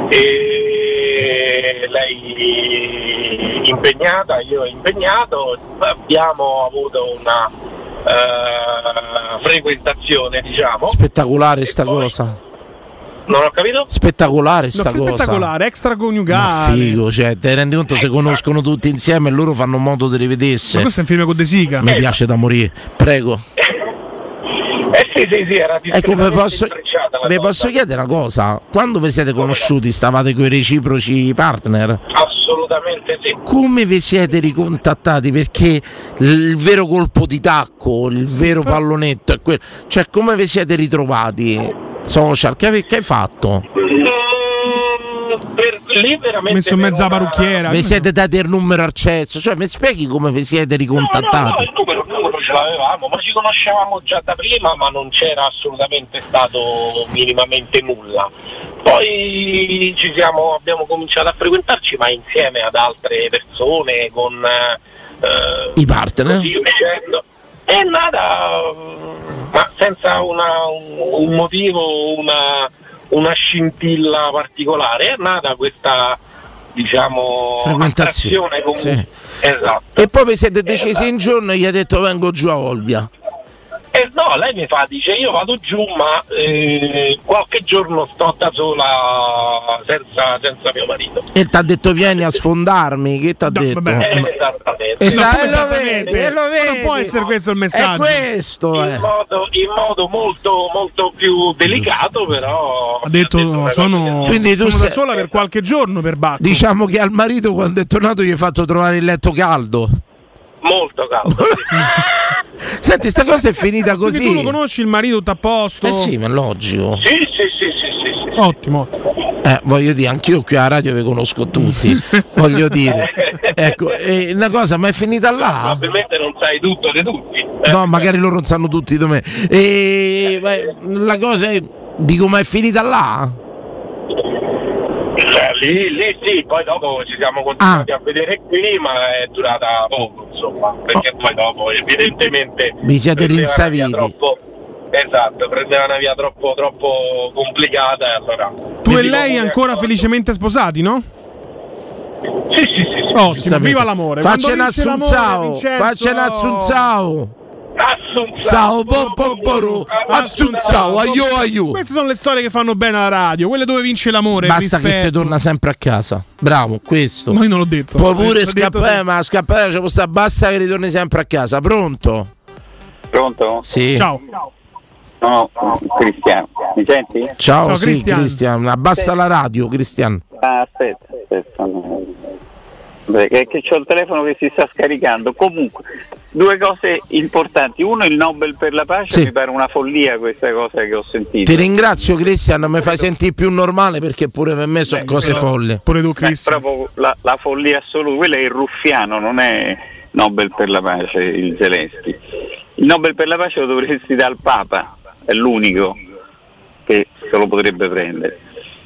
Speaker 3: E lei impegnata, io impegnato, abbiamo avuto una eh, frequentazione, diciamo.
Speaker 4: Spettacolare sta cosa.
Speaker 3: Non ho capito?
Speaker 4: Spettacolare sta
Speaker 7: No, che
Speaker 4: cosa.
Speaker 7: spettacolare,
Speaker 4: Ma
Speaker 7: extraconiugale.
Speaker 4: figo, cioè, ti rendi conto se conoscono tutti insieme e loro fanno modo di rivedersi.
Speaker 7: Ma questo è un film con De Sica.
Speaker 4: Mi piace da morire, prego.
Speaker 3: Eh sì, sì, sì, era
Speaker 4: Ecco, vi posso,
Speaker 3: intrecciata la
Speaker 4: vi
Speaker 3: cosa.
Speaker 4: posso chiedere una cosa? Quando vi siete conosciuti stavate con i reciproci partner?
Speaker 3: Assolutamente sì.
Speaker 4: Come vi siete ricontattati? Perché il vero colpo di tacco, il vero pallonetto è quello. Cioè, come vi siete ritrovati? Social, che, ave- che hai fatto?
Speaker 3: Mm, per lì veramente
Speaker 7: messo in mezzo alla parrucchiera.
Speaker 4: Vi siete dati il numero accesso? Cioè mi spieghi come vi siete ricontattati?
Speaker 3: No, no, no, il numero, il numero ce l'avevamo, ma ci conoscevamo già da prima, ma non c'era assolutamente stato minimamente nulla. Poi ci siamo, abbiamo cominciato a frequentarci, ma insieme ad altre persone, con eh,
Speaker 4: i partner.
Speaker 3: Così dicendo. È nata, ma senza una, un, un motivo, una, una scintilla particolare, è nata questa, diciamo,
Speaker 4: frequentazione
Speaker 3: comunque.
Speaker 4: Sì.
Speaker 3: Esatto.
Speaker 4: E poi vi siete decisi
Speaker 3: esatto.
Speaker 4: un giorno e gli ha detto vengo giù a Olbia.
Speaker 3: Eh no, lei mi fa, dice io vado giù, ma eh, qualche giorno sto da sola senza, senza mio marito.
Speaker 4: E ti ha detto vieni a sfondarmi, che ti ha
Speaker 7: No,
Speaker 4: detto?
Speaker 7: vabbè.
Speaker 3: Eh, esattamente.
Speaker 4: Esatto,
Speaker 7: No,
Speaker 4: e lo vedi, e lo
Speaker 7: Ma
Speaker 4: vedi.
Speaker 7: non può essere questo il messaggio.
Speaker 4: È questo,
Speaker 3: in,
Speaker 4: eh.
Speaker 3: modo, in modo molto molto più delicato, però
Speaker 7: Ha detto,
Speaker 3: detto
Speaker 7: sono,
Speaker 4: Quindi tu
Speaker 7: sono
Speaker 4: sei-
Speaker 7: da sola per qualche giorno per Bacco.
Speaker 4: Diciamo che al marito quando è tornato gli hai fatto trovare il letto caldo.
Speaker 3: molto caldo.
Speaker 4: Senti, sta cosa è finita
Speaker 7: Quindi
Speaker 4: così.
Speaker 7: tu lo conosci il marito tutto a posto?
Speaker 4: Eh sì, ma è logico.
Speaker 3: Sì, sì, sì, sì, sì, sì.
Speaker 7: Ottimo, ottimo.
Speaker 4: Eh, voglio dire, anch'io qui alla radio vi conosco tutti. Voglio dire. Ecco, eh, una cosa, ma è finita là?
Speaker 3: Probabilmente non sai tutto di tutti. Eh.
Speaker 4: No, magari loro non sanno tutti di me. E ma la cosa è, dico, ma è finita là?
Speaker 3: Cioè, lì, lì sì, poi dopo ci siamo continuati
Speaker 4: Ah.
Speaker 3: a vedere qui, ma è durata poco, insomma, perché poi dopo evidentemente
Speaker 4: Vi siete
Speaker 3: prendeva una via
Speaker 4: rinsaviti.
Speaker 3: troppo, esatto, prendeva una via troppo troppo complicata e allora.
Speaker 7: Tu e
Speaker 3: quindi
Speaker 7: lei
Speaker 3: comunque-
Speaker 7: ancora felicemente sposati, no?
Speaker 3: Sì, sì, sì, sì.
Speaker 7: Ottimo, viva l'amore.
Speaker 4: Faccia un
Speaker 7: Quando vince l'amore,
Speaker 4: assunzao.
Speaker 7: Vincenzo-
Speaker 4: Faccia un assunzao.
Speaker 3: Assunzao.
Speaker 4: Ciao, po, po, po, assunzao, aiu, aiu.
Speaker 7: Queste sono le storie che fanno bene alla radio, quelle dove vince l'amore. il
Speaker 4: Basta che
Speaker 7: rispetto.
Speaker 4: si torna sempre a casa. Bravo, questo.
Speaker 7: No, io non l'ho detto.
Speaker 4: Puoi pure
Speaker 7: L'ho detto
Speaker 4: scappare,
Speaker 7: te.
Speaker 4: ma scappare c'è questa basta che ritorni sempre a casa. Pronto?
Speaker 5: Pronto?
Speaker 4: Sì.
Speaker 7: Ciao.
Speaker 5: No, Cristiano, mi senti?
Speaker 4: Ciao,
Speaker 7: Ciao,
Speaker 4: sì,
Speaker 7: Cristian.
Speaker 4: Cristian. Abbassa la radio, Cristian.
Speaker 5: Ah, aspetta, aspetta. no. Perché è che c'ho il telefono che si sta scaricando. Comunque, due cose importanti. Uno, il Nobel per la pace,
Speaker 4: Sì.
Speaker 5: mi pare una follia questa cosa che ho sentito.
Speaker 4: Ti ringrazio, Cristian. Mi fai sentire più normale perché pure per me sono cose
Speaker 5: quello-
Speaker 4: folle.
Speaker 7: Pure tu,
Speaker 5: Beh,
Speaker 7: Cristian.
Speaker 5: proprio la, la follia assoluta. Quello è il ruffiano, non è Nobel per la pace, il Zelensky. Il Nobel per la pace lo dovresti dare al Papa, è l'unico che se lo potrebbe prendere.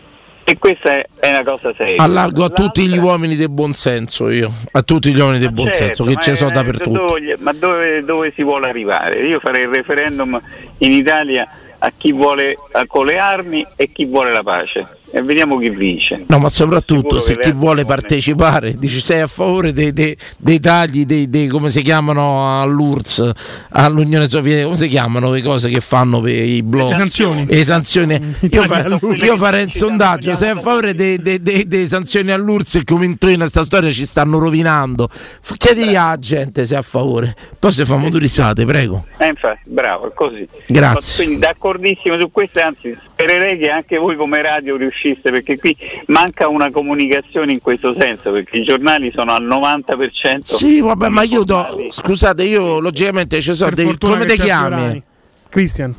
Speaker 5: E questa è, è una cosa seria.
Speaker 4: Allargo a tutti gli uomini del buon senso io, a tutti gli uomini del buon
Speaker 5: Certo,
Speaker 4: senso, che
Speaker 5: ma
Speaker 4: ci sono
Speaker 5: è-
Speaker 4: dappertutto.
Speaker 5: dove- ma dove, dove si vuole arrivare? Io farei il referendum in Italia a chi vuole a- con le armi e chi vuole la pace. E vediamo chi vince.
Speaker 4: No, ma soprattutto
Speaker 5: Sicuro
Speaker 4: se
Speaker 5: che
Speaker 4: chi
Speaker 5: le
Speaker 4: vuole
Speaker 5: altre
Speaker 4: partecipare, dici sei a favore dei, dei- dei tagli, dei, dei- come si chiamano all'U R S S, all'Unione Sovietica, come si chiamano le cose che fanno per i blog?
Speaker 7: Le sanzioni.
Speaker 4: Le sanzioni. Io, fa-
Speaker 7: all'U R S S.
Speaker 4: io farei un sondaggio, sei a favore dei, dei- dei- dei sanzioni all'U R S S e come in questa storia ci stanno rovinando. F- Chiedi alla gente se è a favore, poi se famo due risate, prego.
Speaker 5: Eh, infatti, bravo, è così.
Speaker 4: Grazie.
Speaker 5: Quindi d'accordissimo su questo, anzi spererei che anche voi come radio riusciste, perché qui manca una comunicazione in questo senso, perché i giornali sono al novanta per cento.
Speaker 4: Sì, vabbè, ma io do, scusate, io logicamente ci sono
Speaker 7: Per
Speaker 4: dei,
Speaker 7: fortuna
Speaker 4: come
Speaker 7: che
Speaker 4: ti
Speaker 7: c'è
Speaker 4: chiami?
Speaker 7: Fiorani. Cristian.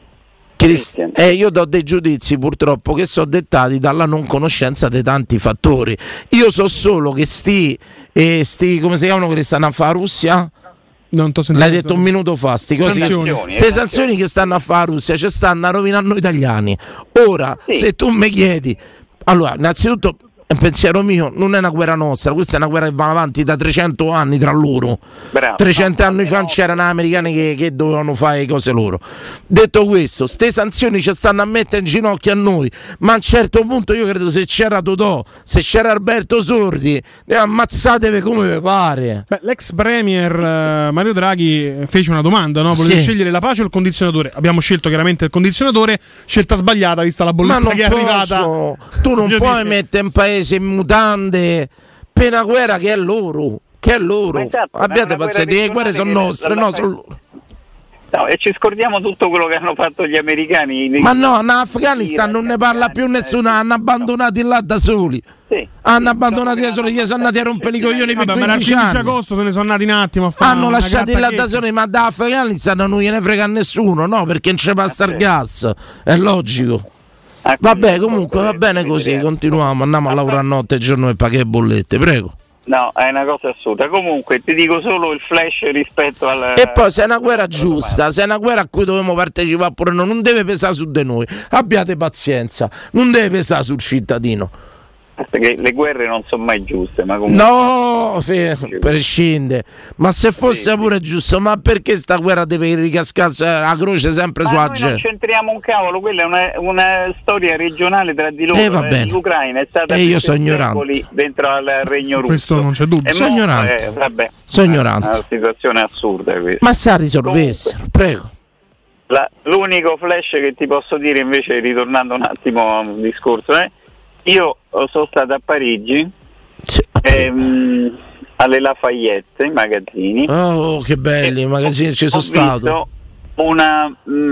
Speaker 4: Crist- eh, io do dei giudizi purtroppo che sono dettati dalla non conoscenza di tanti fattori. Io so solo che sti, eh, sti come si chiamano quelli che stanno a fare a Russia?
Speaker 7: Non t'ho sentito.
Speaker 4: L'hai detto un minuto fa, sti cosi-
Speaker 7: Sanzioni.
Speaker 4: ste sanzioni che stanno a fare a Russia ci stanno a rovinare noi italiani. Ora,
Speaker 5: Sì.
Speaker 4: se tu mi chiedi, allora, innanzitutto è un pensiero mio, non è una guerra nostra, questa è una guerra che va avanti da trecento anni tra loro.
Speaker 5: Bravo.
Speaker 4: trecento
Speaker 5: No,
Speaker 4: anni fa
Speaker 5: no.
Speaker 4: c'erano americani che, che dovevano fare le cose loro. Detto questo, ste sanzioni ci stanno a mettere in ginocchio a noi, ma a un certo punto io credo se c'era Totò, se c'era Alberto Sordi, eh, ammazzatevi come vi pare.
Speaker 7: Beh, l'ex premier eh, Mario Draghi fece una domanda, no? Volete
Speaker 4: Sì.
Speaker 7: scegliere la pace o il condizionatore? Abbiamo scelto chiaramente il condizionatore, scelta sbagliata vista la
Speaker 4: Ma
Speaker 7: bolletta
Speaker 4: non
Speaker 7: che è arrivata.
Speaker 4: posso, tu non
Speaker 7: Voglio
Speaker 4: puoi
Speaker 7: dire-
Speaker 4: mettere un paese in mutande per una guerra che è loro, che è loro.
Speaker 5: Ma esatto, ma è
Speaker 4: Abbiate
Speaker 5: una
Speaker 4: pazienza,
Speaker 5: guerra
Speaker 4: le guerre sono
Speaker 5: virtuale che
Speaker 4: nostre,
Speaker 5: la-
Speaker 4: no,
Speaker 5: la-
Speaker 4: sono loro.
Speaker 5: No, e ci scordiamo tutto quello che hanno fatto gli americani.
Speaker 4: Ma no, in Afghanistan non ne parla più nessuno, hanno abbandonati là da soli.
Speaker 5: Sì.
Speaker 4: Hanno abbandonato da soli, gli sono andati a rompere i coglioni per
Speaker 7: Vabbè, ma era il
Speaker 4: quindici
Speaker 7: quindici
Speaker 4: anni.
Speaker 7: agosto se ne sono andati un attimo a fare
Speaker 4: Hanno
Speaker 7: una
Speaker 4: lasciati là da
Speaker 7: grattachecca.
Speaker 4: soli, ma da Afghanistan non gliene frega a nessuno, no? Perché non c'è passa il gas, è logico. Vabbè, comunque va bene così, continuiamo, andiamo a lavorare a notte e giorno e pagare bollette, prego.
Speaker 5: No, è una cosa assurda. Comunque ti dico solo il flash rispetto al.
Speaker 4: E poi se è una guerra giusta, se è una guerra a cui dobbiamo partecipare pure noi, non deve pesare su di noi. Abbiate pazienza, non deve pesare sul cittadino.
Speaker 5: Perché le guerre non sono mai giuste, ma comunque.
Speaker 4: No, fe- prescinde. Ma se fosse sì, pure giusto, ma perché sta guerra deve ricascarsi la croce sempre
Speaker 5: ma
Speaker 4: su
Speaker 5: noi
Speaker 4: Agge?
Speaker 5: Non c'entriamo un cavolo, quella è una, una storia regionale tra di loro.
Speaker 4: Eh, va bene.
Speaker 5: L'Ucraina è stata
Speaker 4: e io sono ignorante
Speaker 5: dentro al Regno Russo.
Speaker 7: Questo non c'è dubbio.
Speaker 4: Sono ignorante.
Speaker 5: Eh, vabbè,
Speaker 4: sono ignorante.
Speaker 5: È una situazione assurda questa.
Speaker 4: Ma se la risolvessero, prego.
Speaker 5: La, l'unico flash che ti posso dire invece, ritornando un attimo al discorso, è eh, io sono stato a Parigi,
Speaker 4: sì,
Speaker 5: ehm, alle Lafayette, i magazzini.
Speaker 4: Oh, che belli i magazzini, ci sono stato.
Speaker 5: Una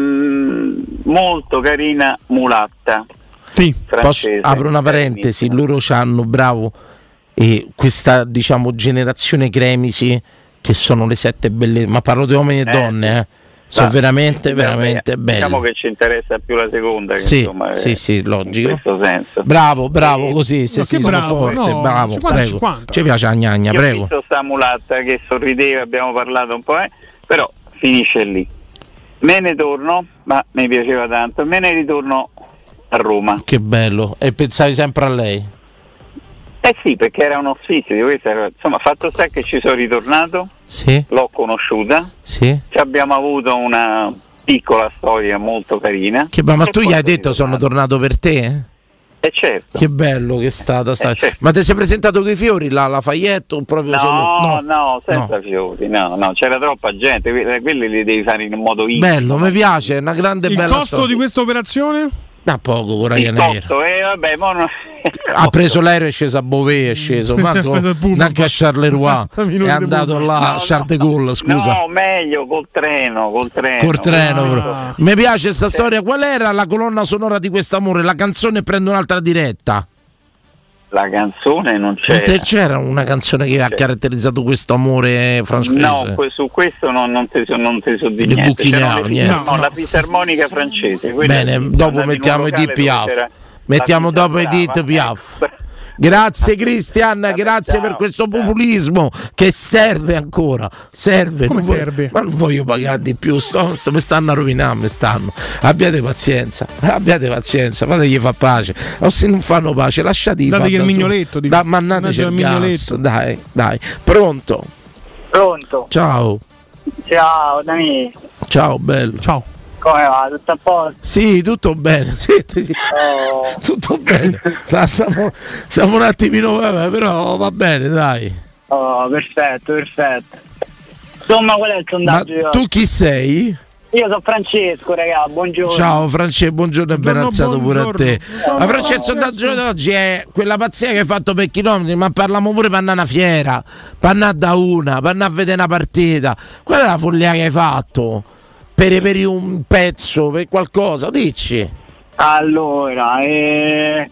Speaker 5: mh, molto carina mulatta.
Speaker 7: Sì.
Speaker 4: Posso, apro una parentesi, loro c'hanno, bravo, e questa diciamo generazione Cremisi che sono le sette belle, ma parlo di uomini e
Speaker 5: eh,
Speaker 4: donne, eh. Sono
Speaker 5: ah,
Speaker 4: veramente, veramente belli.
Speaker 5: Diciamo che ci interessa più la seconda. Che
Speaker 4: sì,
Speaker 5: insomma,
Speaker 4: sì,
Speaker 5: è,
Speaker 4: sì, logico.
Speaker 5: In questo senso.
Speaker 4: Bravo, bravo,
Speaker 5: e,
Speaker 4: così, se sì,
Speaker 7: bravo,
Speaker 4: sono forte,
Speaker 7: no,
Speaker 4: bravo,
Speaker 7: cinquanta,
Speaker 4: prego.
Speaker 7: cinquanta.
Speaker 4: Ci piace la gnagna,
Speaker 5: Io
Speaker 4: prego.
Speaker 5: Ho visto sta mulatta che sorrideva, abbiamo parlato un po', eh, però finisce lì. Me ne torno, ma mi piaceva tanto, me ne ritorno a Roma.
Speaker 4: Che bello, e pensavi sempre a lei?
Speaker 5: Eh sì, perché era un offizio di questa, insomma, fatto sta che ci sono ritornato,
Speaker 4: sì.
Speaker 5: L'ho conosciuta,
Speaker 4: sì.
Speaker 5: Ci abbiamo avuto una piccola storia molto carina.
Speaker 4: Che, ma tu gli hai detto sono tornato per te?
Speaker 5: Eh certo.
Speaker 4: Che bello che è stata, stata.
Speaker 5: Eh certo.
Speaker 4: Ma ti sei presentato con i fiori la, la Fayette o proprio
Speaker 5: no,
Speaker 4: solo?
Speaker 5: No, no, senza
Speaker 4: no.
Speaker 5: fiori, no, no, c'era troppa gente, quelli li devi fare in un modo intimo.
Speaker 4: Bello, mi piace, è una grande
Speaker 7: il
Speaker 4: bella
Speaker 7: costo
Speaker 4: storia.
Speaker 7: di questa operazione?
Speaker 4: Da poco con
Speaker 5: Il
Speaker 4: Ryanair.
Speaker 5: costo, eh, vabbè, mo non...
Speaker 4: Ha preso l'aereo e è sceso a Beauvais, è sceso, manco, neanche a Charleroi, è andato là
Speaker 5: no,
Speaker 4: a Charles de Gaulle, scusa.
Speaker 5: No, meglio col treno, col treno.
Speaker 4: Col treno,
Speaker 5: ah.
Speaker 4: Mi piace questa storia. Qual era la colonna sonora di quest'amore? La canzone prende un'altra diretta.
Speaker 5: La canzone non c'era.
Speaker 4: Non c'era una canzone che ha caratterizzato questo amore francese?
Speaker 5: No, su questo non, non te so, non te so di
Speaker 4: Le
Speaker 5: niente.
Speaker 4: Buchinao, niente.
Speaker 5: No, no, la fisarmonica francese.
Speaker 4: Bene, dopo mettiamo Edith Piaf. Mettiamo dopo Edith Piaf. Grazie Cristian, grazie per questo populismo che serve ancora, serve.
Speaker 7: Come
Speaker 4: non
Speaker 7: serve?
Speaker 4: Voglio, ma non voglio pagare di più, sto, sto, mi stanno a rovinare, mi stanno. Abbiate pazienza, abbiate pazienza, fategli fa pace. O se non fanno pace, lasciati
Speaker 7: Date
Speaker 4: fare
Speaker 7: che il mignoletto,
Speaker 4: da, da mannateci il gas, dai, dai. Pronto?
Speaker 9: Pronto?
Speaker 4: Ciao.
Speaker 9: Ciao Dani.
Speaker 4: Ciao bello.
Speaker 7: Ciao.
Speaker 9: Come va? Tutto a posto?
Speaker 4: Sì, tutto bene. Sì, oh. Tutto bene. Stiamo, stiamo un attimino, vabbè, però va bene, dai.
Speaker 9: Oh, perfetto, perfetto. Insomma, qual è il sondaggio?
Speaker 4: Ma tu chi sei?
Speaker 9: Io sono Francesco, raga, buongiorno.
Speaker 4: Ciao Francesco, buongiorno e ben alzato pure a te.
Speaker 9: Buongiorno.
Speaker 4: Ma Francesco, il sondaggio di oggi è quella pazzia che hai fatto per chilometri, ma parliamo pure per andare a una fiera, per andare da una, per andare a vedere una partita. Qual è la follia che hai fatto? Per, per un pezzo, per qualcosa, dici.
Speaker 9: Allora, eh...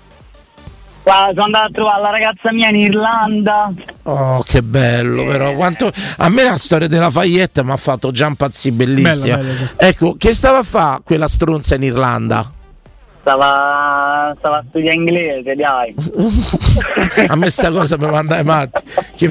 Speaker 9: Guarda, sono andato a trovare la ragazza mia in Irlanda.
Speaker 4: Oh, che bello, però quanto a me la storia della Fayette mi ha fatto già impazzi, bellissima.
Speaker 9: Bella, bella, sì.
Speaker 4: Ecco, che stava a fare quella stronza in Irlanda?
Speaker 9: Stava, stava a studiare inglese, dai.
Speaker 4: A me sta cosa mi manda ai matti. Che,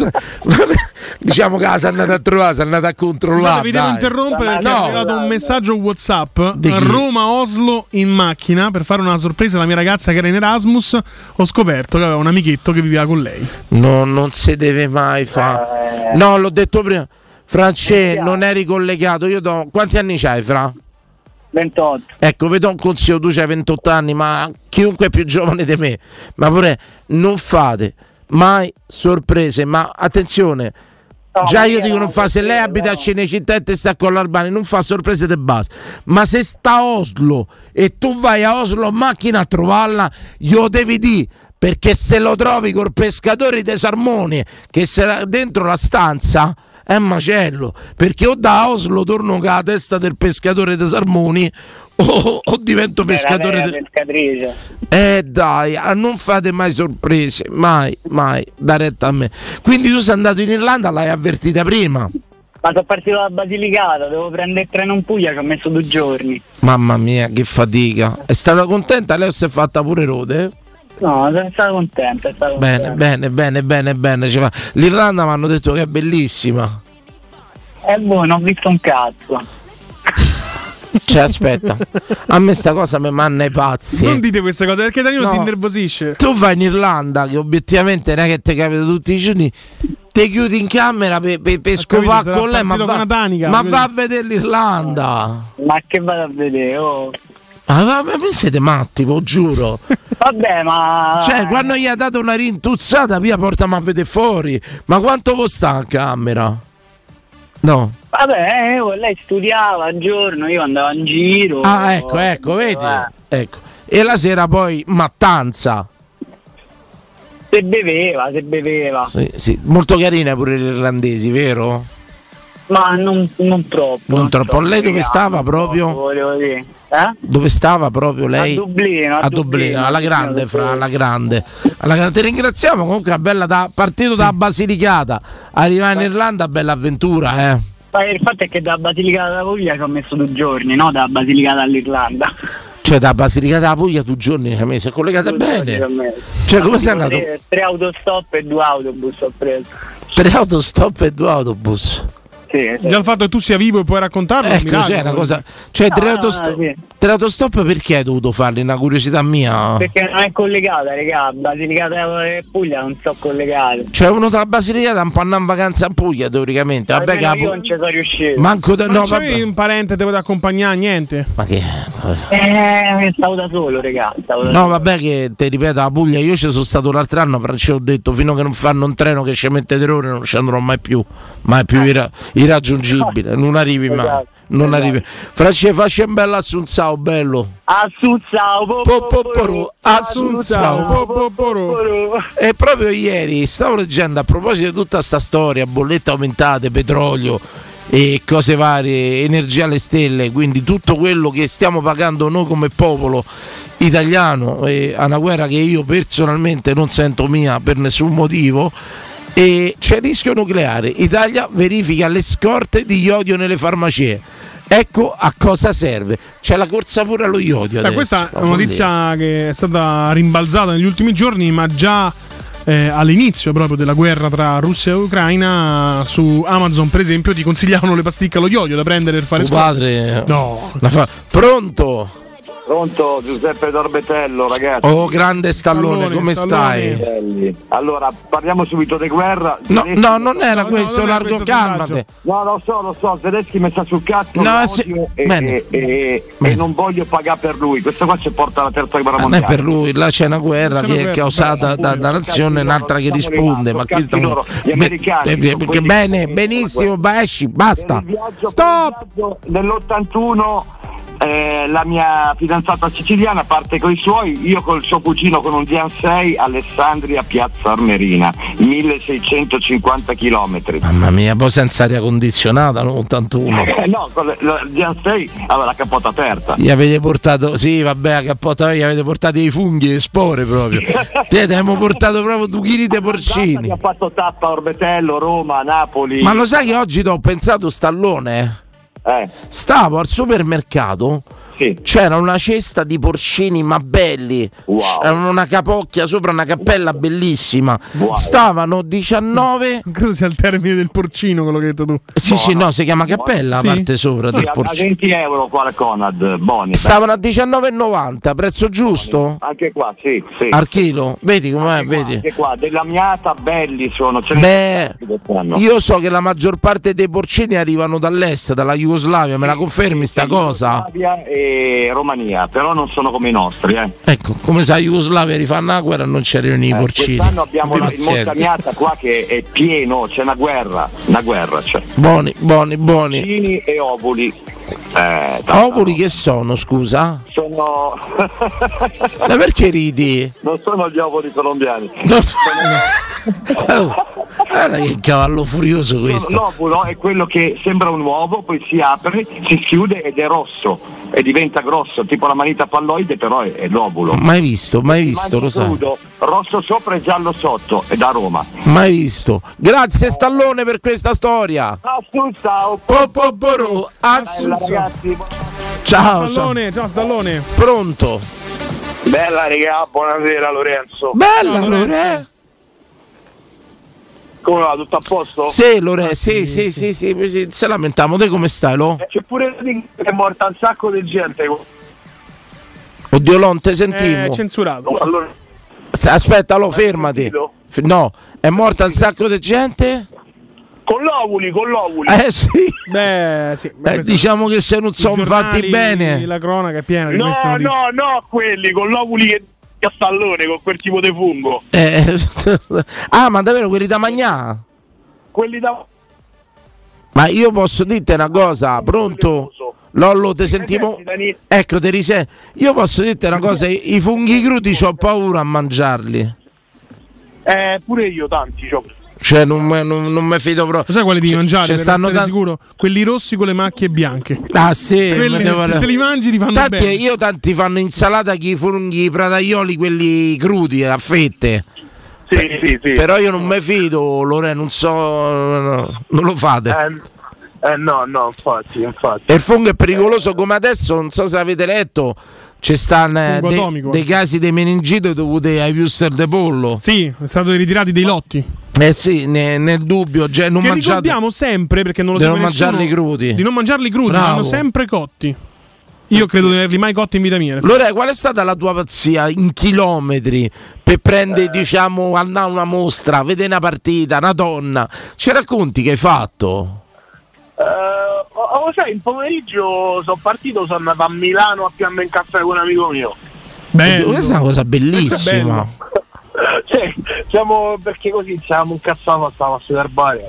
Speaker 4: diciamo che si è andata a trovare, si è andata a controllare.
Speaker 7: Scusate, vi devo interrompere perché
Speaker 4: no,
Speaker 7: è arrivato un messaggio WhatsApp
Speaker 4: Di chi?
Speaker 7: Roma-Oslo in macchina per fare una sorpresa alla mia ragazza che era in Erasmus. Ho scoperto che aveva un amichetto che viveva con lei.
Speaker 4: No, non si deve mai fare.
Speaker 9: Eh.
Speaker 4: No, l'ho detto prima. France, non eri collegato. Io do... Quanti anni c'hai, Fra?
Speaker 9: ventotto.
Speaker 4: Ecco, vi do un consiglio, tu c'hai ventotto anni, ma chiunque è più giovane di me, ma pure non fate mai sorprese, ma attenzione,
Speaker 9: no,
Speaker 4: già io dico non fa, se lei abita a Cinecittà e te sta con l'Albania, non fa sorprese di base, ma se sta a Oslo e tu vai a Oslo in macchina a trovarla, glielo devi dire, perché se lo trovi col pescatore di Sarmoni che sarà dentro la stanza è macello, perché o da Oslo torno con la testa del pescatore di Sarmoni o, o divento
Speaker 9: Beh,
Speaker 4: pescatore
Speaker 9: de...
Speaker 4: de...
Speaker 9: pescatrice.
Speaker 4: Eh dai, non fate mai sorprese, mai, mai, da retta a me. Quindi tu sei andato in Irlanda, l'hai avvertita prima?
Speaker 9: Ma sono partito da Basilicata, devo prendere il treno in Puglia, ci ho messo due giorni.
Speaker 4: Mamma mia, che fatica. È stata contenta? Lei o si è fatta pure rode?
Speaker 9: No, sono stato contento, è stato
Speaker 4: Bene,
Speaker 9: contento.
Speaker 4: bene, bene, bene, bene. Cioè, l'Irlanda mi hanno detto che è bellissima.
Speaker 9: E boh, non ho visto un cazzo.
Speaker 4: Cioè, aspetta, a me sta cosa mi manna i pazzi.
Speaker 7: Non dite queste cose perché Danilo
Speaker 4: No.
Speaker 7: si innervosisce.
Speaker 4: Tu vai in Irlanda, che obiettivamente non è che ti capita tutti i giorni, ti chiudi in camera per pe, pe scopare
Speaker 7: sarà
Speaker 4: con lei, ma,
Speaker 7: partito
Speaker 4: va,
Speaker 7: con una tanica,
Speaker 4: ma
Speaker 7: quindi-
Speaker 4: va a vedere l'Irlanda.
Speaker 9: Ma che vado a vedere? Oh.
Speaker 4: Ma, ma, ma voi siete matti, ve lo giuro.
Speaker 9: Vabbè, ma...
Speaker 4: Cioè, quando gli ha dato una rintuzzata, via, portami a vedere fuori. Ma quanto può stare in camera? No.
Speaker 9: Vabbè, eh, oh, lei studiava a giorno, io andavo in giro.
Speaker 4: Ah, ecco, ecco, vedi? Ecco. E la sera poi mattanza.
Speaker 9: Se beveva, se beveva.
Speaker 4: Sì, sì. Molto carine pure gli irlandesi, vero?
Speaker 9: Ma non, non troppo.
Speaker 4: Non troppo. Lei dove stava proprio?
Speaker 9: Volevo dire. Eh?
Speaker 4: Dove stava proprio lei?
Speaker 9: A Dublino, a
Speaker 4: a Dublino,
Speaker 9: Dublino,
Speaker 4: alla
Speaker 9: a
Speaker 4: grande,
Speaker 9: Dublino,
Speaker 4: fra,
Speaker 9: sì.
Speaker 4: alla grande. Alla grande. Ti ringraziamo comunque, una bella da, partito da Basilicata, arrivare in Irlanda, bella avventura, eh.
Speaker 9: Ma il fatto è che da Basilicata alla Puglia ci ho messo due giorni, no? Da Basilicata all'Irlanda.
Speaker 4: Cioè da Basilicata alla Puglia tu giorni ci hai messo, è collegata bene. Cioè come sei andato?
Speaker 9: Tre, tre autostop e due autobus ho preso.
Speaker 4: Tre autostop e due autobus.
Speaker 9: Sì, sì.
Speaker 7: Già il fatto che tu sia vivo e puoi raccontarlo è un
Speaker 4: Ecco,
Speaker 7: miracolo.
Speaker 4: c'è una cosa. Cioè
Speaker 9: No,
Speaker 4: tre,
Speaker 9: no,
Speaker 4: autostop,
Speaker 9: sì.
Speaker 4: tre autostop perché hai dovuto farli? Una curiosità mia.
Speaker 9: Perché non è collegata, raga. Basilicata e Puglia non sono collegate.
Speaker 4: Cioè uno tra Basilicata un po' andare in vacanza a Puglia teoricamente. Vabbè,
Speaker 9: Almeno
Speaker 4: capo.
Speaker 9: io non ci sono riuscito.
Speaker 4: Manco da,
Speaker 7: Ma
Speaker 4: no,
Speaker 7: non c'avevi
Speaker 4: vabbè.
Speaker 7: un parente che ti poteva accompagnare, niente.
Speaker 4: Ma che.
Speaker 9: Eh, stavo da solo, raga. Stavo da
Speaker 4: No,
Speaker 9: solo.
Speaker 4: vabbè, che ti ripeto, la Puglia io ci sono stato l'altro anno, però ci ho detto fino a che non fanno un treno che ci mette tre ore non ci andrò mai più, mai più ira- irraggiungibile, non arrivi mai.
Speaker 9: Esatto,
Speaker 4: Non
Speaker 9: esatto.
Speaker 4: arrivi. Fra ci faccia un bel assunzao bello.
Speaker 9: Assunzao, po, po, po, po,
Speaker 4: Assunzao.
Speaker 9: po, po, po, po.
Speaker 4: E proprio ieri stavo leggendo a proposito di tutta sta storia, bollette aumentate, petrolio e cose varie, energia alle stelle, quindi tutto quello che stiamo pagando noi come popolo italiano e a una guerra che io personalmente non sento mia per nessun motivo. E c'è il rischio nucleare. Italia verifica le scorte di iodio nelle farmacie. Ecco a cosa serve. C'è la corsa pure allo iodio.
Speaker 7: Beh,
Speaker 4: adesso.
Speaker 7: questa è
Speaker 4: Una
Speaker 7: una notizia che è stata rimbalzata negli ultimi giorni, ma già eh, all'inizio proprio della guerra tra Russia e Ucraina su Amazon, per esempio, ti consigliavano le pasticche allo iodio da prendere per fare
Speaker 4: Tuo
Speaker 7: scorte.
Speaker 4: padre
Speaker 7: No.
Speaker 4: la fa- Pronto?
Speaker 10: Pronto, Giuseppe Dorbetello, ragazzi.
Speaker 4: Oh, grande Stallone,
Speaker 7: Stallone,
Speaker 4: come
Speaker 7: Stallone.
Speaker 4: stai?
Speaker 10: Allora, parliamo subito di guerra.
Speaker 4: No,
Speaker 10: Zelensky-
Speaker 4: no, non era
Speaker 7: No, no,
Speaker 4: questo,
Speaker 7: non era
Speaker 4: largo,
Speaker 7: questo
Speaker 4: calmate.
Speaker 10: No, lo so, lo so, Zelensky mi sta sul cazzo,
Speaker 4: No,
Speaker 10: lo
Speaker 4: sì,
Speaker 10: odio e,
Speaker 4: bene.
Speaker 10: e- e-
Speaker 4: Bene.
Speaker 10: e non voglio pagare per lui. Questo qua ci porta alla terza guerra
Speaker 4: Non è
Speaker 10: mondiale.
Speaker 4: per lui, là c'è una guerra
Speaker 7: C'è
Speaker 4: che
Speaker 7: una
Speaker 4: è
Speaker 7: guerra,
Speaker 4: causata da, da nazione, un'altra che risponde. Ma qui stiamo.
Speaker 10: loro, gli americani,
Speaker 4: Beh,
Speaker 10: sono
Speaker 4: che
Speaker 10: quelli
Speaker 4: bene,
Speaker 10: che-
Speaker 4: benissimo, ba- esci, basta.
Speaker 10: Per il viaggio-
Speaker 7: Stop!
Speaker 10: per il viaggio dell'ottantuno eh, la mia fidanzata siciliana parte con i suoi, io col suo cugino con un Dian sei, Alessandria, Piazza Armerina, milleseicentocinquanta chilometri.
Speaker 4: Mamma mia, poi senza aria condizionata, no? ottantuno.
Speaker 10: Eh, no, con le- la Dian sei aveva la cappota aperta.
Speaker 4: Gli avete portato, sì, vabbè, a cappota, gli avete portato i funghi, le spore proprio. Te ti abbiamo portato proprio due chili di porcini.
Speaker 10: Mi ha fatto tappa a Orbetello, Roma, Napoli.
Speaker 4: Ma lo sai che oggi ti ho pensato, Stallone?
Speaker 10: Eh.
Speaker 4: Stavo al supermercato,
Speaker 10: sì.
Speaker 4: C'era una cesta di porcini ma belli,
Speaker 10: Wow.
Speaker 4: c'era una capocchia sopra una cappella bellissima.
Speaker 10: Wow.
Speaker 4: Stavano diciannove.
Speaker 7: Non credo sia il termine del porcino quello che hai detto tu.
Speaker 4: Sì, sì, no, si chiama cappella la
Speaker 7: Sì.
Speaker 4: parte sopra
Speaker 10: Sì,
Speaker 4: del
Speaker 10: a, a
Speaker 4: porcino.
Speaker 10: venti euro qua al Conad, buoni.
Speaker 4: Stavano a diciannove e novanta, prezzo giusto?
Speaker 10: Anche qua, sì, sì.
Speaker 4: Al chilo, vedi com'è,
Speaker 10: Anche qua,
Speaker 4: vedi?
Speaker 10: anche qua, della miata belli sono. Ce ne
Speaker 4: Beh,
Speaker 10: sono tanti quest'anno.
Speaker 4: io so che la maggior parte dei porcini arrivano dall'est, dalla Jugoslavia, me la confermi sta cosa?
Speaker 10: Jugoslavia e Romania, però non sono come i nostri, eh.
Speaker 4: Ecco, come sa Jugoslavia rifanno la guerra non c'erano i
Speaker 10: Eh,
Speaker 4: porcini.
Speaker 10: quest'anno abbiamo
Speaker 4: Abbi
Speaker 10: la, il
Speaker 4: pazienza.
Speaker 10: Montamiata qua che è pieno, c'è una guerra, una guerra c'è.
Speaker 4: Buoni, buoni, buoni.
Speaker 10: Porcini e ovuli. Eh, tanta
Speaker 4: Ovuli che sono, scusa?
Speaker 10: Sono.
Speaker 4: Ma perché ridi?
Speaker 10: Non sono gli ovuli colombiani.
Speaker 4: No. Oh, guarda che cavallo furioso questo.
Speaker 10: L'ovulo è quello che sembra un uovo, poi si apre, si chiude ed è rosso e diventa grosso, tipo la manita palloide, però è, è l'ovulo.
Speaker 4: Mai visto, mai visto, lo sai.
Speaker 10: Crudo, rosso sopra e giallo sotto, è da Roma.
Speaker 4: Mai visto. Grazie Stallone per questa storia.
Speaker 10: Ciao,
Speaker 4: Popoporo,
Speaker 10: ragazzi.
Speaker 4: Ciao
Speaker 7: Stallone, ciao Stallone.
Speaker 4: Pronto?
Speaker 3: Bella regà, buonasera Lorenzo.
Speaker 4: Bella Lore.
Speaker 3: Come va, tutto a posto?
Speaker 4: Sì, Lore, sì, sì, sì, sì, sì, se lamentiamo. Te come stai, Lo?
Speaker 3: Eh, c'è pure che è morta un sacco di gente.
Speaker 4: Oddio, non te sentivo.
Speaker 7: È censurato.
Speaker 3: Allora,
Speaker 4: aspetta, Lo, fermati. F- No, è morta un sacco di gente?
Speaker 3: con l'ovuli, con l'ovuli.
Speaker 4: Eh sì.
Speaker 7: Beh, sì. Beh,
Speaker 4: Eh, diciamo che se non sono fatti bene.
Speaker 7: La cronaca è piena di
Speaker 3: No,
Speaker 7: queste notizie.
Speaker 3: no, no, quelli con l'ovuli che a Stallone, con quel tipo di fungo.
Speaker 4: Eh, ah, ma davvero quelli da magnà?
Speaker 3: Quelli da...
Speaker 4: Ma io posso dirti una cosa, pronto? Lollo, te sentivo. Ecco, te risenti. Io posso dirti una cosa, i i funghi crudi ho paura a mangiarli.
Speaker 3: Eh, pure io tanti c'ho.
Speaker 4: Cioè, non, me- non, non mi fido proprio.
Speaker 7: Lo sai quali devi
Speaker 4: C-
Speaker 7: mangiare?
Speaker 4: ci
Speaker 7: Per
Speaker 4: stanno
Speaker 7: essere
Speaker 4: tan-
Speaker 7: sicuro? Quelli rossi con le macchie bianche.
Speaker 4: Ah sì,
Speaker 7: Quelli,
Speaker 4: me devo-
Speaker 7: se te li mangi ti fanno
Speaker 4: tanti,
Speaker 7: bene.
Speaker 4: io tanti fanno insalata con i funghi i prataioli, quelli crudi a fette.
Speaker 3: Sì, sì, sì.
Speaker 4: Però io non mi fido, Lore, non so, no, non lo fate.
Speaker 3: Eh, eh, no, no, infatti, infatti.
Speaker 4: E il fungo è pericoloso come adesso, non so se avete letto, ci stanno eh,
Speaker 7: Fungo
Speaker 4: dei,
Speaker 7: atomico.
Speaker 4: dei casi di meningite dovuti ai wuster de pollo.
Speaker 7: Sì, è stato ritirati dei lotti.
Speaker 4: Eh sì, ne- nel dubbio, cioè non
Speaker 7: che
Speaker 4: mangiate,
Speaker 7: ricordiamo sempre, perché non lo
Speaker 4: di
Speaker 7: sa
Speaker 4: non
Speaker 7: nessuno,
Speaker 4: mangiarli crudi.
Speaker 7: Di non mangiarli crudi,
Speaker 4: Bravo.
Speaker 7: vanno sempre cotti. Io credo di non averli mai cotti in vita mia.
Speaker 4: Lore, qual è stata la tua pazzia in chilometri per prendere,
Speaker 3: Eh.
Speaker 4: diciamo, andare a una mostra, vedere una partita, una donna? Ci racconti che hai fatto?
Speaker 3: Eh, oh, oh, sai, in pomeriggio sono partito, sono andato a Milano a piamme in caffè con un amico mio.
Speaker 4: Oddio, questa è una cosa bellissima.
Speaker 3: Sì, siamo, perché così siamo incazzati, stavamo a sedere al bar.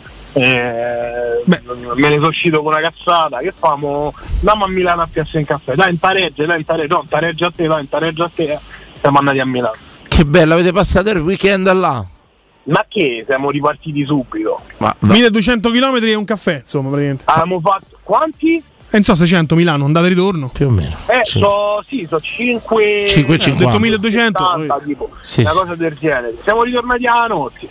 Speaker 3: Eh, me ne sono uscito con una cazzata. Che famo? Andiamo a Milano a piamme in caffè. Dai, in pareggio, dai, in pareggio, no, in pareggio a te, dai, in pareggio a te. Siamo andati a Milano.
Speaker 4: Che bello, avete passato il weekend là?
Speaker 3: Ma che? Siamo ripartiti subito.
Speaker 4: Ma,
Speaker 7: milleduecento chilometri e un caffè, insomma, praticamente.
Speaker 3: Abbiamo fatto quanti?
Speaker 7: E non so, seicento Milano, andata e ritorno.
Speaker 4: Più o meno.
Speaker 3: Eh, so, sì, so cinque
Speaker 4: cinque e cinquanta.
Speaker 7: Ho detto milleduecento.
Speaker 3: settanta, tipo,
Speaker 4: Sì,
Speaker 3: una
Speaker 4: sì.
Speaker 3: cosa del genere. Siamo ritornati alla notte.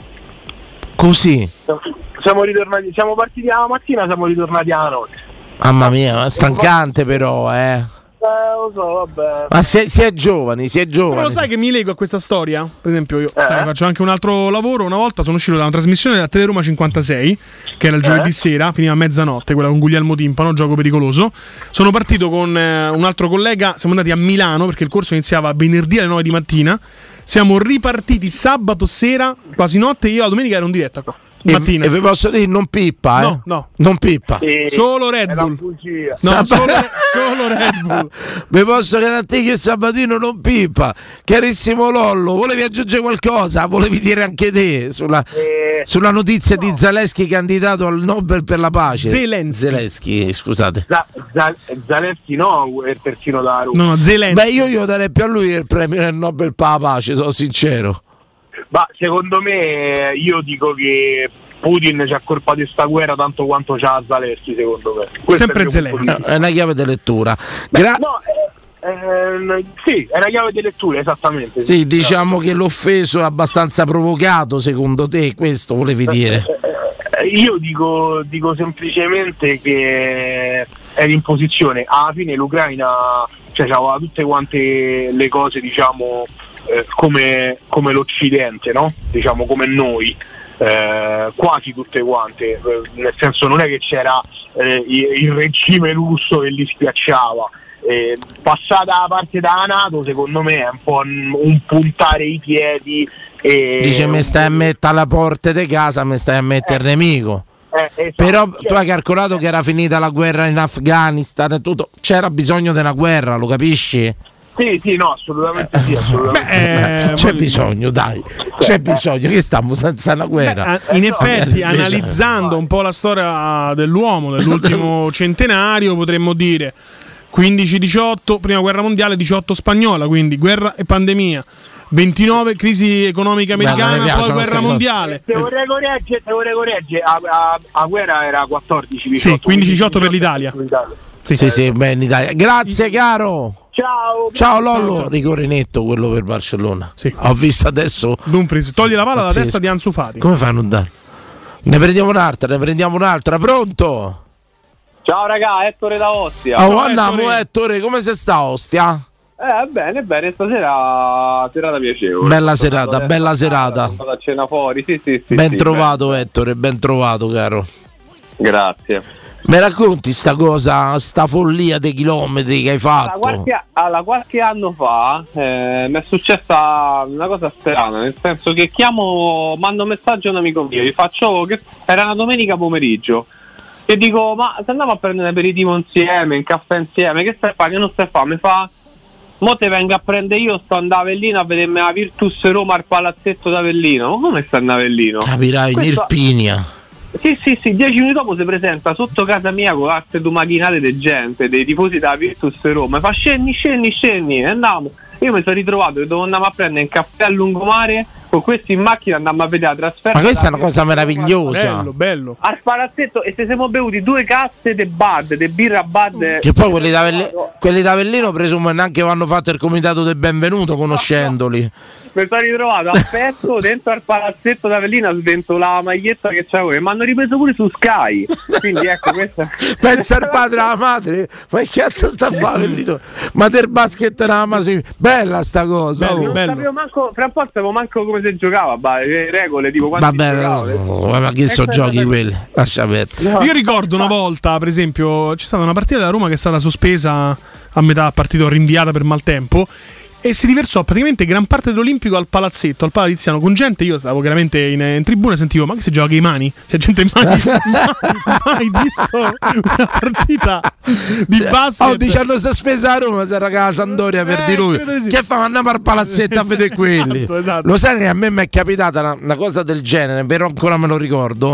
Speaker 4: Così?
Speaker 3: Siamo ritornati, siamo partiti la mattina, siamo ritornati alla notte.
Speaker 4: Mamma mia, ma stancante però, eh.
Speaker 3: Eh, lo so, vabbè.
Speaker 4: Ma si è, si è giovani, si è
Speaker 7: Però
Speaker 4: giovani.
Speaker 7: lo sai che mi lego a questa storia? Per esempio, io
Speaker 3: Eh?
Speaker 7: sai, faccio anche un altro lavoro. Una volta sono uscito da una trasmissione della Teleroma cinquantasei, che era il giovedì
Speaker 3: Eh?
Speaker 7: sera, finiva a mezzanotte, quella con Guglielmo Timpano, gioco pericoloso. Sono partito con eh, un altro collega, siamo andati a Milano perché il corso iniziava venerdì alle nove di mattina. Siamo ripartiti sabato sera, quasi notte, io la domenica ero in diretta qua.
Speaker 4: E,
Speaker 7: Mattina.
Speaker 4: e vi posso dire, non pippa, eh?
Speaker 7: No, no.
Speaker 4: Non pippa.
Speaker 3: Sì,
Speaker 7: Solo Red
Speaker 3: è una
Speaker 7: Bull.
Speaker 3: bugia.
Speaker 7: No,
Speaker 4: Sab-
Speaker 7: solo, solo Red Bull.
Speaker 4: Vi posso garantire che Sabatino non pippa. Carissimo Lollo, volevi aggiungere qualcosa? Volevi dire anche te sulla,
Speaker 3: Eh,
Speaker 4: sulla notizia di Zaleschi candidato al Nobel per la pace?
Speaker 7: Zelensky.
Speaker 4: Zelensky, scusate.
Speaker 3: Za- Za- Zaleschi no, è persino da Roma.
Speaker 7: No, no, Zelensky.
Speaker 4: Beh, io io darei più a lui il premio del Nobel per la pace, sono sincero.
Speaker 3: Ma secondo me io dico che Putin ci ha colpato questa guerra tanto quanto c'ha Zaleschi, secondo me. Questo
Speaker 7: Sempre
Speaker 3: è il mio punto di
Speaker 7: Zelensky.
Speaker 3: vista.
Speaker 4: È una chiave di lettura. Gra-
Speaker 3: No, eh, eh, sì, è una chiave di lettura, esattamente.
Speaker 4: sì, diciamo che l'offeso è abbastanza provocato, secondo te, questo volevi dire?
Speaker 3: Eh, Io dico, dico semplicemente che è l'imposizione. Alla fine l'Ucraina, cioè, aveva tutte quante le cose, diciamo, eh, come, come l'Occidente, no? Diciamo come noi. Eh, quasi tutte quante, eh, nel senso non è che c'era eh, il, il regime russo che li schiacciava. Eh, passata la parte da NATO, secondo me è un po' un, un puntare i piedi e
Speaker 4: Dice mi stai a mettere alla porta di casa, mi stai a mettere il nemico.
Speaker 3: eh, esatto.
Speaker 4: Però
Speaker 3: Cioè,
Speaker 4: tu hai calcolato che era finita la guerra in Afghanistan e tutto, c'era bisogno di una guerra, lo capisci?
Speaker 3: sì, sì, no, assolutamente sì, assolutamente.
Speaker 7: Beh, eh,
Speaker 4: c'è bisogno, dai, c'è bisogno, che stiamo senza una guerra.
Speaker 7: Beh, in effetti,
Speaker 4: Eh,
Speaker 7: analizzando un po' la storia dell'uomo dell'ultimo centenario, potremmo dire quindici diciotto, prima guerra mondiale, diciotto spagnola, quindi guerra e pandemia. ventinove, crisi economica americana,
Speaker 4: Beh,
Speaker 7: poi guerra mondiale.
Speaker 3: Se vorrei correggere, se vorrei correggere, a, a, a guerra era quattordici diciotto.
Speaker 7: Sì, quindici diciotto per l'Italia.
Speaker 4: Sì, sì, sì, beh, in Italia. Grazie caro.
Speaker 3: Ciao.
Speaker 4: Ciao Lollo, rigore netto quello per Barcellona.
Speaker 7: Sì.
Speaker 4: Ho visto adesso.
Speaker 7: Dumfries toglie la palla dalla
Speaker 4: Pazzesco.
Speaker 7: testa di Ansu Fati.
Speaker 4: Come fanno a dare? Ne prendiamo un'altra, ne prendiamo un'altra. Pronto?
Speaker 11: Ciao raga, Ettore da Ostia.
Speaker 4: Oh, andiamo Ettore, come se sta Ostia?
Speaker 11: Eh, bene, bene, stasera serata piacevole.
Speaker 4: Bella serata, bella serata.
Speaker 11: Sono andato a cena fuori, sì, sì, sì.
Speaker 4: Ben
Speaker 11: sì,
Speaker 4: trovato
Speaker 11: bene.
Speaker 4: Ettore, ben trovato caro.
Speaker 11: Grazie.
Speaker 4: Mi racconti sta cosa, sta follia dei chilometri che hai
Speaker 11: Allora,
Speaker 4: fatto?
Speaker 11: qualche, allora, qualche anno fa eh, mi è successa una cosa strana, nel senso che chiamo, mando un messaggio a un amico mio, gli faccio che era una domenica pomeriggio e dico ma se andiamo a prendere un aperitivo insieme, un caffè insieme, che stai a fare, che non stai a fare? Mi fa mo te vengo a prendere io, sto andando a Avellino a vedermi la Virtus Roma al palazzetto d'Avellino. Ma come sta a Avellino?
Speaker 4: Capirai, in
Speaker 11: Questo-
Speaker 4: Irpinia.
Speaker 11: Sì, sì, sì, dieci minuti dopo si presenta sotto casa mia con altre due macchinate di gente, dei tifosi della Virtus Roma, e fa scendi, scendi, scendi, e andiamo. Io mi sono ritrovato che dovevo andare a prendere un caffè a lungomare, con questi in macchina andammo a vedere la trasferta.
Speaker 4: Ma questa è una
Speaker 11: della
Speaker 4: cosa
Speaker 11: Virtus Roma.
Speaker 4: meravigliosa.
Speaker 7: Bello, bello.
Speaker 11: Al palazzetto, e se siamo bevuti due casse di Bud, di birra Bud.
Speaker 4: Che poi quelli d'Avellino, quelli d'Avellino presumo neanche vanno fatto il comitato del benvenuto conoscendoli.
Speaker 11: Mi sono ritrovato a pezzo dentro al palazzetto d'Avellino a sventolare la maglietta che c'avevo e mi hanno ripreso pure su Sky. Quindi ecco questa.
Speaker 4: Pensa al padre e alla madre, ma che cazzo sta a fare Avellino? Ma del basket era ma sì. Bella sta cosa.
Speaker 11: Bello,
Speaker 4: oh.
Speaker 11: non sapevo manco, fra un po' sapevo manco come si giocava, bah, le regole, tipo quanti
Speaker 4: Vabbè,
Speaker 11: giocavo,
Speaker 4: no, no, ma che so giochi quelli? Lascia aperto.
Speaker 11: No.
Speaker 7: Io ricordo una volta, per esempio, c'è stata una partita della Roma che è stata sospesa a metà partita, rinviata per maltempo. E si riversò praticamente gran parte dell'Olimpico al palazzetto, al Palatiziano, con gente. Io stavo chiaramente in, in tribuna e sentivo, ma che si gioca con i mani? C'è gente in mani. Mai visto una partita di basket.
Speaker 4: Oh, dicendo sospesa a Roma, se raga la Sampdoria per
Speaker 7: Eh,
Speaker 4: di lui.
Speaker 7: credo di sì.
Speaker 4: Che fa? Andiamo al palazzetto a vedere quelli.
Speaker 7: Esatto, esatto.
Speaker 4: Lo sai che a me mi è capitata una, una cosa del genere, però ancora me lo ricordo.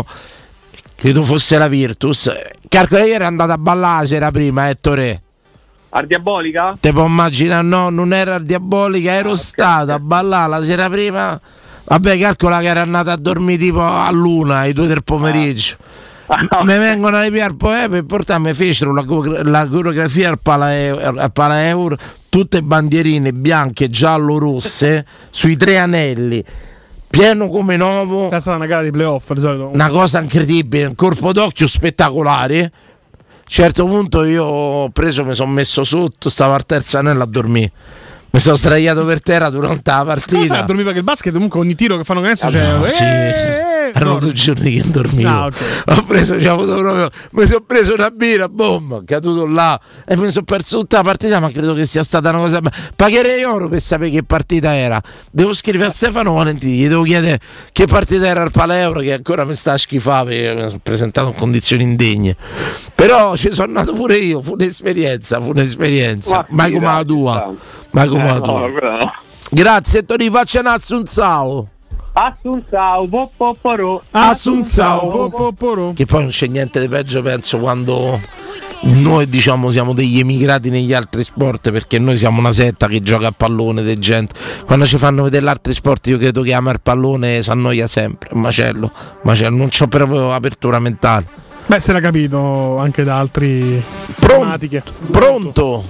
Speaker 4: Che tu fosse la Virtus. Calcola, ieri è andata a ballare la sera prima, Ettore.
Speaker 11: Al Diabolica?
Speaker 4: Te puoi immaginare, no, non era diabolica, ero stata a ballare la sera prima. Vabbè, calcola che era andata a dormire tipo a luna, ai due del pomeriggio.
Speaker 11: Ah.
Speaker 4: Mi vengono a ripiare poi per portarmi, fecero la, co- la coreografia al Palaeuro, al Palaeuro, tutte bandierine bianche, giallo-rosse sui tre anelli. Pieno come nuovo.
Speaker 7: È stata una gara di playoff di solito.
Speaker 4: Una cosa incredibile, un corpo d'occhio spettacolare. A un certo punto io ho preso, mi sono messo sotto, stavo al terzo anello a dormire. Mi sono sdraiato per terra durante la
Speaker 7: Come fai
Speaker 4: partita.
Speaker 7: a dormire? Perché il basket comunque ogni tiro che fanno adesso
Speaker 4: Ah,
Speaker 7: c'è.
Speaker 4: no, sì.
Speaker 7: Eh,
Speaker 4: Erano due giorni che dormivo.
Speaker 7: Ah, okay.
Speaker 4: Ho preso, c'ho avuto proprio, mi sono preso una birra, boom, caduto là e mi sono perso tutta la partita, ma credo che sia stata una cosa. Pagherei oro per sapere che partita era. Devo scrivere a Stefano Valentini, gli devo chiedere che partita era al Palaeuro, che ancora mi sta a schifare perché mi sono presentato in condizioni indegne. Però ci sono andato pure io, fu un'esperienza, fu un'esperienza.
Speaker 11: Ma
Speaker 4: Mai
Speaker 11: sì,
Speaker 4: come
Speaker 11: dai,
Speaker 4: la tua.
Speaker 11: sta.
Speaker 4: Mai come
Speaker 11: Eh,
Speaker 4: la
Speaker 11: no,
Speaker 4: tua.
Speaker 11: quella no.
Speaker 4: Grazie, Tori, faccia un assunzao.
Speaker 11: Assunzao, popoporo.
Speaker 4: Assunzao.
Speaker 7: Popoporo.
Speaker 4: Che poi non c'è niente di peggio, penso, quando noi diciamo siamo degli emigrati negli altri sport, perché noi siamo una setta che gioca a pallone di gente. Quando ci fanno vedere gli altri sport, io credo che ama il pallone si annoia sempre. Macello, macello, non c'ho proprio apertura mentale.
Speaker 7: Beh, si era capito anche da altri tematiche.
Speaker 4: Pronto?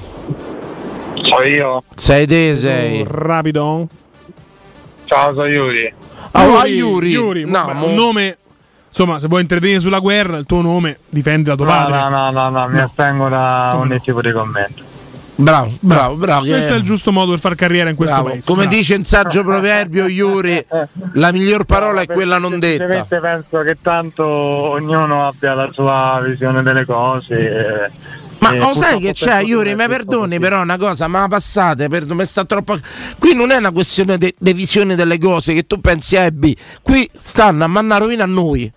Speaker 3: Sono io.
Speaker 4: Sei te, sei.
Speaker 7: Rapido.
Speaker 3: Ciao, sono Yuri.
Speaker 4: Oh, Yuri.
Speaker 7: Yuri,
Speaker 4: No,
Speaker 7: beh,
Speaker 4: mo-
Speaker 7: un nome. Insomma, se vuoi intervenire sulla guerra, il tuo nome difende la tua
Speaker 3: No,
Speaker 7: patria.
Speaker 3: no, no, no, no, mi astengo da ogni tipo di commento.
Speaker 4: Bravo, bravo, bravo. che-
Speaker 7: Questo è il giusto modo per far carriera in questo
Speaker 4: bravo.
Speaker 7: paese.
Speaker 4: Come
Speaker 7: Bravo.
Speaker 4: dice un saggio proverbio, Yuri, la miglior parola è quella non detta.
Speaker 3: Semplicemente penso che tanto ognuno abbia la sua visione delle cose. e-
Speaker 4: Ma
Speaker 3: e
Speaker 4: lo sai
Speaker 3: purtroppo
Speaker 4: che
Speaker 3: per
Speaker 4: c'è,
Speaker 3: fortuna
Speaker 4: Yuri?
Speaker 3: è
Speaker 4: Mi
Speaker 3: tutto
Speaker 4: perdoni,
Speaker 3: così.
Speaker 4: però una cosa, ma passate, perdoni, mi sta troppo. Qui non è una questione di visione delle cose che tu pensi A e B. Qui stanno a mandare rovina a noi.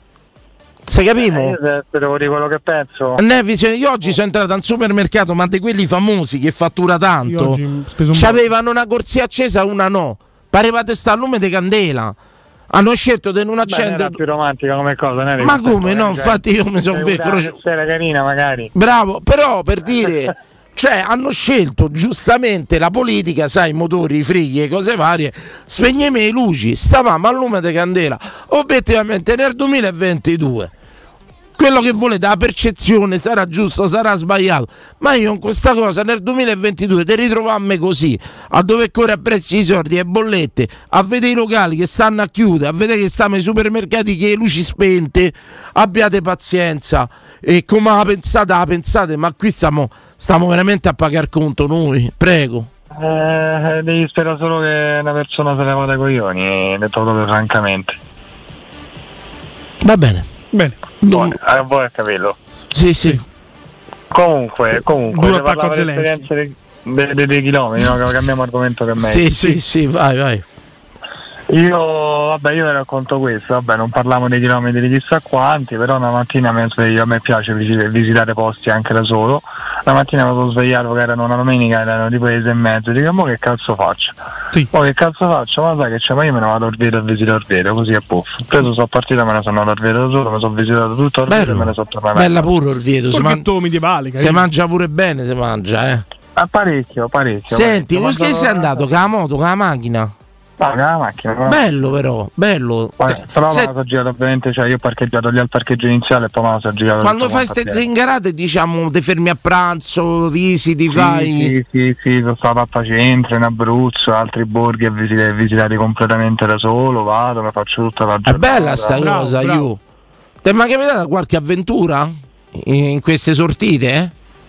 Speaker 4: Se capimo?
Speaker 3: Eh, io te- te devo dire quello che penso.
Speaker 4: Ne visione- Io oggi sono entrato a un supermercato, ma di quelli famosi che fattura
Speaker 7: Io
Speaker 4: tanto.
Speaker 7: oggi ho speso un
Speaker 4: C'avevano una corsia accesa, una no. Pareva di sta al lume di candela. Hanno scelto di non
Speaker 3: Beh,
Speaker 4: accendere.
Speaker 3: era più romantica come cosa, non era
Speaker 4: Ma
Speaker 3: che-
Speaker 4: come no?
Speaker 3: cioè,
Speaker 4: Infatti io mi sono
Speaker 3: una
Speaker 4: incrociato.
Speaker 3: sera carina magari.
Speaker 4: Bravo, però per dire, Cioè hanno scelto giustamente la politica, sai, i motori, i frighi e cose varie, spegneme le luci, stavamo a lume di candela. Obiettivamente nel duemilaventidue quello che volete, la percezione sarà giusto, sarà sbagliato, ma io in questa cosa nel duemilaventidue ti ritrovammi così, a dover correre a prezzi di soldi e bollette, a vedere i locali che stanno a chiudere, a vedere che stanno i supermercati che le luci spente. Abbiate pazienza, e come la pensate, la pensate, ma qui stiamo, stiamo veramente a pagare conto noi, prego.
Speaker 8: Eh, devi sperare solo che una persona se ne vada coi coglioni, detto proprio francamente.
Speaker 4: Va bene.
Speaker 7: Bene.
Speaker 8: No, a voi a capello.
Speaker 4: Sì, sì.
Speaker 8: Comunque, comunque,
Speaker 7: Duro
Speaker 8: se
Speaker 7: attacco a
Speaker 8: parlare
Speaker 7: Zelensky.
Speaker 8: dei, dei, dei, dei chilometri, no? Cambiamo argomento che è meglio.
Speaker 4: Sì, sì, sì, vai, vai.
Speaker 8: Io, vabbè, io vi racconto questo, vabbè, non parliamo dei chilometri di chissà quanti, però una mattina mi sveglio, a me piace visitare posti anche da solo. La mattina mi sono svegliato che erano una domenica, erano tipo le sei e mezzo, dico, ma che cazzo faccio?
Speaker 7: Sì.
Speaker 8: Poi che cazzo faccio? Ma sai che c'è, ma io me ne vado a Orvieto a visitare Orvieto, così è puff. Preso sono partito, me ne sono andato a Orvieto da solo, mi sono visitato tutto Orvieto e me ne sono tornato.
Speaker 4: Bella pure Orvieto, si, man-
Speaker 7: medievale,
Speaker 4: si mangia pure bene, si mangia, eh.
Speaker 8: Ah, parecchio, parecchio.
Speaker 4: Senti,
Speaker 8: parecchio.
Speaker 4: come sei andato? Con la moto, con la macchina?
Speaker 8: No, con la macchina. Però.
Speaker 4: Bello però, bello.
Speaker 8: Poi, però
Speaker 4: Se-
Speaker 8: me la sono girato ovviamente, cioè io ho parcheggiato lì al parcheggio iniziale e poi me la sono girato.
Speaker 4: Quando fai ste zingarate, diciamo, ti fermi a pranzo, visiti,
Speaker 8: sì,
Speaker 4: fai.
Speaker 8: Sì, sì, sì, sono stato a Papacentro, in Abruzzo, altri borghi a visitare, visitati completamente da solo, vado, mi faccio tutta la giornata.
Speaker 4: È bella sta
Speaker 8: Bravo,
Speaker 4: cosa,
Speaker 8: bravo.
Speaker 4: io. Ti è mai capitata qualche avventura in, in queste sortite? Eh?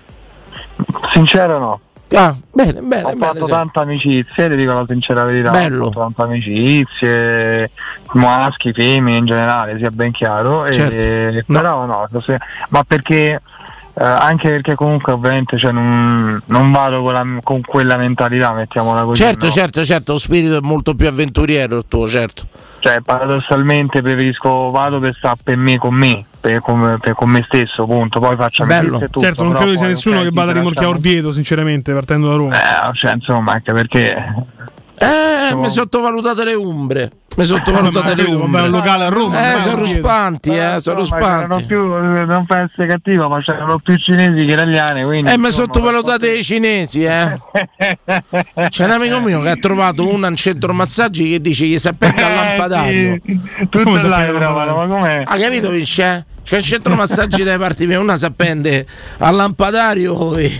Speaker 8: Sincero no.
Speaker 4: Ah, bene, bene,
Speaker 8: ho
Speaker 4: bene,
Speaker 8: fatto
Speaker 4: sì.
Speaker 8: tante amicizie, ti dico la sincera verità.
Speaker 4: Bello.
Speaker 8: Ho fatto tante amicizie, maschi, femmine in generale, sia ben chiaro.
Speaker 4: Certo.
Speaker 8: E,
Speaker 4: No.
Speaker 8: Però no, se- ma perché eh, anche perché comunque ovviamente cioè, non, non vado con, la- con quella mentalità, mettiamola così.
Speaker 4: Certo,
Speaker 8: no?
Speaker 4: certo, certo, lo spirito è molto più avventuriero il tuo, certo.
Speaker 8: Cioè paradossalmente preferisco, vado per stare per me con me, per, con, per con me stesso, punto. Poi faccio
Speaker 7: Bello.
Speaker 8: amicizia e tutto,
Speaker 7: Certo, non
Speaker 8: però
Speaker 7: credo ci sia
Speaker 8: poi,
Speaker 7: nessuno
Speaker 8: ok,
Speaker 7: che
Speaker 8: sì,
Speaker 7: vada a
Speaker 8: ci
Speaker 7: rimorchiare
Speaker 8: lasciamo-
Speaker 7: Orvieto, sinceramente, partendo da Roma.
Speaker 8: Eh, cioè, insomma, anche perché
Speaker 4: Eh, mi sottovalutate le umbre. Mi sottovalutate
Speaker 7: Ma
Speaker 4: le
Speaker 7: credo,
Speaker 4: umbre.
Speaker 7: un locale a Roma.
Speaker 4: Eh, sono
Speaker 7: Orvieto.
Speaker 4: ruspanti, eh, sono
Speaker 8: Insomma, c'erano
Speaker 4: ruspanti.
Speaker 8: più, non per essere cattivo, ma c'erano più cinesi che italiani, quindi
Speaker 4: Eh, mi
Speaker 8: insomma,
Speaker 4: sottovalutate i cinesi, eh. C'è un amico mio che ha trovato una in centro massaggi che dice che si appende al lampadario.
Speaker 8: tutte
Speaker 7: Come si
Speaker 8: là
Speaker 7: appende al
Speaker 8: trovano, ma com'è?
Speaker 4: Ha capito Vince? C'è il centro massaggi dalle parti mie, una si appende al lampadario e,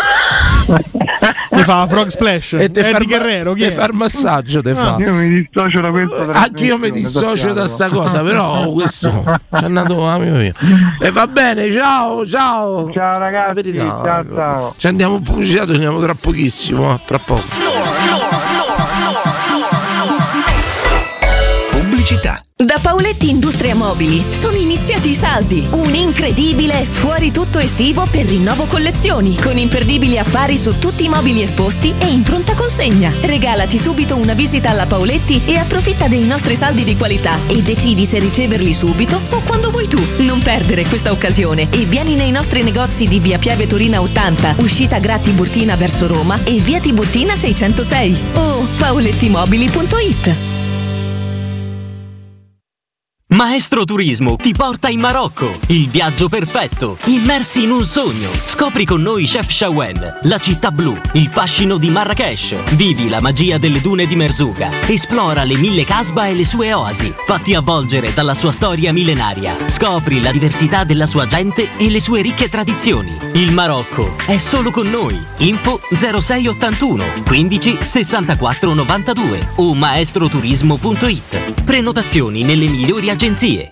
Speaker 7: Mi fa la Frog Splash.
Speaker 4: e te
Speaker 7: Eddie
Speaker 4: fa il-
Speaker 7: Guerrero, chi
Speaker 4: te
Speaker 7: è?
Speaker 4: fa il massaggio, te fa.
Speaker 8: Io mi dissocio da questo.
Speaker 4: Anche io mi dissocio da sta cosa, però questo c'è andato amico mio. E va bene, ciao, ciao.
Speaker 8: Ciao ragazzi,
Speaker 4: La verità,
Speaker 8: ciao ciao.
Speaker 4: ci andiamo in pubblicità, torniamo tra pochissimo, eh, tra poco.
Speaker 2: Pubblicità.
Speaker 12: Da Paoletti Industria Mobili sono iniziati i saldi. Un incredibile fuori tutto estivo per rinnovo collezioni, con imperdibili affari su tutti i mobili esposti e in pronta consegna. Regalati subito una visita alla Paoletti e approfitta dei nostri saldi di qualità e decidi se riceverli subito o quando vuoi tu. Non perdere questa occasione e vieni nei nostri negozi di via Pieve Torina ottanta, uscita Gra Tiburtina verso Roma e via Tiburtina seicentosei o paolettimobili punto it.
Speaker 13: Maestro Turismo ti porta in Marocco, il viaggio perfetto, immersi in un sogno. Scopri con noi Chef Shawen, la città blu, il fascino di Marrakesh. Vivi la magia delle dune di Merzouga. Esplora le mille casba e le sue oasi. Fatti avvolgere dalla sua storia millenaria. Scopri la diversità della sua gente e le sue ricche tradizioni. Il Marocco è solo con noi. Info zero sei ottantuno quindici sessantaquattro novantadue o maestroturismo punto it. Prenotazioni nelle migliori agenzie.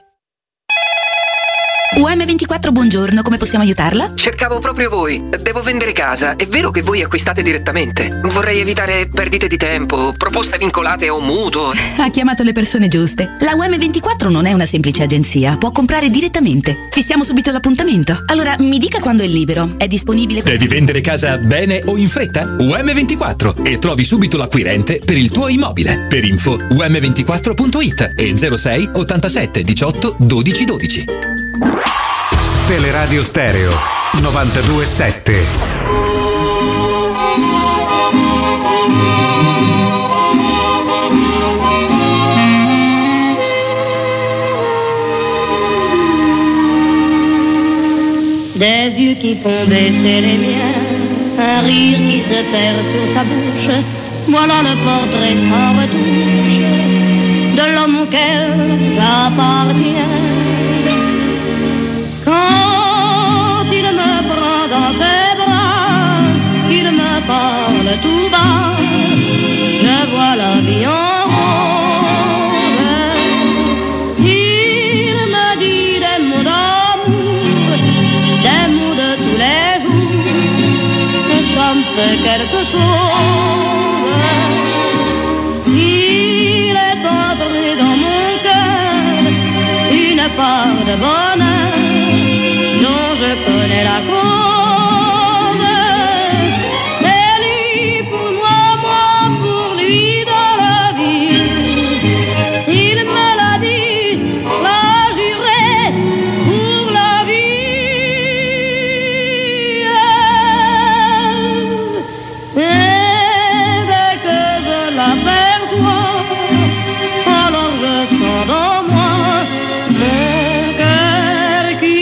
Speaker 12: U M ventiquattro, buongiorno, come possiamo aiutarla?
Speaker 14: Cercavo proprio voi. Devo vendere casa. È vero che voi acquistate direttamente? Vorrei evitare perdite di tempo, proposte vincolate o mutuo.
Speaker 12: Ha chiamato le persone giuste. La U M ventiquattro non è una semplice agenzia, può comprare direttamente. Fissiamo subito l'appuntamento. Allora, mi dica quando è libero. È disponibile?
Speaker 2: Devi vendere casa bene o in fretta? U M ventiquattro e trovi subito l'acquirente per il tuo immobile. Per info u m ventiquattro punto it e zero sei ottantasette diciotto dodici dodici.
Speaker 22: Teleradio Stereo novantadue sette.
Speaker 15: Des yeux qui font baisser les miens, un rire qui se perd sur sa bouche. Voilà le portrait sans retouche de l'homme auquel j'appartiens. Quand il me prend dans ses bras, il me parle tout bas, je vois la vie en rose. Il me dit des mots d'amour, des mots de tous les jours, que ça me fait quelque chose. Il est entré dans mon cœur une part de bonheur dont je connais la cause. C'est lui pour moi, moi pour lui dans la vie. Il me l'a dit, l'a juré pour la vie. Et dès que je l'aperçois, alors je sens dans moi mon cœur qui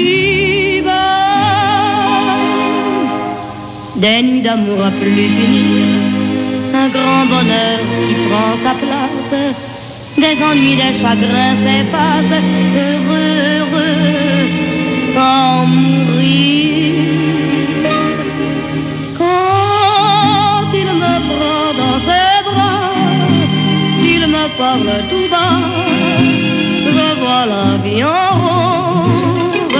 Speaker 15: bat. Des nuits d'amour à plus finir, un grand bonheur qui prend sa place, des ennuis, des chagrins s'effacent, heureux, heureux, en mourir. Quand il me prend dans ses bras, il me parle tout bas, je vois la vie en rose.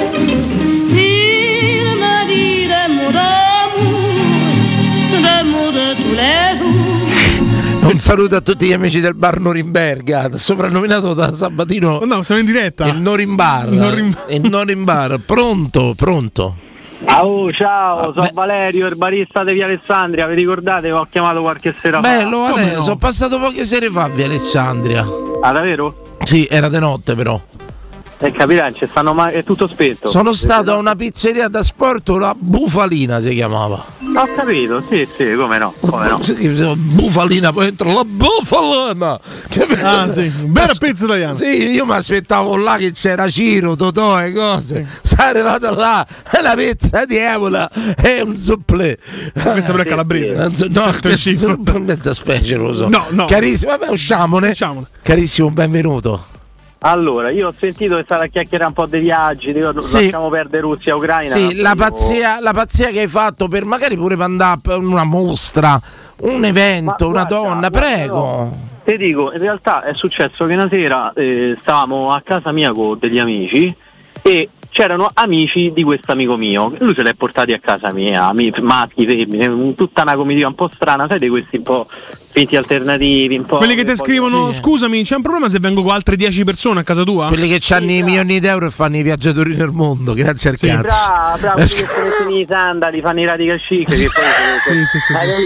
Speaker 15: Il me dit des mots d'amour, des mots de tous les jours.
Speaker 4: Un saluto a tutti gli amici del bar Norimberga, soprannominato da Sabatino.
Speaker 7: No, siamo in diretta.
Speaker 4: Il Norimbar.
Speaker 7: Norimbar.
Speaker 4: Il Norimbar. Pronto, pronto.
Speaker 11: Ah, oh, ciao, sono Valerio, il barista di Via Alessandria, vi ricordate? Ho chiamato qualche sera fa.
Speaker 4: Bello, Valerio, no? Sono passato poche sere fa a Via Alessandria.
Speaker 11: Ah, davvero?
Speaker 4: Sì, era di notte però.
Speaker 11: Eh, capirai, ci stanno ma- è tutto spento.
Speaker 4: Sono stato a una pizzeria da sport, la Bufalina si chiamava.
Speaker 11: Ho capito, sì, sì, come no, come no.
Speaker 4: Bufalina, poi entro la Bufalina. Che
Speaker 7: Ah, sì, un bel pezzo italiano.
Speaker 4: Sì, io mi aspettavo là che c'era Ciro, Totò e cose. Sono arrivato là, è una pizza di Evola e un supplé.
Speaker 7: Questa però è calabrese.
Speaker 4: No, questo è mezza specie, lo so.
Speaker 7: No, no.
Speaker 4: Carissimo, vabbè, usciamone.
Speaker 7: Usciamone.
Speaker 4: Carissimo, benvenuto.
Speaker 11: Allora, io ho sentito che stava a chiacchierare un po' dei viaggi, dico,
Speaker 4: Sì.
Speaker 11: lasciamo perdere Russia e Ucraina.
Speaker 4: Sì, la
Speaker 11: io-
Speaker 4: pazzia, la pazzia che hai fatto per magari pure per andare a una mostra, un evento,
Speaker 11: Ma
Speaker 4: una
Speaker 11: guarda,
Speaker 4: donna,
Speaker 11: guarda,
Speaker 4: prego.
Speaker 11: no. Ti dico, in realtà è successo che una sera eh, stavamo a casa mia con degli amici e c'erano amici di questo amico mio. Lui se li è portati a casa mia, amici, maschi, femmine, tutta una comitiva un po' strana, sai, di questi un po' finti alternativi, un po'.
Speaker 7: Quelli che ti scrivono,
Speaker 4: Sì.
Speaker 7: scusami, c'è un problema se vengo con altre dieci persone a casa tua?
Speaker 4: Quelli che hanno i milioni d'euro e fanno i viaggiatori nel mondo, grazie al
Speaker 11: Sì,
Speaker 4: cazzo.
Speaker 11: bravo, bravo, quelli che si mettono i sandali, fanno i radical chic, che poi
Speaker 7: Sì, sì, sì,
Speaker 11: hai
Speaker 7: sì.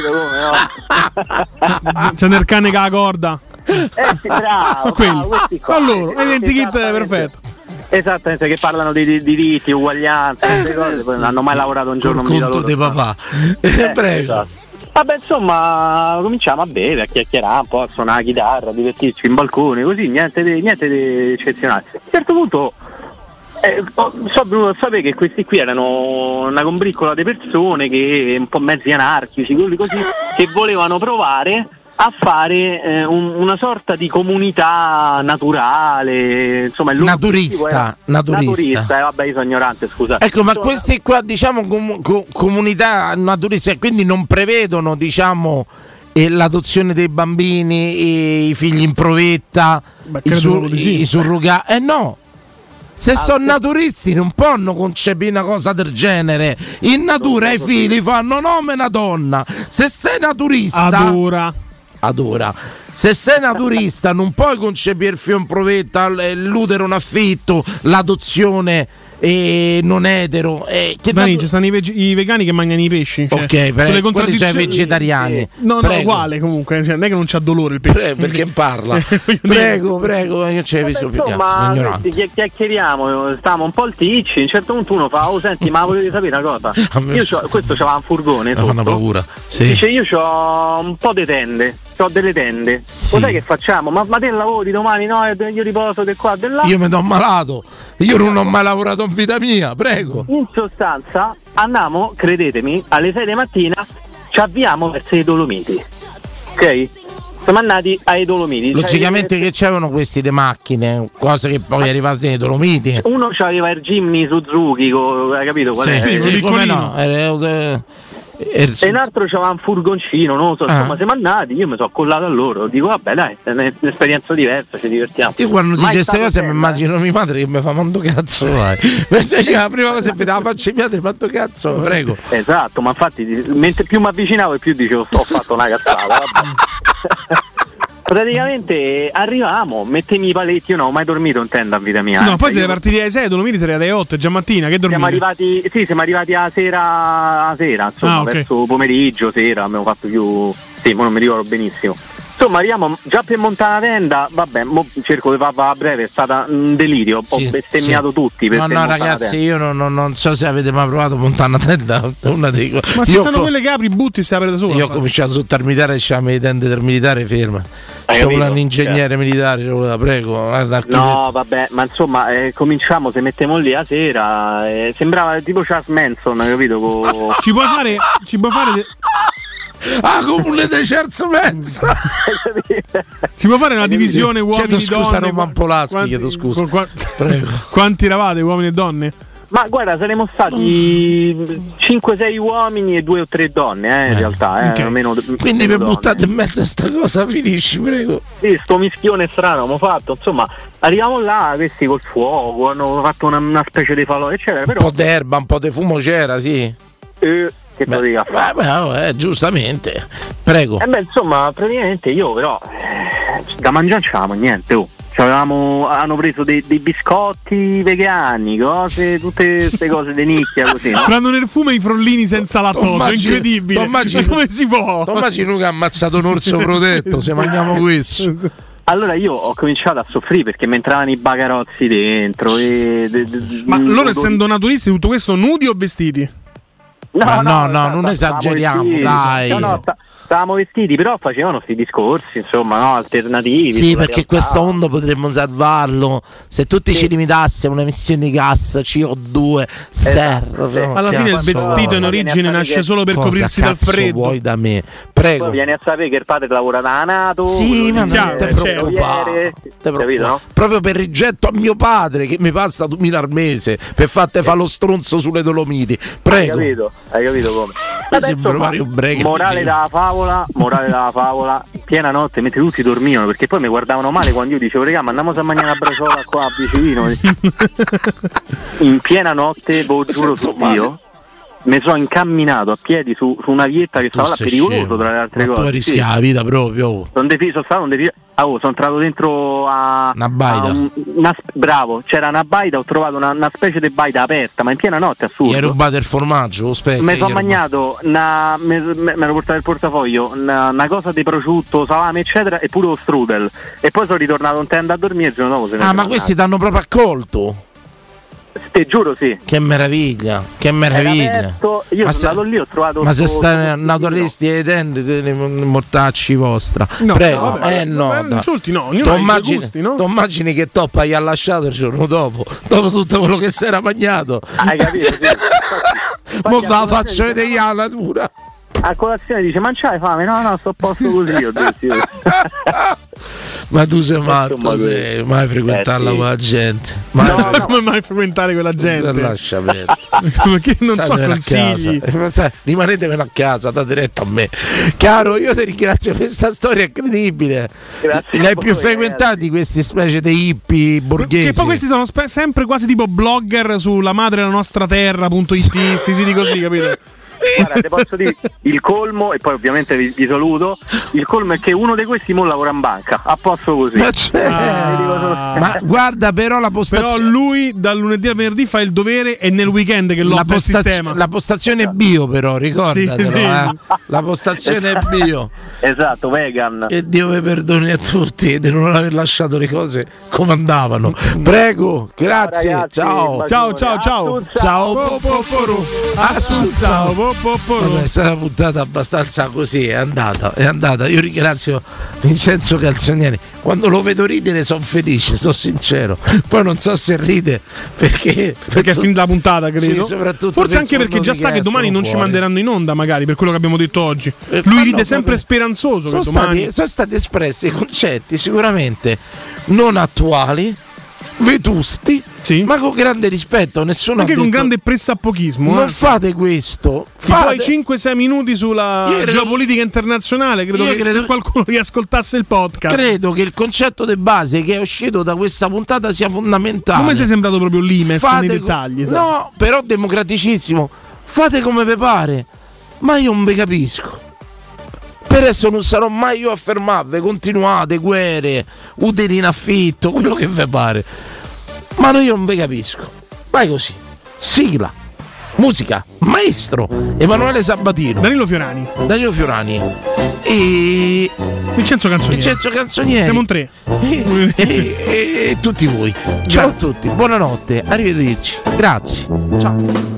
Speaker 11: capito come, no?
Speaker 7: C'è nel cane che ha la corda.
Speaker 11: Eh sì, bravo,
Speaker 7: Quelli.
Speaker 11: bravo, questi qua.
Speaker 7: Allora, identikit
Speaker 11: Esattamente.
Speaker 7: perfetto.
Speaker 11: Esattamente, che parlano di, di diritti, uguaglianza, queste cose, poi non hanno mai lavorato un giorno
Speaker 4: Col
Speaker 11: in vita
Speaker 4: conto
Speaker 11: loro.
Speaker 4: di papà.
Speaker 11: Eh,
Speaker 4: Prego.
Speaker 11: esatto. Vabbè, insomma, cominciamo a bere, a chiacchierare un po', a suonare la chitarra, a divertirci in balcone, così, niente di, niente di eccezionale. A un certo punto eh, ho- sono venuto a sapere che questi qui erano una combriccola di persone, che un po' mezzi anarchici, quelli così, che volevano provare a fare eh, un- una sorta di comunità naturale, insomma il loro
Speaker 4: Naturista,
Speaker 11: obiettivo era-
Speaker 4: naturista.
Speaker 11: naturista, eh, vabbè, io sono ignorante, scusa.
Speaker 4: Ecco, ma
Speaker 11: Insomma,
Speaker 4: questi qua, diciamo, com- co- comunità naturiste, quindi non prevedono, diciamo, eh, l'adozione dei bambini, e i figli in provetta,
Speaker 7: Beh,
Speaker 4: i,
Speaker 7: credo
Speaker 4: sur-
Speaker 7: proprio di sì.
Speaker 4: i surrogati. Eh no! Se
Speaker 11: Ah,
Speaker 4: sono
Speaker 11: sì.
Speaker 4: naturisti non possono concepire una cosa del genere. In natura i figli fanno nome una donna. Se sei naturista...
Speaker 7: Adora.
Speaker 4: Adora. Se sei naturista non puoi concepire il figlio in provetta, l- l'utero in affitto, l'adozione e non etero. E che
Speaker 7: Dani,
Speaker 4: natu-
Speaker 7: ci stanno i, veg- i vegani che mangiano i pesci. Cioè,
Speaker 4: Ok, per-
Speaker 7: sulle
Speaker 4: quelli sono i
Speaker 7: contraddizioni-
Speaker 4: vegetariani.
Speaker 7: No, no,
Speaker 4: Prego.
Speaker 7: uguale comunque. Cioè, non è che non c'ha dolore il pesce.
Speaker 4: Pre- perché parla.
Speaker 7: Voglio dire-
Speaker 4: prego, prego, io ci capisco più cazzo, sono
Speaker 11: insomma,
Speaker 4: ignorante.
Speaker 11: questi chia- chiacchieriamo, stiamo un po' alticci, a un certo punto uno fa, oh senti, ma volevi sapere una cosa?
Speaker 4: A me-
Speaker 11: Io c'ho, questo c'aveva un furgone
Speaker 4: Mi fanno
Speaker 11: sotto.
Speaker 4: paura. Sì.
Speaker 11: Dice io c'ho un po' di tende,
Speaker 3: ho delle tende,
Speaker 4: Sì.
Speaker 3: lo sai che facciamo? Ma, ma te lavori domani? No, io riposo di qua, di là.
Speaker 4: Io mi do malato, io non ho mai lavorato in vita mia, prego.
Speaker 3: In sostanza andiamo, credetemi, alle sei di mattina ci avviamo verso i Dolomiti, ok? Siamo andati ai Dolomiti.
Speaker 4: Logicamente
Speaker 3: Cioè,
Speaker 4: che c'erano questi de macchine, cose che poi è arrivato nei Dolomiti.
Speaker 3: uno c'aveva il Jimny Suzuki, co- hai capito qual è?
Speaker 4: Sì, sì, come no, era- era- era-
Speaker 3: E un altro c'aveva un furgoncino, non lo so,
Speaker 4: Ah.
Speaker 3: insomma siamo andati, io mi sono collato a loro, dico vabbè dai, è un'esperienza diversa, ci divertiamo.
Speaker 4: Io quando dico
Speaker 3: Mai
Speaker 4: queste
Speaker 3: stato
Speaker 4: cose mi
Speaker 3: bella,
Speaker 4: immagino mia madre che mi fa quanto cazzo vai. Perché io la prima cosa che vedeva la faccia di mia madre, quanto cazzo, prego.
Speaker 3: Esatto, ma infatti mentre più mi avvicinavo e più dicevo ho fatto una cazzata, vabbè. Praticamente arrivavamo, mettemi i paletti, io non ho mai dormito in tenda a vita mia.
Speaker 7: No,
Speaker 3: eh.
Speaker 7: poi
Speaker 3: Io-
Speaker 7: siete partiti alle sei, Dolomiti siete alle otto, già mattina, che dormite?
Speaker 3: Siamo arrivati, sì, siamo arrivati a sera, a sera, insomma,
Speaker 7: Ah, ok.
Speaker 3: verso pomeriggio, sera, abbiamo fatto più, sì, ma non mi ricordo benissimo. Insomma, arriviamo già per montare la tenda, vabbè, mo cerco di farla a breve, è stata un delirio,
Speaker 4: Sì,
Speaker 3: ho bestemmiato
Speaker 4: sì.
Speaker 3: tutti per
Speaker 4: No,
Speaker 3: per
Speaker 4: no,
Speaker 3: montare la
Speaker 4: ragazzi,
Speaker 3: tenda.
Speaker 4: io non, non- non so se avete mai provato a montare una tenda. Una dei co-
Speaker 7: Ma ci
Speaker 4: io
Speaker 7: stanno
Speaker 4: co-
Speaker 7: quelle che apri, butti e si apre da sola.
Speaker 4: Io ho cominciato sotto al militare e c'aveva le tende del militare ferma.
Speaker 3: Hai
Speaker 4: C'è
Speaker 3: capito?
Speaker 4: un ingegnere militare, ce voleva, prego. Guarda,
Speaker 3: No, vabbè, ma insomma, eh, cominciamo, se mettiamo lì la sera, eh, sembrava tipo Charles Manson, capito? Co-
Speaker 7: Ci puoi fare. Ci puoi fare. de-
Speaker 4: Ah, comune dei Cerzo Mezzo.
Speaker 7: Ci puoi fare una divisione uomini
Speaker 4: Chiedo scusa a
Speaker 7: donne?
Speaker 4: Roman Polaschi,
Speaker 7: Quanti-
Speaker 4: chiedo scusa.
Speaker 7: qua- qua-
Speaker 4: Prego.
Speaker 7: Quanti eravate, uomini e donne?
Speaker 3: Ma guarda, saremmo stati cinque sei uomini e due o tre donne, eh, in realtà, eh,
Speaker 4: ok.
Speaker 3: meno,
Speaker 4: Quindi
Speaker 3: meno
Speaker 4: per
Speaker 3: donne.
Speaker 4: buttate in mezzo a sta cosa finisci, prego.
Speaker 3: Sì, sto mischione strano abbiamo fatto, insomma, arriviamo là, questi col fuoco, hanno fatto una, una specie di falò, eccetera,
Speaker 4: Un
Speaker 3: però
Speaker 4: po' d'erba, un po' di fumo c'era, sì.
Speaker 3: eh, che te lo dica fare?
Speaker 4: Beh, beh, eh, giustamente. Prego.
Speaker 3: Eh beh, insomma, praticamente io però eh, da mangiare non c'avevamo niente, oh. C'avevamo, hanno preso dei, dei biscotti vegani, cose, tutte queste cose di nicchia così, no?
Speaker 7: Prendono nel fumo i frollini senza lattosio, è
Speaker 4: Immagini-
Speaker 7: incredibile.
Speaker 4: immagini-
Speaker 7: Come si può?
Speaker 4: Immagino che ha ammazzato un orso protetto, se mangiamo questo.
Speaker 3: Allora io ho cominciato a soffrire perché mi entravano i bagarozzi dentro e, de- de-
Speaker 7: Ma
Speaker 3: de-
Speaker 7: loro
Speaker 3: odori-
Speaker 7: essendo naturisti, tutto questo nudi o vestiti?
Speaker 4: Ma no, no,
Speaker 3: sta-
Speaker 4: non
Speaker 3: sta-
Speaker 4: esageriamo,
Speaker 3: stavamo vestiti,
Speaker 4: dai.
Speaker 3: no, no, sta- stavamo vestiti, però facevano questi discorsi, insomma, no, alternativi.
Speaker 4: Sì,
Speaker 3: sulla
Speaker 4: perché
Speaker 3: realtà.
Speaker 4: questo mondo potremmo salvarlo se tutti ci limitassimo a un'emissione di gas C O due serra.
Speaker 3: sì.
Speaker 7: Alla fine il vestito in origine nasce solo per
Speaker 4: Cosa
Speaker 7: coprirsi dal
Speaker 4: cazzo
Speaker 7: freddo.
Speaker 4: vuoi da me?
Speaker 3: Poi
Speaker 4: Prego.
Speaker 3: vieni a sapere che il padre lavora da Nato.
Speaker 4: Sì, ma non
Speaker 7: chiaro,
Speaker 4: te
Speaker 7: certo.
Speaker 4: preoccupare, te
Speaker 3: Capito,
Speaker 4: preoccupare.
Speaker 3: no?
Speaker 4: Proprio per rigetto a mio padre che mi passa duemila al mese per fatte fa lo stronzo sulle Dolomiti.
Speaker 3: Hai
Speaker 4: Prego.
Speaker 3: capito? Hai capito come?
Speaker 4: Ma
Speaker 3: Vabbè,
Speaker 4: sembra
Speaker 3: insomma,
Speaker 4: Mario Breghi,
Speaker 3: morale
Speaker 4: sì.
Speaker 3: della favola, morale della favola, piena notte mentre tutti dormivano perché poi mi guardavano male quando io dicevo regà ma andiamo a mangiare una braciola qua vicino. In piena notte, ve lo giuro su Dio, mi sono incamminato a piedi su, su una vietta che
Speaker 4: Tu
Speaker 3: stava là
Speaker 4: sei
Speaker 3: pericoloso
Speaker 4: scemo.
Speaker 3: tra le altre
Speaker 4: Ma tu
Speaker 3: cose.
Speaker 4: hai
Speaker 3: Sì.
Speaker 4: rischiato la vita proprio.
Speaker 3: Sono defi- sono stato un defi- ah, oh, sono entrato dentro a
Speaker 4: Una baita.
Speaker 3: a un- una sp- bravo, c'era una baita, ho trovato una, una specie di baita aperta, ma in piena notte,
Speaker 4: Gli hai
Speaker 3: assurdo.
Speaker 4: rubato il formaggio, lo specchio.
Speaker 3: Mi
Speaker 4: gli
Speaker 3: sono
Speaker 4: hai
Speaker 3: mangiato una, me, me, me ero portato il portafoglio, una, una cosa di prosciutto, salame, eccetera, e pure lo strudel. E poi sono ritornato in tenda a dormire e il giorno dopo se ne
Speaker 4: rubato. Ah,
Speaker 3: sono
Speaker 4: ma questi
Speaker 3: andato.
Speaker 4: ti hanno proprio accolto?
Speaker 3: Te giuro sì.
Speaker 4: Che meraviglia, che
Speaker 3: Era
Speaker 4: meraviglia.
Speaker 3: aperto, io
Speaker 4: Ma
Speaker 3: sono
Speaker 4: se-
Speaker 3: andato lì, ho trovato
Speaker 4: Ma se
Speaker 3: sto-
Speaker 4: stai
Speaker 3: sto-
Speaker 4: naturalisti ai denti, dei mortacci vostra.
Speaker 7: No,
Speaker 4: Prego,
Speaker 7: no, vabbè,
Speaker 4: eh no.
Speaker 7: vabbè,
Speaker 4: dai.
Speaker 7: insulti no, ognuno
Speaker 4: Tu
Speaker 7: ha i suoi
Speaker 4: immagini,
Speaker 7: gusti, no?
Speaker 4: tu immagini che Toppa gli ha lasciato il giorno dopo, dopo tutto quello che si era mangiato.
Speaker 3: Hai capito? Sì.
Speaker 4: Mo
Speaker 3: Infatti,
Speaker 4: te la
Speaker 3: a
Speaker 4: faccio
Speaker 3: colazione
Speaker 4: vedere io la natura.
Speaker 3: A colazione dice ma c'hai fame? No, no, sto a posto così. Ho detto, sì.
Speaker 4: Ma tu sei matto,
Speaker 3: Insomma,
Speaker 4: sei mai frequentarla
Speaker 3: eh, sì.
Speaker 4: con la gente. Mai
Speaker 3: No, no.
Speaker 7: Come mai frequentare quella gente?
Speaker 4: Lascia aperto.
Speaker 7: Perché non so
Speaker 4: Statevene a
Speaker 7: consigli.
Speaker 4: casa. Rimanetevene a casa, date retta a me. Caro, io ti ringrazio per questa storia incredibile.
Speaker 3: Grazie
Speaker 4: Ne hai
Speaker 3: a
Speaker 4: più
Speaker 3: voi,
Speaker 4: frequentati questi specie di hippie borghesi?
Speaker 7: Che poi questi sono spe- sempre quasi tipo blogger sulla madre della nostra terra.it, sti siti così, capito?
Speaker 3: Guarda, te posso dire il colmo, e poi ovviamente vi, vi saluto. Il colmo è che uno di questi mo lavora in banca, a posto così.
Speaker 4: Ma, c'è- Ma guarda, però la
Speaker 7: Però
Speaker 4: postazione.
Speaker 7: lui dal lunedì al venerdì fa il dovere e nel weekend che
Speaker 4: La,
Speaker 7: lotta il
Speaker 4: postaz-
Speaker 7: sistema.
Speaker 4: la postazione è bio, però ricordatelo.
Speaker 7: Sì, sì.
Speaker 4: Eh. La postazione è bio.
Speaker 3: Esatto, vegan.
Speaker 4: E Dio vi perdoni a tutti di non aver lasciato le cose come andavano. Prego, grazie.
Speaker 3: ragazzi,
Speaker 4: Ciao.
Speaker 7: Ciao, ciao, ciao.
Speaker 3: Assunza.
Speaker 4: Ciao.
Speaker 7: Po, po, po, ru. Assunza, po, po,
Speaker 4: Vabbè, è stata una puntata abbastanza così, è andata, è andata. Io ringrazio Vincenzo Calzonieri. Quando lo vedo ridere sono felice, sono sincero. Poi non so se ride perché
Speaker 7: perché è finita la puntata, credo.
Speaker 4: Sì, soprattutto
Speaker 7: forse anche perché già sa che domani non
Speaker 4: fuori.
Speaker 7: ci manderanno in onda, magari per quello che abbiamo detto oggi.
Speaker 4: Eh,
Speaker 7: Lui
Speaker 4: ma
Speaker 7: ride
Speaker 4: no,
Speaker 7: sempre
Speaker 4: vabbè.
Speaker 7: speranzoso
Speaker 4: Sono
Speaker 7: che domani
Speaker 4: stati, sono stati espressi concetti sicuramente non attuali, vetusti,
Speaker 7: sì,
Speaker 4: ma con grande rispetto. Nessuno
Speaker 7: anche
Speaker 4: ha
Speaker 7: con
Speaker 4: detto,
Speaker 7: grande pressapochismo.
Speaker 4: non
Speaker 7: eh.
Speaker 4: fate questo.
Speaker 7: I tuoi
Speaker 4: Fate...
Speaker 7: cinque sei minuti sulla
Speaker 4: Io credo-
Speaker 7: geopolitica internazionale, credo
Speaker 4: Io
Speaker 7: che
Speaker 4: credo-
Speaker 7: se qualcuno riascoltasse il podcast.
Speaker 4: Credo che il concetto di base che è uscito da questa puntata sia fondamentale.
Speaker 7: Come sei sembrato proprio l'Imes
Speaker 4: Fate
Speaker 7: nei
Speaker 4: co-
Speaker 7: dettagli? sai?
Speaker 4: No, però democraticissimo. Fate come vi pare, ma io non vi capisco. Per adesso non sarò mai io a fermarvi. Continuate, guerre, utili in affitto, quello che vi pare. Ma no, io non vi capisco. Vai così. Sigla. Musica. Maestro Emanuele Sabatino.
Speaker 7: Danilo Fiorani.
Speaker 4: Danilo Fiorani. E
Speaker 7: Vincenzo Canzonieri.
Speaker 4: Vincenzo Canzonieri.
Speaker 7: Siamo in tre.
Speaker 4: E, e- e tutti voi. Ciao a tutti. Buonanotte. Arrivederci. Grazie. Ciao.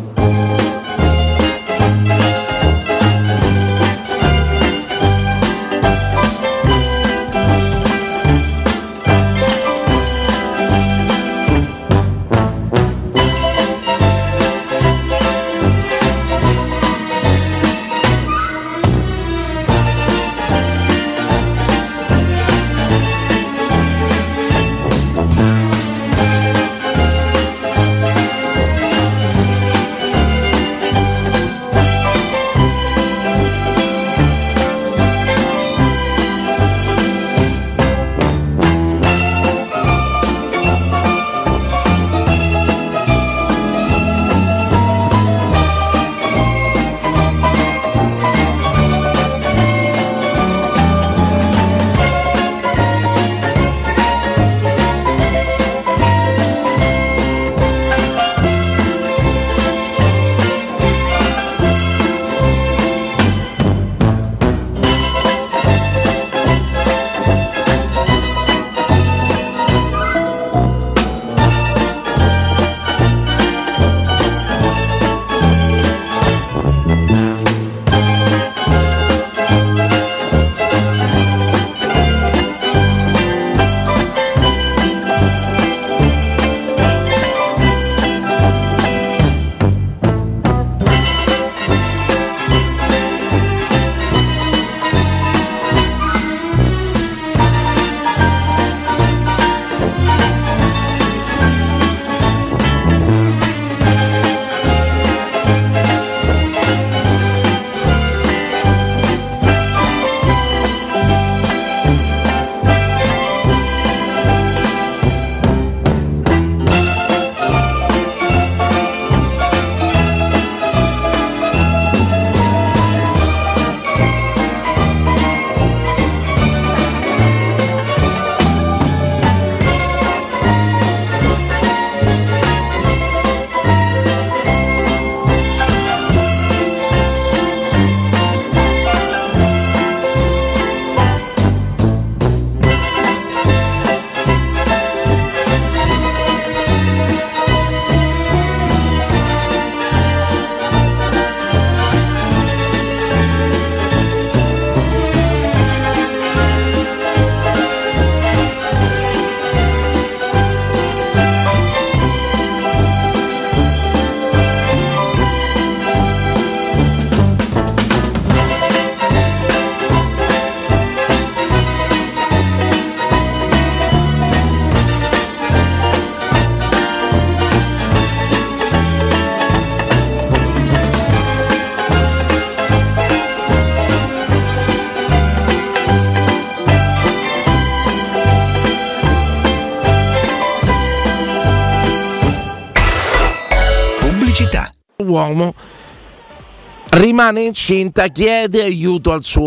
Speaker 4: Uomo rimane incinta, chiede aiuto al suo